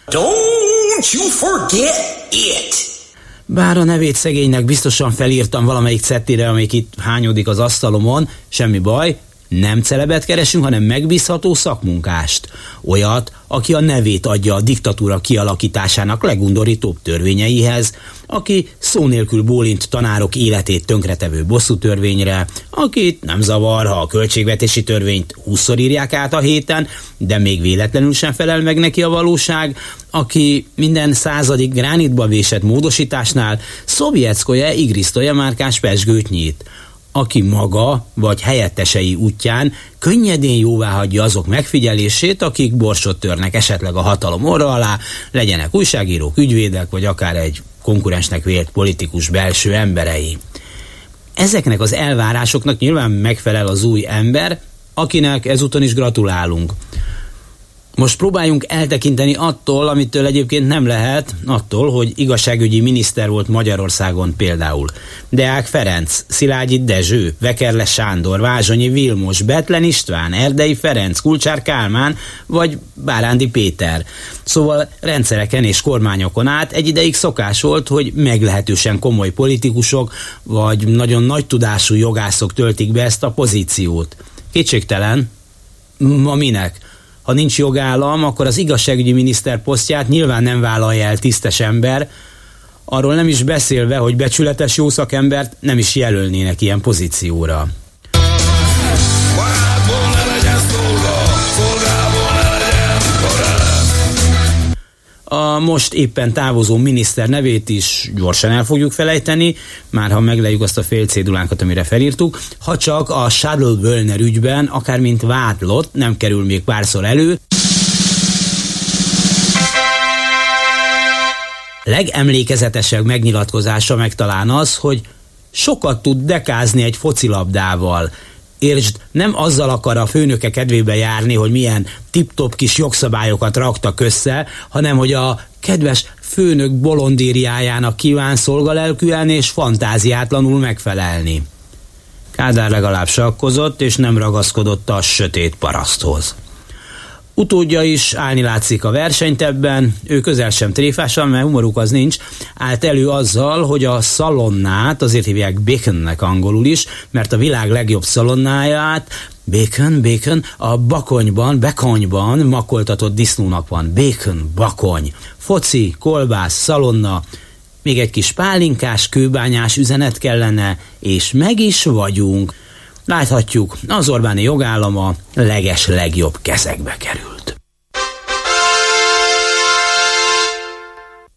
Speaker 15: Don't you forget it!
Speaker 13: Bár a nevét szegénynek biztosan felírtam valamelyik cettire, amelyik itt hányódik az asztalomon, semmi baj, nem celebet keresünk, hanem megbízható szakmunkást. Olyat, aki a nevét adja a diktatúra kialakításának legundorítóbb törvényeihez, aki szó nélkül bólint tanárok életét tönkretevő bosszútörvényre, akit nem zavar, ha a költségvetési törvényt húszszor írják át a héten, de még véletlenül sem felel meg neki a valóság, aki minden századik gránitba vésett módosításnál Szovjetszkoje Igrisztoje márkás pezsgőt nyit, aki maga vagy helyettesei útján könnyedén jóváhagyja azok megfigyelését, akik borsot törnek esetleg a hatalom orra alá, legyenek újságírók, ügyvédek, vagy akár egy konkurensnek vélt politikus belső emberei. Ezeknek az elvárásoknak nyilván megfelel az új ember, akinek ezúton is gratulálunk. Most próbáljunk eltekinteni attól, amitől egyébként nem lehet, attól, hogy igazságügyi miniszter volt Magyarországon például Deák Ferenc, Szilágyi Dezső, Vekerle Sándor, Vázsonyi Vilmos, Bethlen István, Erdei Ferenc, Kulcsár Kálmán vagy Bárándi Péter. Szóval rendszereken és kormányokon át egy ideig szokás volt, hogy meglehetősen komoly politikusok vagy nagyon nagy tudású jogászok töltik be ezt a pozíciót. Kétségtelen, ma minek? Ha nincs jogállam, akkor az igazságügyi miniszter posztját nyilván nem vállalja el tisztes ember, arról nem is beszélve, hogy becsületes jó szakembert nem is jelölnének ilyen pozícióra. A most éppen távozó miniszter nevét is gyorsan el fogjuk felejteni, már ha megleljük azt a fél cédulánkat, amire felírtuk, ha csak a Schadl-Wöllner ügyben, akár mint vádlott, nem kerül még párszor elő. Legemlékezetesebb megnyilatkozása meg talán az, hogy sokat tud dekázni egy focilabdával. Értsd, nem azzal akar a főnöke kedvébe járni, hogy milyen tip-top kis jogszabályokat raktak össze, hanem hogy a kedves főnök bolondériájának kíván szolgalelkűen és fantáziátlanul megfelelni. Kádár legalább sakkozott, és nem ragaszkodott a sötét paraszthoz. Utódja is állni látszik a versenyt ebben, ő közel sem tréfásan, mert humoruk az nincs, állt elő azzal, hogy a szalonnát azért hívják baconnek angolul is, mert a világ legjobb szalonnáját, bacon, bacon, a bakonyban, bekonyban makoltatott disznónak van, bacon, bakony, foci, kolbász, szalonna, még egy kis pálinkás, kőbányás üzenet kellene, és meg is vagyunk. Láthatjuk, az Orbáni jogállama leges legjobb kezekbe kerül.